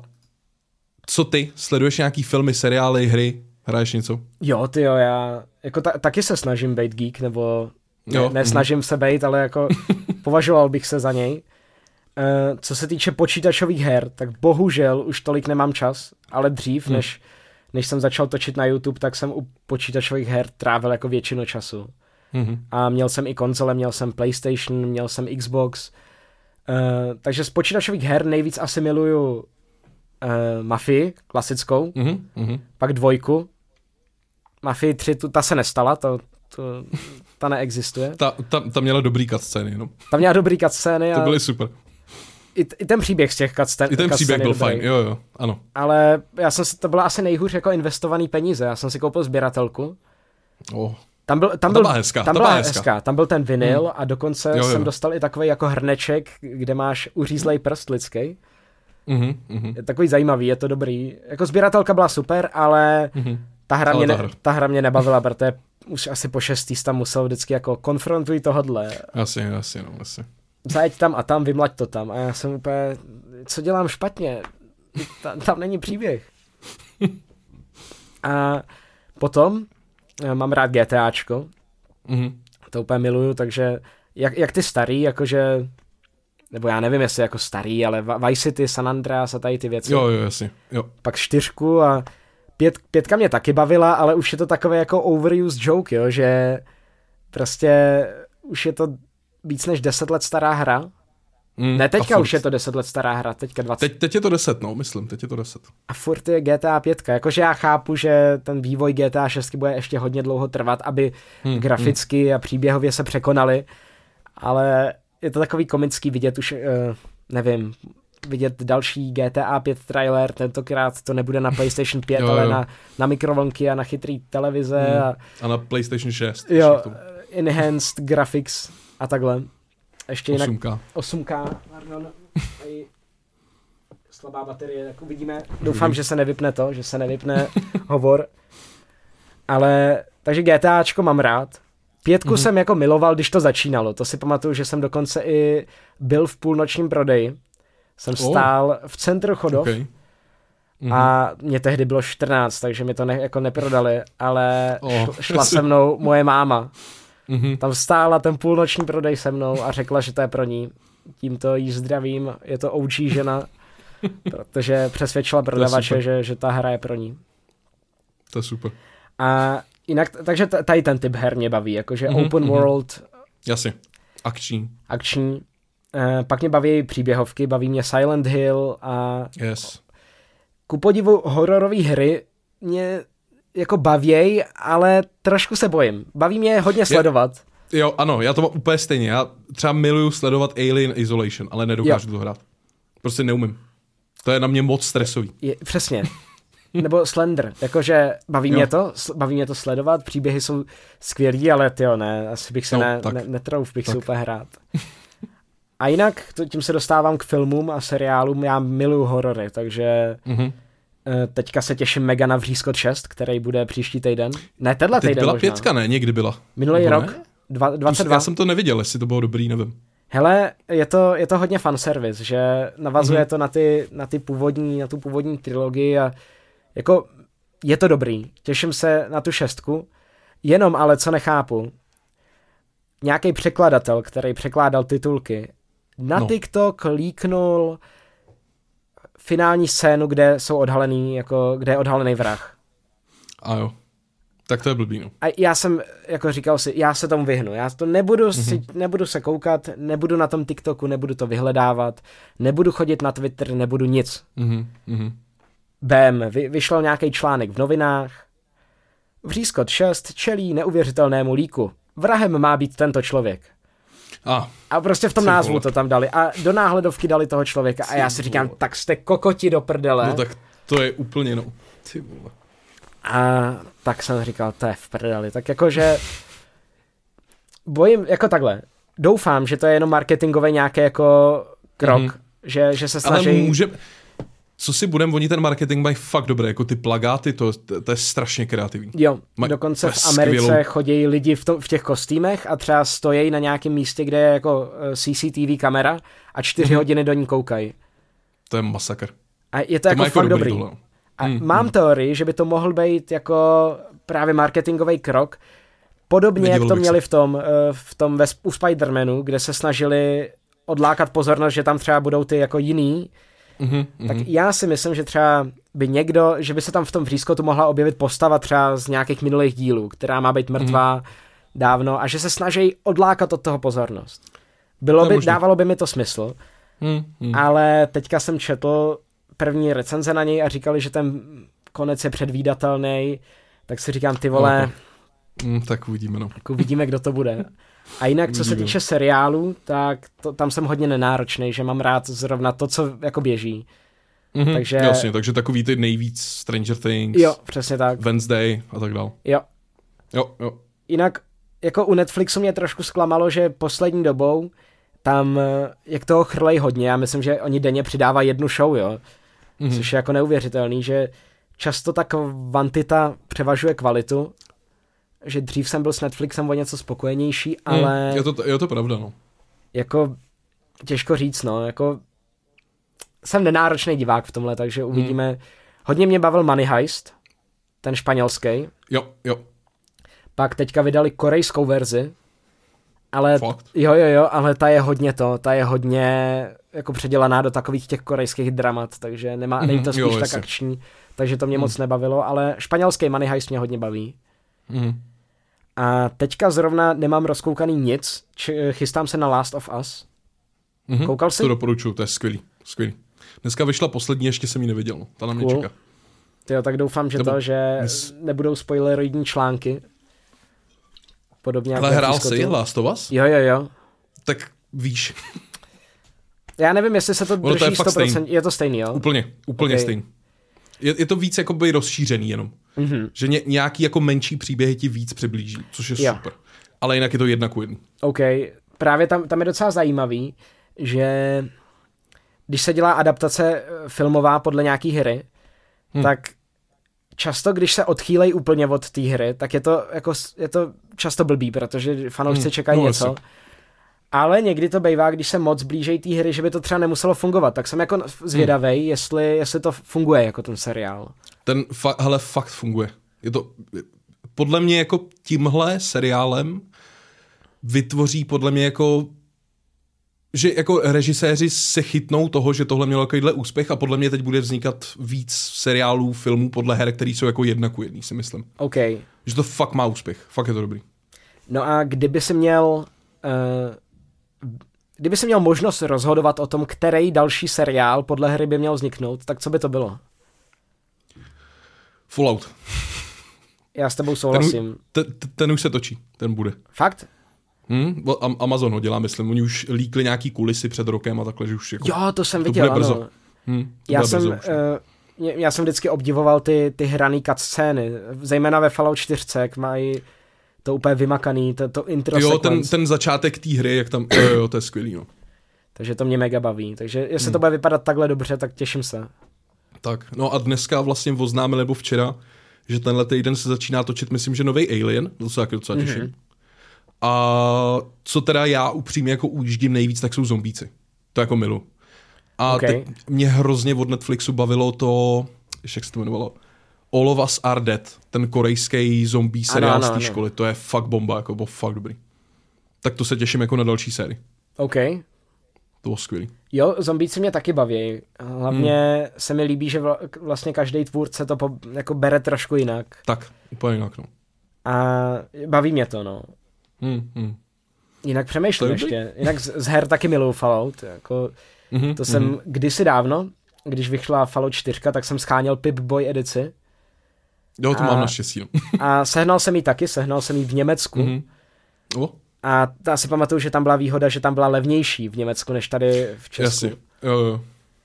co ty? Sleduješ nějaký filmy, seriály, hry? Hraješ něco? Jo, ty jo, já jako ta, taky se snažím být geek, nebo ne, nesnažím mm. se být, ale jako považoval bych se za něj. Uh, co se týče počítačových her, tak bohužel už tolik nemám čas, ale dřív, mm. než, než jsem začal točit na YouTube, tak jsem u počítačových her trávil jako většinu času. Mm-hmm. A měl jsem i konzole, měl jsem PlayStation, měl jsem Xbox. Uh, takže z počítačových her nejvíc asi miluju uh, Mafii, klasickou, mm-hmm. pak dvojku. Mafii tři, tu, ta se nestala, to, to, ta neexistuje. Ta, ta, ta měla dobrý cutscény, no. Ta měla dobrý cutscény. To byly super. I, I ten příběh z těch cutscén. I ten příběh byl fajn, jo, jo, ano. Ale já jsem si, to byla asi nejhůř jako investovaný peníze. Já jsem si koupil sběratelku. Oh. Tam byl, tam byl, byla hezká, tam byla hezká. hezká. Tam byl ten vinyl hmm. a dokonce jo, jo. jsem dostal i takový jako hrneček, kde máš uřízlej prst lidský. Mm-hmm, mm-hmm. Je takový zajímavý, je to dobrý. Jako sběratelka byla super, ale mm-hmm. ta, hra ale mě ta, hra. Ne, ta hra mě nebavila, protože už asi po šestý tam musel vždycky jako konfrontuj tohodle. Asi, asi, no, asi. Zajeď tam a tam, vymlaď to tam. A já jsem úplně, co dělám špatně? Ta, tam není příběh. A potom mám rád GTAčko. Mm-hmm. To úplně miluju, takže jak, jak ty starý, jakože, nebo já nevím, jestli jako starý, ale Vice City, San Andreas a tady ty věci. Jo, jo, jasně. Jo. Pak čtyřku a pět, pětka mě taky bavila, ale už je to takové jako overused joke, jo, že prostě už je to víc než deset let stará hra. Mm, ne, teďka už je to deset let stará hra, teďka dvacet. Teď, teď je to deset, no, myslím, teď je to deset. A furt je G T A pět, jakože já chápu, že ten vývoj G T A šest bude ještě hodně dlouho trvat, aby hmm, graficky hmm. a příběhově se překonali, ale je to takový komický vidět už, uh, nevím, vidět další G T A pět trailer, tentokrát to nebude na PlayStation pět, jo, jo. ale na, na mikrovlnky a na chytrý televize. Hmm. A, a na PlayStation šest. Jo, enhanced graphics a takhle. Ještě jinak osm K. osm K, pardon, tady slabá baterie, tak uvidíme. Doufám, že se nevypne to, že se nevypne hovor. Ale, takže GTAčko mám rád. Pětku mm-hmm. jsem jako miloval, když to začínalo. To si pamatuju, že jsem dokonce i byl v půlnočním prodeji. Jsem stál oh. v centru Chodov. Okay. Mm-hmm. A mě tehdy bylo čtrnáct, takže mi to ne, jako neprodali, ale oh. šla, šla se mnou moje máma. Mm-hmm. Tam stála ten půlnoční prodej se mnou a řekla, že to je pro ní. Tímto jí zdravím, je to O G žena, protože přesvědčila prodavače, že, že ta hra je pro ní. To je super. A jinak, takže tady ten typ her mě baví, jakože mm-hmm, open mm-hmm. world. Jasně, akční. Akční. E, pak mě baví příběhovky, baví mě Silent Hill a yes. ku podivu hororové hry mě jako bavěj, ale trošku se bojím. Baví mě hodně sledovat. Jo, jo, ano, já to mám úplně stejně. Já třeba miluju sledovat Alien Isolation, ale nedokážu jo. to hrát. Prostě neumím. To je na mě moc stresový. Je, přesně. Nebo Slender. Jakože baví jo. mě to, baví mě to sledovat, příběhy jsou skvělý, ale tyjo, ne, asi bych se no, ne, ne, netrouf, bych tak. se úplně hrát. A jinak, to, tím se dostávám k filmům a seriálům, já miluju horory, takže mm-hmm. teďka se těším mega na Vřízkot šest, který bude příští týden. Ne, tenhle týden Teď byla možná. pětka, ne? Někdy byla. Minulý rok? Dva, dvacet dva. Já jsem to neviděl, jestli to bylo dobrý, nevím. Hele, je to, je to hodně fanservice, že navazuje mm-hmm. to na ty, na ty původní, na tu původní trilogii a jako je to dobrý. Těším se na tu šestku, jenom ale co nechápu, nějaký překladatel, který překládal titulky, na no. TikTok líknul finální scénu, kde jsou odhalený, jako, kde je odhalený vrah. A jo. Tak to je blbý, no. A já jsem jako říkal si, já se tomu vyhnu. Já to nebudu, mm-hmm. si, nebudu se koukat, nebudu na tom TikToku, nebudu to vyhledávat, nebudu chodit na Twitter, nebudu nic. Mm-hmm. Bam, vy, vyšel nějaký článek v novinách. Vřízkot šest čelí neuvěřitelnému líku. Vrahem má být tento člověk. A, a prostě v tom názvu vole. To tam dali. A do náhledovky dali toho člověka. A já si říkám, vole. Tak jste kokoti do prdele. No tak to je úplně no. Ty vole. A tak jsem říkal, to je v prdeli. Tak jakože bojím, jako takhle. Doufám, že to je jenom marketingový nějaký jako krok. Mm-hmm. Že, že se snaží... Ale může... Co si budem, oni ten marketing mají fakt dobré, jako ty plagáty, to, to, to je strašně kreativní. Jo, Maj, dokonce v Americe skvělou... chodí lidi v, to, v těch kostýmech a třeba stojí na nějakém místě, kde je jako C C T V kamera a čtyři mm-hmm. hodiny do ní koukají. To je masakr. A je to, to jako fakt dobrý. dobrý. A mm, mám mm. teorii, že by to mohl být jako právě marketingový krok, podobně Nedělal jak to měli v tom, v tom ve, u Spider-Manu, kde se snažili odlákat pozornost, že tam třeba budou ty jako jiný. Mm-hmm, tak mm-hmm. já si myslím, že třeba by někdo, že by se tam v tom Vřízkotu mohla objevit postava třeba z nějakých minulých dílů, která má být mrtvá mm-hmm. dávno a že se snaží odlákat od toho pozornost. Bylo by, dávalo by mi to smysl, mm-hmm. ale teďka jsem četl první recenze na něj a říkali, že ten konec je předvídatelný, tak si říkám, ty vole... No, mm, tak uvidíme, no. Tak uvidíme, kdo to bude. A jinak, co se týče seriálu, tak to, tam jsem hodně nenáročný, že mám rád zrovna to, co jako běží. Mm-hmm, takže... Jasně, takže takový ty nejvíc Stranger Things, jo, přesně tak. Wednesday a tak dál. Jo. Jo, jo. Jinak, jako u Netflixu mě trošku zklamalo, že poslední dobou tam, jak toho chrlej hodně, já myslím, že oni denně přidávají jednu show, jo. Mm-hmm. Což je jako neuvěřitelný, že často ta kvantita převažuje kvalitu, že dřív jsem byl s Netflixem o něco spokojenější, ale... Mm, je, to, je to pravda, no. Jako, těžko říct, no, jako... Jsem nenáročný divák v tomhle, takže uvidíme. Mm. Hodně mě bavil Money Heist, ten španělský. Jo, jo. Pak teďka vydali korejskou verzi, ale... Fakt? Jo, jo, jo, ale ta je hodně to, ta je hodně jako předělaná do takových těch korejských dramat, takže nemá, mm, není to spíš jo, tak akční, takže to mě mm. moc nebavilo, ale španělský Money Heist mě hodně baví. Mm. A teďka zrovna nemám rozkoukaný nic, či, chystám se na Last of Us. Mm-hmm. Koukal jsi? To doporučuju, to je skvělý, skvělý. Dneska vyšla poslední, ještě jsem ji neviděl, no. Ta na mě cool. čeká. Tyjo, tak doufám, že Nebo... to, že Nes... nebudou spoileroidní články. Podobně ale hrál jsi Last of Us? Jo, jo, jo. Tak víš. Já nevím, jestli se to drží to je sto procent. Je to stejný, jo? Úplně, úplně okay. stejný. Je, je to víc jakoby rozšířený jenom. Mm-hmm. Že ně, nějaký jako menší příběhy ti víc přiblíží, což je jo. super. Ale jinak je to jedna ku jedný. OK. Právě tam, tam je docela zajímavý, že když se dělá adaptace filmová podle nějaký hry, hmm. tak často, když se odchýlej úplně od té hry, tak je to, jako, je to často blbý, protože fanoušci hmm. čekají no, něco. Asi. Ale někdy to bývá, když se moc blížejí té hry, že by to třeba nemuselo fungovat. Tak jsem jako zvědavej, hmm. jestli, jestli to funguje jako ten seriál. Ten fa- hele, fakt funguje. Je to, podle mě jako tímhle seriálem vytvoří podle mě jako, že jako režiséři se chytnou toho, že tohle mělo takovýhle úspěch a podle mě teď bude vznikat víc seriálů, filmů podle her, který jsou jako jedna ku jedný, si myslím. OK. Že to fakt má úspěch. Fakt je to dobrý. No a kdyby si měl... Uh... Kdyby si měl možnost rozhodovat o tom, který další seriál podle hry by měl vzniknout, tak co by to bylo? Fallout. Já s tebou souhlasím. Ten, ten, ten už se točí, ten bude. Fakt? Hmm? Amazon ho dělá, myslím. Oni už líkli nějaký kulisy před rokem a takhle, že už jako... Jo, to jsem to viděl, bude ano. Hmm, já, jsem, uh, já jsem vždycky obdivoval ty, ty hraný cutscény, zejména ve Fallout čtyři, jak mají to úplně vymakaný, to, to intro jo, sequence. ten, ten začátek té hry, jak tam, jo, jo, to je skvělý, no. Takže to mě mega baví. Takže jestli hmm. to bude vypadat takhle dobře, tak těším se. Tak, no a dneska vlastně oznámili, nebo včera, že tenhle týden se začíná točit, myslím, že nový Alien, to se taky docela těším. Mm-hmm. A co teda já upřímně jako ujíždím nejvíc, tak jsou zombíci. To jako milu. A okay. teď mě hrozně od Netflixu bavilo to, jak se to jmenovalo, All of Us Are Dead, ten korejský zombie seriál z té školy. To je fakt bomba, jako bylo fakt dobrý. Tak to se těším jako na další sérii. OK. To bylo skvělý. Jo, zombíci mě taky baví. Hlavně hmm. se mi líbí, že vlastně každý tvůrce to po, jako bere trošku jinak. Tak, úplně jinak, no. A baví mě to, no. Hmm, hmm. Jinak přemýšlím ještě. Jinak z, z her taky miluju Fallout. Jako, mm-hmm, to jsem mm-hmm. kdysi dávno, když vyšla Fallout čtyři, tak jsem scháněl Pip-Boy edici. Jo, to a, mám naštěstí. No. A sehnal jsem ji taky, sehnal jsem ji v Německu. Mm-hmm. Oh. A já si pamatuju, že tam byla výhoda, že tam byla levnější v Německu, než tady v Česku. Jasně, jo, jo.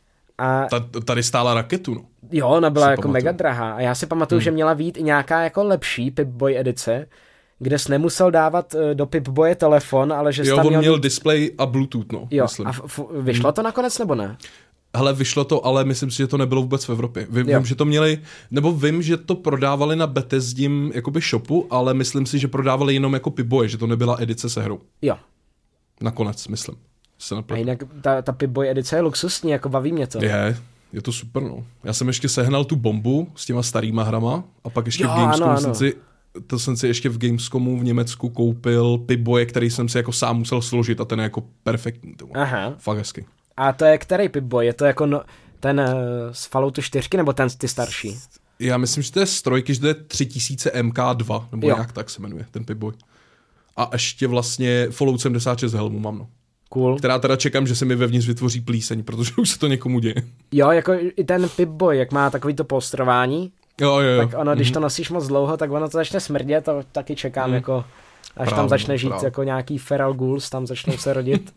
A tady stála raketu, no. Jo, ona byla si jako pamatuju. Mega drahá. A já si pamatuju, hmm. že měla být i nějaká jako lepší Pip-Boy edice, kde jsi nemusel dávat do Pip-Boye telefon, ale že jsi jo, tam on měl... měl display a Bluetooth, no. Jo, myslím. a f- vyšlo to nakonec, nebo ne? Hele, vyšlo to, ale myslím si, že to nebylo vůbec v Evropě. Vím, vím, že to měli, nebo vím, že to prodávali na Bethesdím jakoby shopu, ale myslím si, že prodávali jenom jako Pip-Boye, že to nebyla edice se hrou. Jo. Nakonec, myslím. A jinak ta, ta Pip-Boy edice je luxusní, jako baví mě to. Je, je to super, no. Já jsem ještě sehnal tu bombu s těma starýma hrama a pak ještě jo, v Gamescomu ano, jsem ano. si, to jsem si ještě v Gamescomu v Německu koupil Pip-Boye, který jsem si jako sám musel složit a ten je jako perfektní. Aha. Fakt hezky. A to je který Pip-Boy? Je to jako no, ten uh, z Falloutu čtyři nebo ten ty starší? Já myslím, že to je z trojky, že to je tři tisíce M K dva, nebo jo. nějak tak se jmenuje, ten Pip-Boy. A ještě vlastně Fallout sedmdesát šest helmu mám, no. Cool. Která teda čekám, že se mi vevnitř vytvoří plíseň, protože už se to někomu děje. Jo, jako i ten Pip-Boy, jak má takový to polstrování, jo, jo, jo. tak ono, když mm-hmm. to nosíš moc dlouho, tak ono to začne smrdět, to taky čekám, mm. jako až právě, tam začne žít právě. jako nějaký feral ghouls, tam začnou se rodit.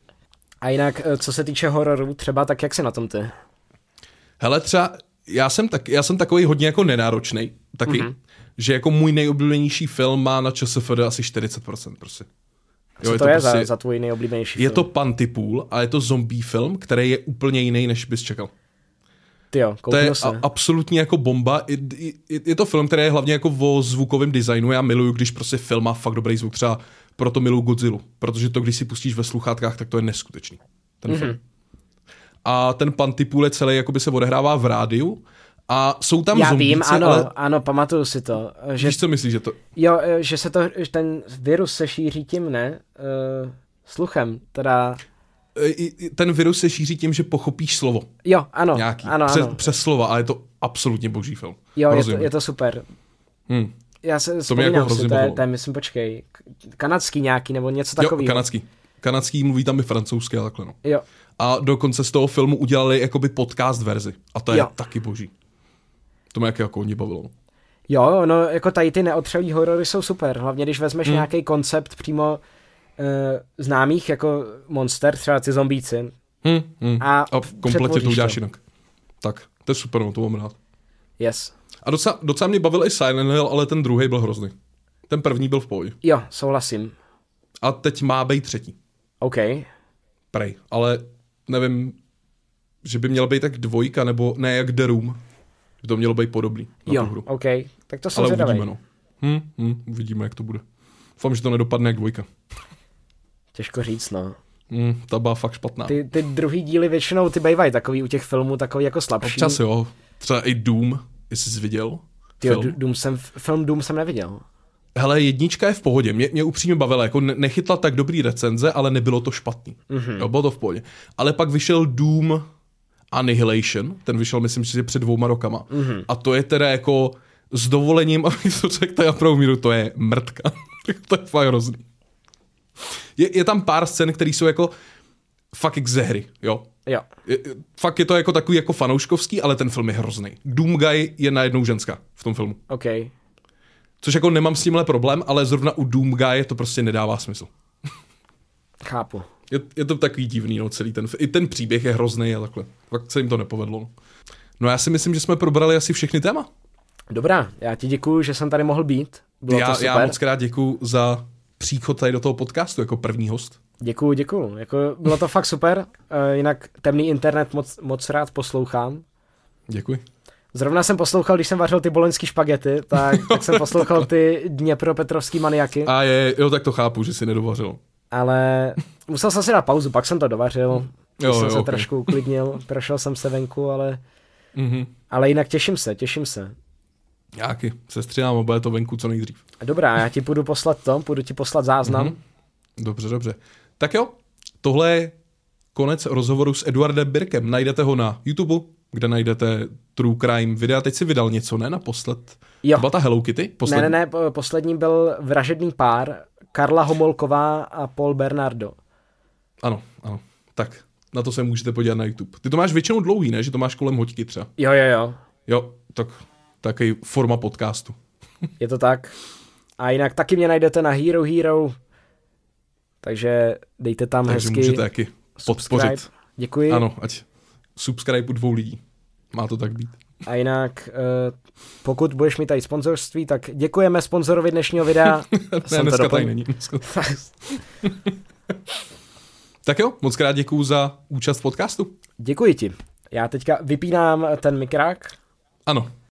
A jinak, co se týče hororu třeba, tak jak jsi na tom ty? Hele, třeba, já jsem, tak, já jsem takový hodně jako nenáročnej, taky, mm-hmm. že jako můj nejoblíbenější film má na ČSFD asi čtyřicet procent, prostě. Co jo, to, to je prostě, za, za tvůj nejoblíbenější je film? Je to Pontypool a je to zombie film, který je úplně jiný, než bys čekal. Tyjo, to je se. A, absolutně jako bomba. Je, je, je to film, který je hlavně jako o zvukovém designu. Já miluju, když prostě film má fakt dobrý zvuk. Třeba proto miluju Godzillu, protože to, když si pustíš ve sluchátkách, tak to je neskutečný. Ten mm-hmm. film. A ten Pontypool je celý, jakoby se odehrává v rádiu. A jsou tam Já zombíci, vím, ano, ale... ano, pamatuju si to. Že... Víš, co myslíš, že to... Jo, že se to, že ten virus se šíří tím, ne? Uh, sluchem, teda... Ten virus se šíří tím, že pochopíš slovo. Jo, ano, Nějaký. ano, Přes, ano. přes slova a je to absolutně boží film. Jo, je to, je to super. Hmm. Já se to vzpomínám jako si, to je, to je, myslím, počkej, kanadský nějaký, nebo něco takového. Jo, kanadský. Kanadský mluví tam i francouzsky a takhle, no. Jo. A dokonce z toho filmu udělali jakoby podcast verzi. A to je jo. taky boží. To mě jako hodně bavilo. Jo, no jako tady ty neotřelý horory jsou super. Hlavně když vezmeš hmm. nějaký koncept přímo uh, známých jako monster, třeba ty zombíci. Hmm, hmm. A, a kompletně to uděláš jinak. Tak, to je super, no, to mám rád. Yes. A docela, docela mě bavil i Silent Hill, ale ten druhý byl hrozný. Ten první byl v pohodě. Jo, souhlasím. A teď má být třetí. OK. Prej, ale nevím, že by měl být tak dvojka, nebo ne jak The Room. Že to mělo být podobný na jo, tu hru. OK. Tak to jsem ale zvědavej. uvidíme, no. Hm, hm, uvidíme, jak to bude. Doufám, že to nedopadne jak dvojka. Těžko říct, no. Hm, ta byla fakt špatná. Ty, ty druhý díly většinou ty bývají takový u těch filmů, takový jako slabší. Občas jo. Třeba i Doom, jestli jsi viděl. Tyjo, Doom jsem, film Doom jsem neviděl. Hele, jednička je v pohodě. Mě, mě upřímně bavila, jako nechytla tak dobrý recenze, ale nebylo to špatný. Mm-hmm. Jo, bylo to v pohodě. Ale pak vyšel Doom Annihilation, ten vyšel, myslím si, před dvouma rokama. Mm-hmm. A to je teda jako s dovolením, abych to řekl na pravou míru, to je mrtka. To je fakt hrozný. Je, je tam pár scén, které jsou jako fakt jak ze hry, jo. Jo. Je, fakt je to jako takový jako fanouškovský, ale ten film je hrozný. Doom Guy je najednou ženská v tom filmu. OK. Což jako nemám s tímhle problém, ale zrovna u Doom Guy to prostě nedává smysl. Chápu. Je, je to takový divný, no, celý ten, i ten příběh je hrozný a takhle. Fakt se jim to nepovedlo. No. no já si myslím, že jsme probrali asi všechny téma. Dobrá, já ti děkuju, že jsem tady mohl být. Bylo já, to super. Já moc krát děkuju za příchod tady do toho podcastu jako první host. Děkuju, děkuju. Jako, bylo to fakt super. Uh, jinak temný internet moc, moc rád poslouchám. Děkuji. Zrovna jsem poslouchal, když jsem vařil ty boloňský špagety, tak, tak jsem poslouchal ty Dněpropetrovský maniaky. A je, jo, tak to chápu, že si nedovařil. Ale musel jsem si dát pauzu, pak jsem to dovařil. Jo, jsem jo, se okay. trošku uklidnil, prošel jsem se venku, ale, mm-hmm. ale jinak těším se, těším se. Jáky, sestřinám a bude to venku co nejdřív. Dobrá, já ti půjdu poslat to, půjdu ti poslat záznam. Mm-hmm. Dobře, dobře. Tak jo, tohle je konec rozhovoru s Eduardem Birkem. Najdete ho na YouTube, kde najdete True Crime videa. Teď si vydal něco, ne? Naposled. Jo. Byla ta Hello Kitty? Poslední? Ne, ne, ne, poslední byl Vražedný pár, Karla Homolková a Paul Bernardo. Ano, ano. Tak, na to se můžete podívat na YouTube. Ty to máš většinou dlouhý, ne? Že to máš kolem hoďky třeba. Jo, jo, jo. Jo, tak taky forma podcastu. Je to tak. A jinak taky mě najdete na Hero Hero, takže dejte tam takže hezky můžete taky podpořit. Subscribe. Děkuji. Ano, ať subscribe u dvou lidí. Má to tak být. A jinak, pokud budeš mít tady sponzorství, tak děkujeme sponzorovi dnešního videa. Ne, dneska tady není. Dneska... Tak jo, moc krát děkuju za účast v podcastu. Děkuji ti. Já teďka vypínám ten mikrák. Ano.